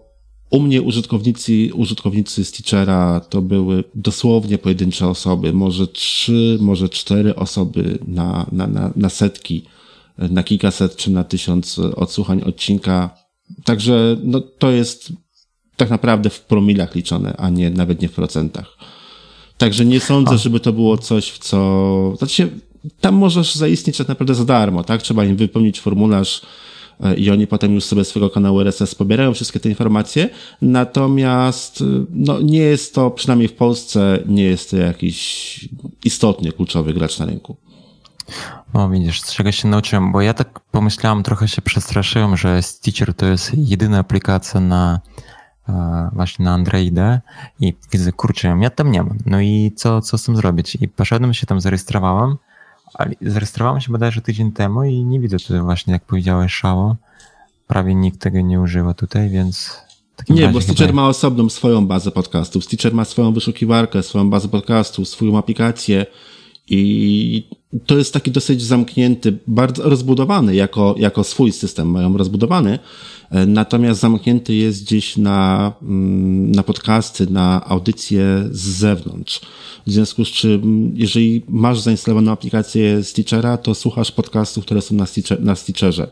U mnie użytkownicy Stitchera to były dosłownie pojedyncze osoby, może 3, może 4 osoby na setki, na kilkaset czy na 1000 odsłuchań odcinka. Także no, to jest tak naprawdę w promilach liczone, a nie nawet nie w procentach. Także nie sądzę, żeby to było coś, w co... Znaczy, tam możesz zaistnieć tak naprawdę za darmo, tak? Trzeba im wypełnić formularz i oni potem już sobie z swojego kanału RSS pobierają wszystkie te informacje. Natomiast no, nie jest to, przynajmniej w Polsce, nie jest to jakiś istotnie kluczowy gracz na rynku. No widzisz, z czego się nauczyłem, bo ja tak pomyślałem, trochę się przestraszyłem, że Stitcher to jest jedyna aplikacja właśnie na Androida i widzę, kurczę, ja tam nie mam. No i co z tym zrobić? I poszedłem się tam, zarejestrowałem się bodajże tydzień temu i nie widzę tutaj właśnie, jak powiedziałeś, Szało. Prawie nikt tego nie używa tutaj, więc... Nie, bo Stitcher ma osobną swoją bazę podcastów. Stitcher ma swoją wyszukiwarkę, swoją bazę podcastów, swoją aplikację i to jest taki dosyć zamknięty, bardzo rozbudowany, jako swój system mają rozbudowany, natomiast zamknięty jest gdzieś na podcasty, na audycje z zewnątrz. W związku z czym, jeżeli masz zainstalowaną aplikację Stitchera, to słuchasz podcastów, które są na Stitcherze.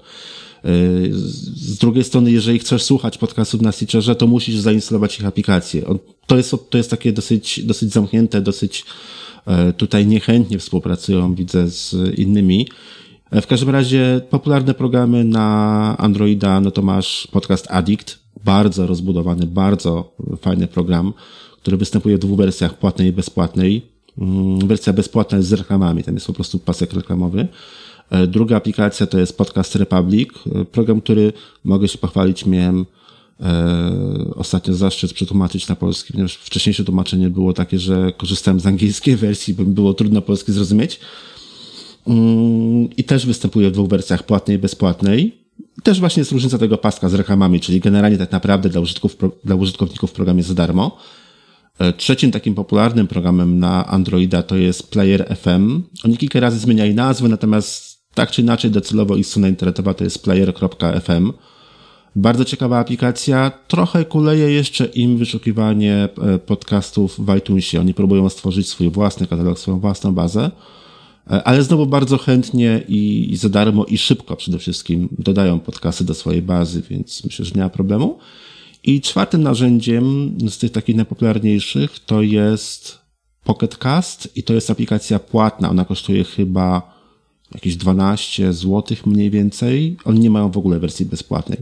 Z drugiej strony, jeżeli chcesz słuchać podcastów na Stitcherze, to musisz zainstalować ich aplikację. To jest takie dosyć zamknięte, dosyć tutaj niechętnie współpracują, widzę, z innymi. W każdym razie popularne programy na Androida, no to masz podcast Addict, bardzo rozbudowany, bardzo fajny program, który występuje w 2 wersjach, płatnej i bezpłatnej. Wersja bezpłatna jest z reklamami, tam jest po prostu pasek reklamowy. Druga aplikacja to jest Podcast Republic, program, który mogę się pochwalić, miałem ostatnio zaszczyt przetłumaczyć na polski, ponieważ wcześniejsze tłumaczenie było takie, że korzystałem z angielskiej wersji, bo było trudno polski zrozumieć. I też występuje w 2 wersjach, płatnej i bezpłatnej. Też właśnie jest różnica tego paska z reklamami, czyli generalnie tak naprawdę dla użytkowników program jest za darmo. Trzecim takim popularnym programem na Androida to jest Player FM. Oni kilka razy zmieniali nazwę, natomiast tak czy inaczej docelowo ich strona internetowa to jest player.fm. Bardzo ciekawa aplikacja. Trochę kuleje jeszcze im wyszukiwanie podcastów w iTunesie. Oni próbują stworzyć swój własny katalog, swoją własną bazę, ale znowu bardzo chętnie i za darmo i szybko przede wszystkim dodają podcasty do swojej bazy, więc myślę, że nie ma problemu. I czwartym narzędziem z tych takich najpopularniejszych to jest Pocket Cast i to jest aplikacja płatna. Ona kosztuje chyba jakieś 12 zł mniej więcej. Oni nie mają w ogóle wersji bezpłatnej.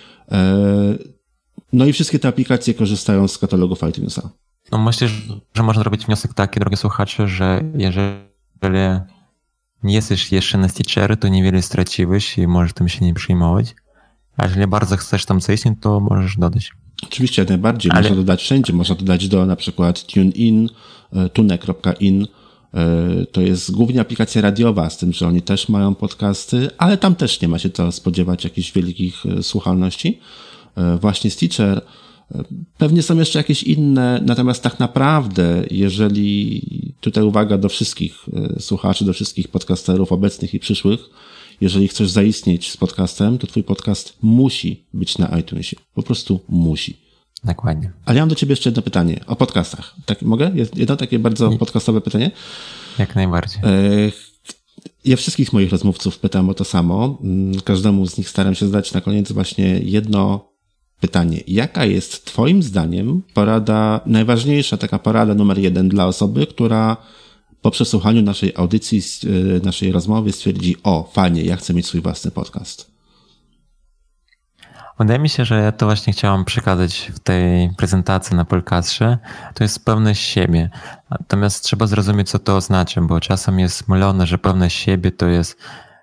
No i wszystkie te aplikacje korzystają z katalogów iTunesa. No myślę, że można zrobić wniosek taki, drogie słuchacze, że jeżeli nie jesteś jeszcze na Stitcherze, to niewiele straciłeś i możesz tym się nie przejmować. A jeżeli bardzo chcesz tam coś, to możesz dodać. Oczywiście, jak najbardziej. Można dodać wszędzie. Można dodać do na przykład TuneIn, tune.in. To jest głównie aplikacja radiowa, z tym, że oni też mają podcasty, ale tam też nie ma się co spodziewać jakichś wielkich słuchalności. Właśnie Stitcher. Pewnie są jeszcze jakieś inne, natomiast tak naprawdę, jeżeli tutaj uwaga do wszystkich słuchaczy, do wszystkich podcasterów obecnych i przyszłych, jeżeli chcesz zaistnieć z podcastem, to twój podcast musi być na iTunesie. Po prostu musi. Dokładnie. Ale ja mam do ciebie jeszcze jedno pytanie o podcastach. Tak, mogę? Jedno takie bardzo podcastowe pytanie? Jak najbardziej. Ja wszystkich moich rozmówców pytam o to samo. Każdemu z nich staram się zadać na koniec właśnie jedno pytanie. Jaka jest twoim zdaniem najważniejsza taka porada numer 1 dla osoby, która po przesłuchaniu naszej audycji, naszej rozmowy stwierdzi, fajnie, ja chcę mieć swój własny podcast? Wydaje mi się, że ja to właśnie chciałam przekazać w tej prezentacji na Polcastrze. To jest pewność siebie. Natomiast trzeba zrozumieć, co to oznacza, bo czasem jest mylone, że pewność siebie to jest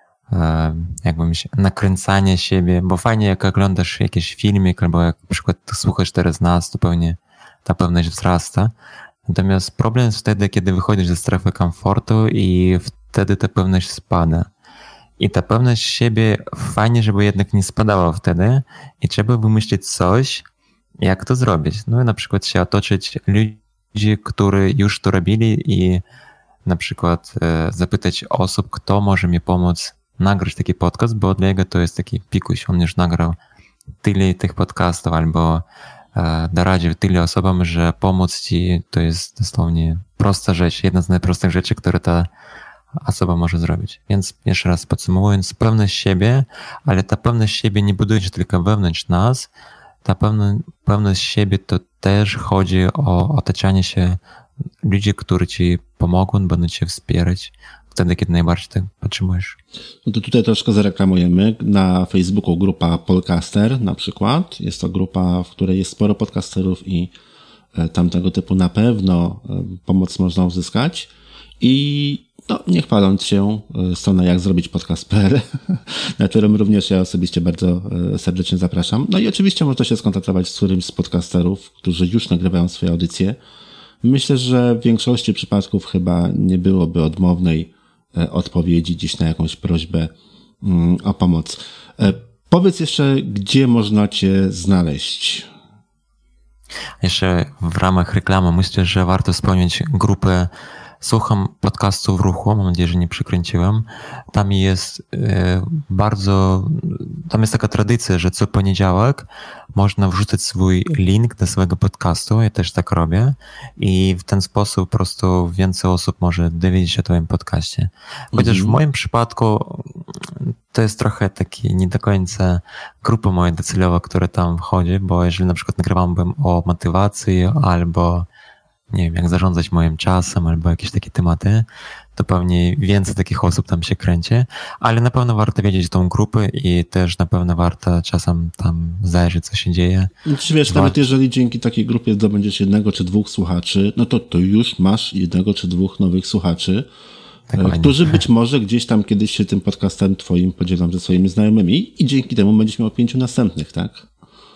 nakręcanie siebie, bo fajnie jak oglądasz jakiś filmik albo jak na przykład słuchasz teraz nas, to pewnie ta pewność wzrasta. Natomiast problem jest wtedy, kiedy wychodzisz ze strefy komfortu i wtedy ta pewność spada. I ta pewność siebie fajnie, żeby jednak nie spadała wtedy i trzeba wymyślić coś, jak to zrobić. No i na przykład się otoczyć ludzi, którzy już to robili i na przykład zapytać osób, kto może mi pomóc nagrać taki podcast, bo dla niego to jest taki pikuś. On już nagrał tyle tych podcastów albo doradził tyle osobom, że pomóc ci to jest dosłownie prosta rzecz, jedna z najprostszych rzeczy, które ta osoba może zrobić. Więc jeszcze raz podsumowując, pewność siebie, ale ta pewność siebie nie buduje się tylko wewnątrz nas, ta pewność siebie to też chodzi o otaczanie się ludzi, którzy ci pomogą, będą cię wspierać wtedy, kiedy najbardziej tego potrzebujesz. No to tutaj troszkę zareklamujemy. Na Facebooku grupa Podcaster na przykład. Jest to grupa, w której jest sporo podcasterów i tam tego typu na pewno pomoc można uzyskać. I no, nie chwaląc się, strona jak zrobić podcast.pl, na którym również ja osobiście bardzo serdecznie zapraszam. No i oczywiście można się skontaktować z którymś z podcasterów, którzy już nagrywają swoje audycje. Myślę, że w większości przypadków chyba nie byłoby odmownej odpowiedzi gdzieś na jakąś prośbę o pomoc. Powiedz jeszcze, gdzie można cię znaleźć? Jeszcze w ramach reklamy myślę, że warto wspomnieć grupę Słucham podcastu w ruchu, mam nadzieję, że nie przykręciłem. Tam jest taka tradycja, że co poniedziałek można wrzucać swój link do swojego podcastu, ja też tak robię i w ten sposób po prostu więcej osób może dowiedzieć się o twoim podcaście. Chociaż w moim przypadku to jest trochę taki nie do końca grupa moja docelowa, która tam wchodzi, bo jeżeli na przykład nagrywałbym o motywacji albo nie wiem, jak zarządzać moim czasem albo jakieś takie tematy, to pewnie więcej takich osób tam się kręci, ale na pewno warto wiedzieć tą grupę i też na pewno warto czasem tam zajrzeć, co się dzieje. Czy wiesz, nawet jeżeli dzięki takiej grupie zdobędziesz 1 czy 2 słuchaczy, no to już masz 1 czy 2 nowych słuchaczy, którzy być może gdzieś tam kiedyś się tym podcastem twoim podzielą ze swoimi znajomymi i dzięki temu będziesz miał 5 następnych, tak?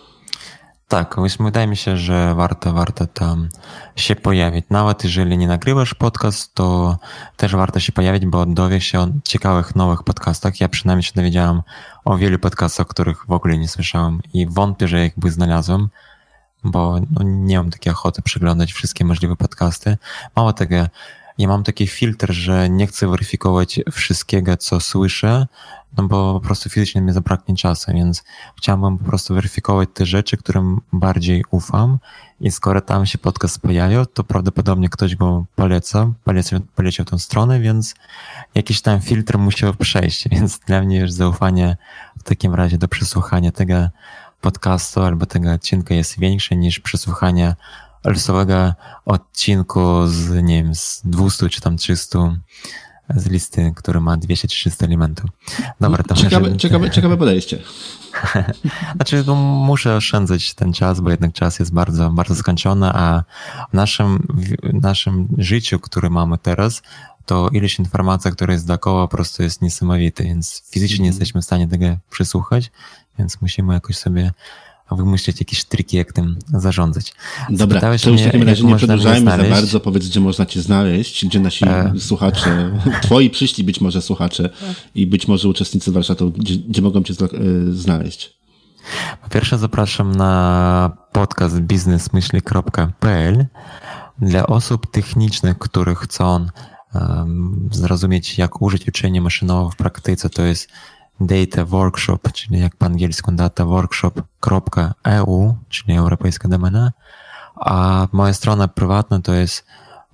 Tak, wydaje mi się, że warto tam się pojawić. Nawet jeżeli nie nagrywasz podcast, to też warto się pojawić, bo dowiesz się o ciekawych nowych podcastach. Ja przynajmniej się dowiedziałem o wielu podcastach, których w ogóle nie słyszałem i wątpię, że ich by znalazłem, bo nie mam takiej ochoty przeglądać wszystkie możliwe podcasty. Mało tego, ja mam taki filtr, że nie chcę weryfikować wszystkiego, co słyszę, no bo po prostu fizycznie mi zabraknie czasu, więc chciałbym po prostu weryfikować te rzeczy, którym bardziej ufam i skoro tam się podcast pojawił, to prawdopodobnie ktoś go poleciał tą stronę, więc jakiś tam filtr musiał przejść, więc dla mnie już zaufanie w takim razie do przesłuchania tego podcastu albo tego odcinka jest większe niż przesłuchanie losowego odcinku z, nie wiem, z 200 czy tam 300 z listy, który ma 200-300 elementów. Dobra, to ciekawe podejście. Znaczy, muszę oszczędzać ten czas, bo jednak czas jest bardzo, bardzo skończony, a w naszym życiu, które mamy teraz, to ilość informacji, która jest dookoła, po prostu jest niesamowita, więc fizycznie nie jesteśmy w stanie tego przysłuchać, więc musimy jakoś sobie wymyślić jakieś triki, jak tym zarządzać. Dobra, to już w takim razie nie przedłużajmy za bardzo. Powiedz, gdzie można cię znaleźć, gdzie nasi słuchacze, twoi przyszli być może słuchacze i być może uczestnicy warsztatu, gdzie mogą cię znaleźć. Po pierwsze zapraszam na podcast biznesmyśli.pl dla osób technicznych, których chcą zrozumieć, jak użyć uczenia maszynowego w praktyce. To jest Data Workshop, czyli jak po angielsku dataworkshop.eu, czyli europejska domena, a moja strona prywatna to jest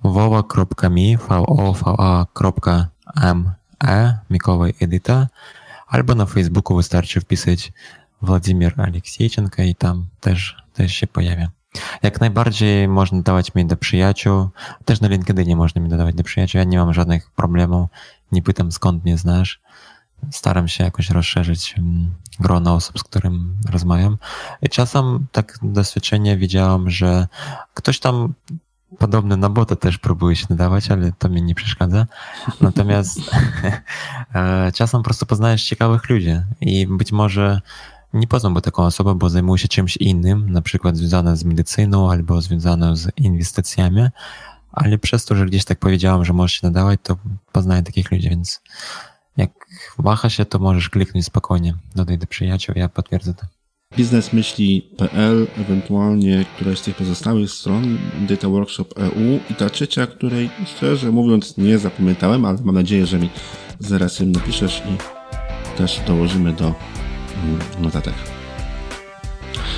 vowa.me, Mikołaj Edyta, albo na Facebooku wystarczy wpisać Władimir Aleksiejczenko i tam też się pojawia. Jak najbardziej można dawać mi do przyjaciół, też na LinkedInie można mi dodawać do przyjaciół, ja nie mam żadnych problemów, nie pytam skąd mnie znasz. Staram się jakoś rozszerzyć grono osób, z którym rozmawiam. I czasem tak doświadczenie widziałam, że ktoś tam podobny na bota też próbuje się nadawać, ale to mi nie przeszkadza. Natomiast czasem po prostu poznajesz ciekawych ludzi i być może nie poznam taką osobę, bo zajmuję się czymś innym, na przykład związane z medycyną albo związane z inwestycjami, ale przez to, że gdzieś tak powiedziałam, że możesz się nadawać, to poznaję takich ludzi, więc jak waha się, to możesz kliknąć spokojnie. Dodaj do przyjaciół, ja potwierdzę to. biznesmyśli.pl, ewentualnie któraś z tych pozostałych stron, Data Workshop EU i ta trzecia, której szczerze mówiąc nie zapamiętałem, ale mam nadzieję, że mi zaraz ją napiszesz i też dołożymy do notatek.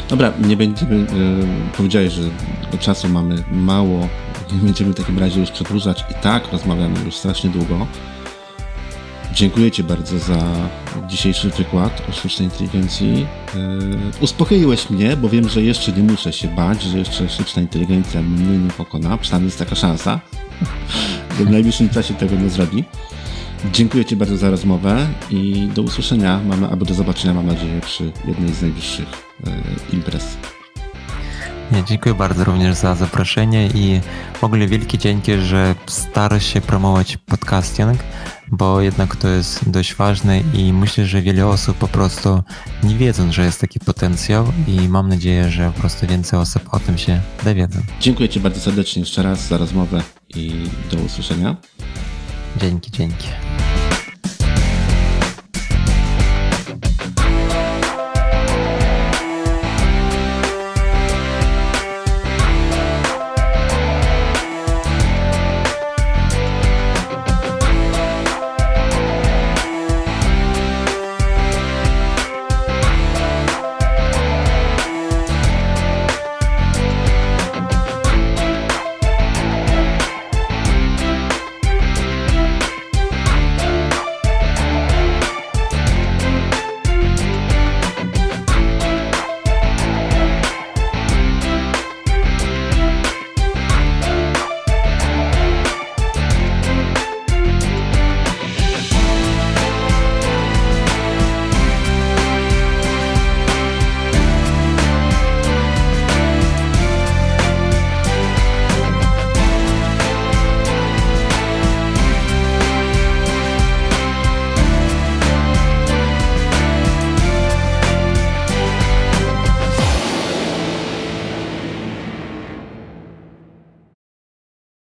Dobra, nie będziemy, powiedziałeś, że czasu mamy mało, nie będziemy w takim razie już przedłużać. I tak rozmawiamy już strasznie długo. Dziękuję Ci bardzo za dzisiejszy wykład o sztucznej inteligencji. Uspokoiłeś mnie, bo wiem, że jeszcze nie muszę się bać, że jeszcze sztuczna inteligencja mnie nie pokona. Przynajmniej jest taka szansa, że w najbliższym czasie tego nie zrobi. Dziękuję Ci bardzo za rozmowę i do usłyszenia, albo do zobaczenia, mam nadzieję, przy jednej z najbliższych imprez. Dziękuję bardzo również za zaproszenie i w ogóle wielkie dzięki, że starasz się promować podcasting, bo jednak to jest dość ważne i myślę, że wiele osób po prostu nie wiedzą, że jest taki potencjał i mam nadzieję, że po prostu więcej osób o tym się dowiedzą. Dziękuję Ci bardzo serdecznie jeszcze raz za rozmowę i do usłyszenia. Dzięki.